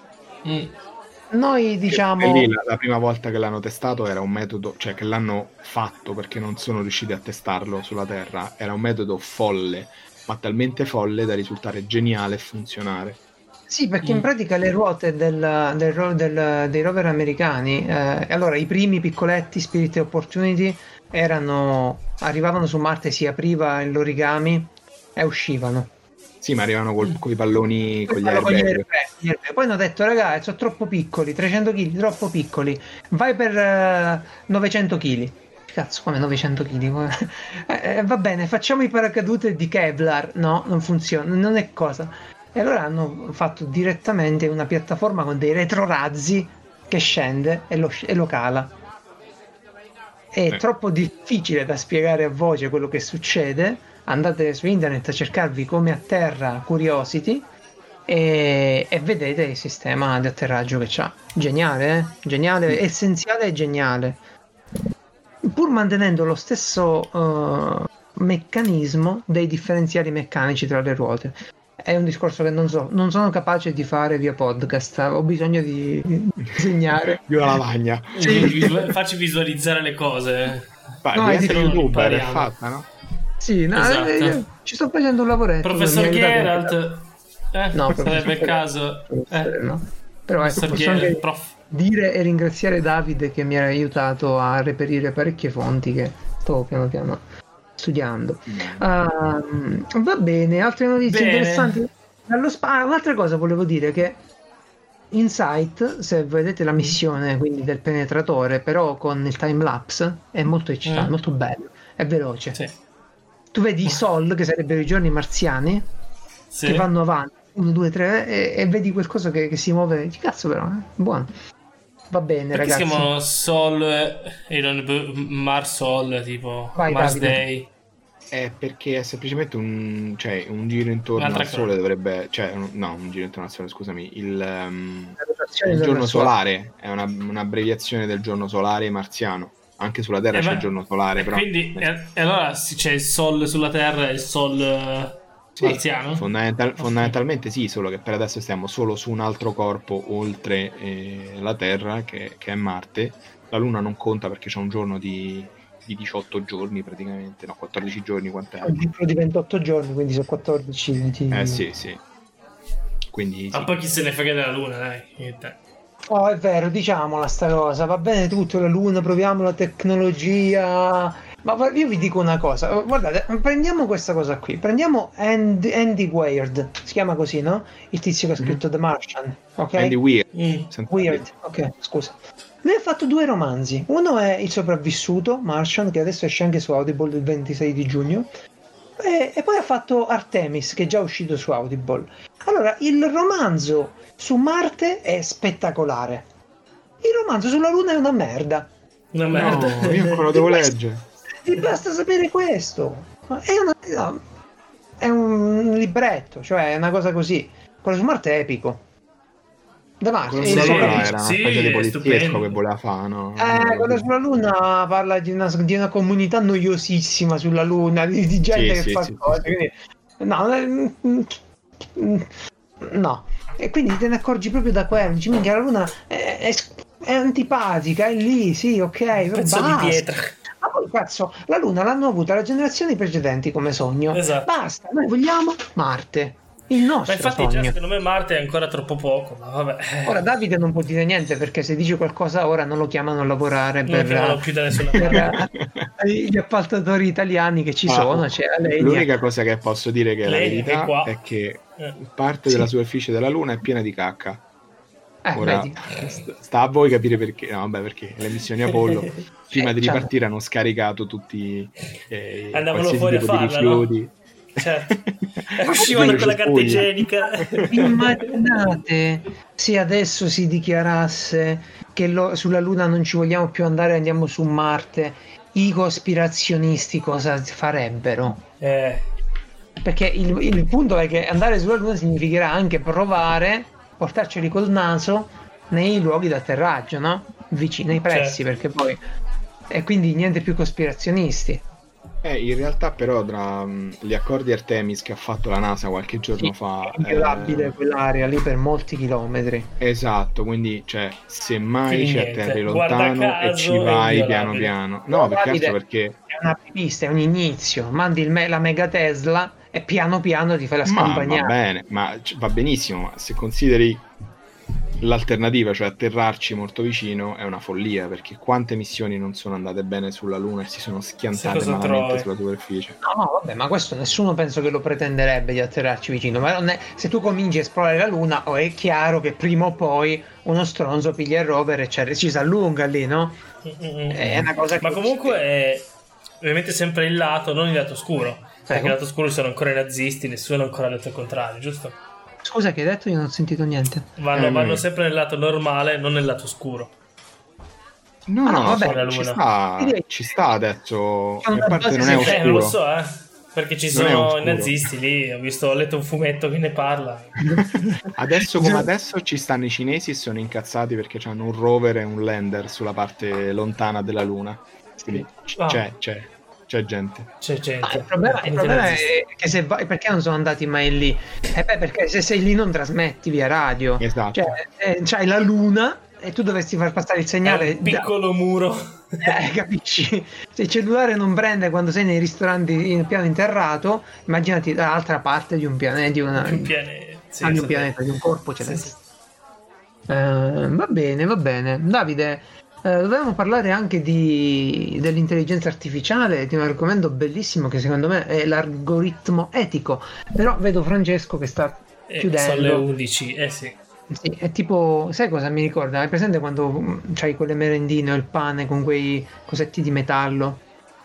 Noi diciamo... E lì la prima volta che l'hanno testato era un metodo, cioè che l'hanno fatto perché non sono riusciti a testarlo sulla Terra, era un metodo folle, ma talmente folle da risultare geniale e funzionare. Sì, perché in pratica le ruote dei rover americani, allora i primi piccoletti Spirit e Opportunity arrivavano su Marte, si apriva l'origami e uscivano. Sì, ma arrivano con i palloni, con gli airbag. Poi hanno detto: ragazzi, sono troppo piccoli, 300 kg, troppo piccoli, vai per 900 kg. Cazzo, come 900 kg? Va bene, facciamo i paracadute di Kevlar. No, non funziona, non è cosa. E allora hanno fatto direttamente una piattaforma con dei retrorazzi che scende e lo cala. È troppo difficile da spiegare a voce quello che succede. Andate su internet a cercarvi come atterra Curiosity e vedete il sistema di atterraggio che c'ha. Geniale, geniale, essenziale e geniale, pur mantenendo lo stesso meccanismo dei differenziali meccanici tra le ruote. È un discorso che non sono capace di fare via podcast, ho bisogno di disegnare. Io la lavagna. Facci visualizzare le cose. No, è youtuber, è fatta, no? Sì, no, esatto. Ci sto facendo un lavoretto. Professor Geralt, no, sarebbe il caso. No. Però ecco, posso anche dire e ringraziare Davide che mi ha aiutato a reperire parecchie fonti che sto piano piano studiando. Va bene, altre notizie interessanti dallo un'altra cosa volevo dire, che Insight, se vedete la missione quindi del penetratore, però con il time lapse, è molto eccitante, molto bello, è veloce. Sì. Tu vedi i Sol, che sarebbero i giorni marziani, che vanno avanti 1, 2, 3 e vedi qualcosa che si muove. Cazzo, però, buono. Va bene, perché ragazzi. Si chiamano Sol e non Mars Sol, tipo Mars Day. Perché è semplicemente un giro intorno al Sole dovrebbe, un giro intorno al Sole, scusami, il giorno solare è un'abbreviazione del giorno solare marziano. Anche sulla Terra c'è il giorno solare, però. Quindi, allora c'è il Sol sulla Terra e il Sol marziano? Fondamentalmente sì, solo che per adesso stiamo solo su un altro corpo oltre la Terra, che è Marte. La Luna non conta perché c'è un giorno di 18 giorni praticamente, no, 14 giorni, quant'è? Di 28 giorni, quindi sono 14. 20... sì. Quindi ma poi chi se ne frega della Luna, dai. Oh, è vero, diciamola sta cosa, va bene tutto, la Luna, proviamo la tecnologia, ma io vi dico una cosa, guardate, prendiamo questa cosa qui, prendiamo Andy Weird, si chiama così, no? Il tizio che ha scritto The Martian, ok? Andy Weird. Weird, ok, scusa. Lui ha fatto 2 romanzi. Uno è Il sopravvissuto, Martian, che adesso esce anche su Audible il 26 di giugno. E poi ha fatto Artemis, che è già uscito su Audible. Allora, il romanzo su Marte è spettacolare. Il romanzo sulla Luna è una merda. Una merda. No, io ancora lo devo leggere. Ti basta sapere questo. È un libretto, cioè è una cosa così. Quello su Marte è epico. Da Marte. Quello sulla Luna era una specie di poliziesco che voleva fare, no? Quello sulla Luna parla di una comunità noiosissima sulla Luna, di gente che fa cose. Quindi, no. E quindi te ne accorgi proprio da quello. Dici, minchia, la Luna è antipatica, è lì, sì, ok. Pezzo di pietra. Ma poi cazzo, la Luna l'hanno avuta le generazioni precedenti come sogno. Esatto. Basta, noi vogliamo Marte. Il nostro ma infatti sogno. già secondo me Marte è ancora troppo poco, ma vabbè. Ora Davide non può dire niente perché se dice qualcosa ora non lo chiamano a lavorare non chiamano più da nessuna parte. Gli appaltatori italiani che ci sono, cioè l'unica cosa che posso dire che è la Lei verità è che parte della superficie della Luna è piena di cacca. Ora sta a voi capire perché. No, vabbè, perché le missioni Apollo prima di ripartire hanno scaricato tutti andavano fuori a farla, rifiuti. No? Certo. Uscivano con la carta igienica. Immaginate se adesso si dichiarasse che sulla Luna non ci vogliamo più andare, andiamo su Marte, i cospirazionisti cosa farebbero? Perché il punto è che andare sulla Luna significherà anche provare, portarceli col naso nei luoghi d'atterraggio, no? Vicino ai pressi, perché poi e quindi niente più cospirazionisti. In realtà però tra gli accordi Artemis che ha fatto la NASA qualche giorno fa è inviolabile quell'area lì per molti chilometri. Esatto, quindi cioè se mai ci atterri lontano e ci vai piano piano. No, perché altro perché è una pista, è un inizio, mandi la mega Tesla e piano piano ti fai la scampagnata. Va bene, ma va benissimo, ma se consideri l'alternativa, cioè atterrarci molto vicino, è una follia, perché quante missioni non sono andate bene sulla Luna e si sono schiantate malamente sulla superficie. No, vabbè, ma questo nessuno penso che lo pretenderebbe di atterrarci vicino, ma non è, se tu cominci a esplorare la Luna è chiaro che prima o poi uno stronzo piglia il rover e ci si allunga lì, no? È una cosa ma comunque è ovviamente sempre il lato, non il lato scuro, perché il lato scuro sono ancora i nazisti, nessuno ha ancora detto il contrario, giusto? Scusa, che hai detto? Io non ho sentito niente. Vanno sempre nel lato normale, non nel lato scuro. No, vabbè, ci sta adesso. A parte non è oscuro. Non lo so, perché ci sono i nazisti lì. Ho letto un fumetto che ne parla. Adesso come adesso ci stanno i cinesi e sono incazzati perché hanno un rover e un lander sulla parte lontana della Luna. Quindi c'è gente. Il problema è che se vai, perché non sono andati mai lì? Perché se sei lì non trasmetti via radio. Esatto. Cioè, c'hai la Luna e tu dovresti far passare il segnale. È un piccolo muro. Capisci? Se il cellulare non prende quando sei nei ristoranti in piano interrato, immaginati dall'altra parte di un pianeta, di un pianeta, di un corpo celeste. Va bene. Davide, dovevamo parlare anche dell'intelligenza artificiale, di un argomento bellissimo che secondo me è l'algoritmo etico, però vedo Francesco che sta chiudendo. Sono le 11, sì. Sì, è tipo, sai cosa mi ricorda? Hai presente quando c'hai quelle merendine o il pane con quei cosetti di metallo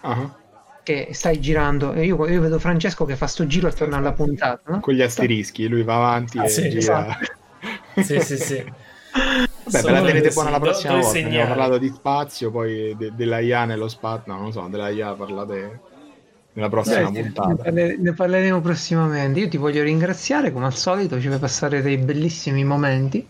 che stai girando? E io vedo Francesco che fa sto giro attorno alla puntata, no? Con gli asterischi, lui va avanti e gira. Esatto. Sì. Vabbè, ve la tenete buona la prossima volta. Abbiamo parlato di spazio, poi della IA nello spazio. No, non so, della IA parlate nella prossima puntata. Ne parleremo prossimamente. Io ti voglio ringraziare, come al solito, ci fai passare dei bellissimi momenti.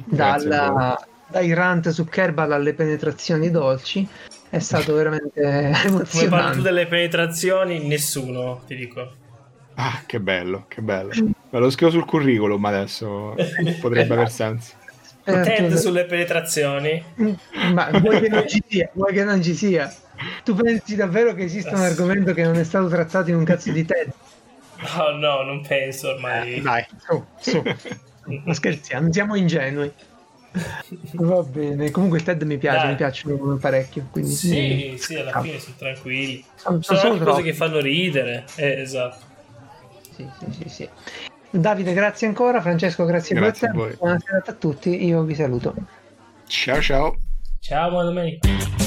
Dai rant su Kerbal alle penetrazioni dolci. È stato veramente emozionante. Come parli tu delle penetrazioni, nessuno, ti dico. Ah, che bello. Me lo scrivo sul curriculum adesso. Potrebbe aver senso. TED sulle penetrazioni. Ma vuoi che non ci sia? Tu pensi davvero che esista un argomento che non è stato trattato in un cazzo di TED? No, non penso ormai. Dai, su. Ma scherziamo, non siamo ingenui. Va bene, comunque il TED mi piacciono parecchio. Quindi sì, alla fine sono tranquilli. Sono anche cose che fanno ridere. Esatto. Sì. Davide, grazie ancora. Francesco, grazie a voi. Buonasera a tutti, io vi saluto. Ciao. Ciao, buona domenica.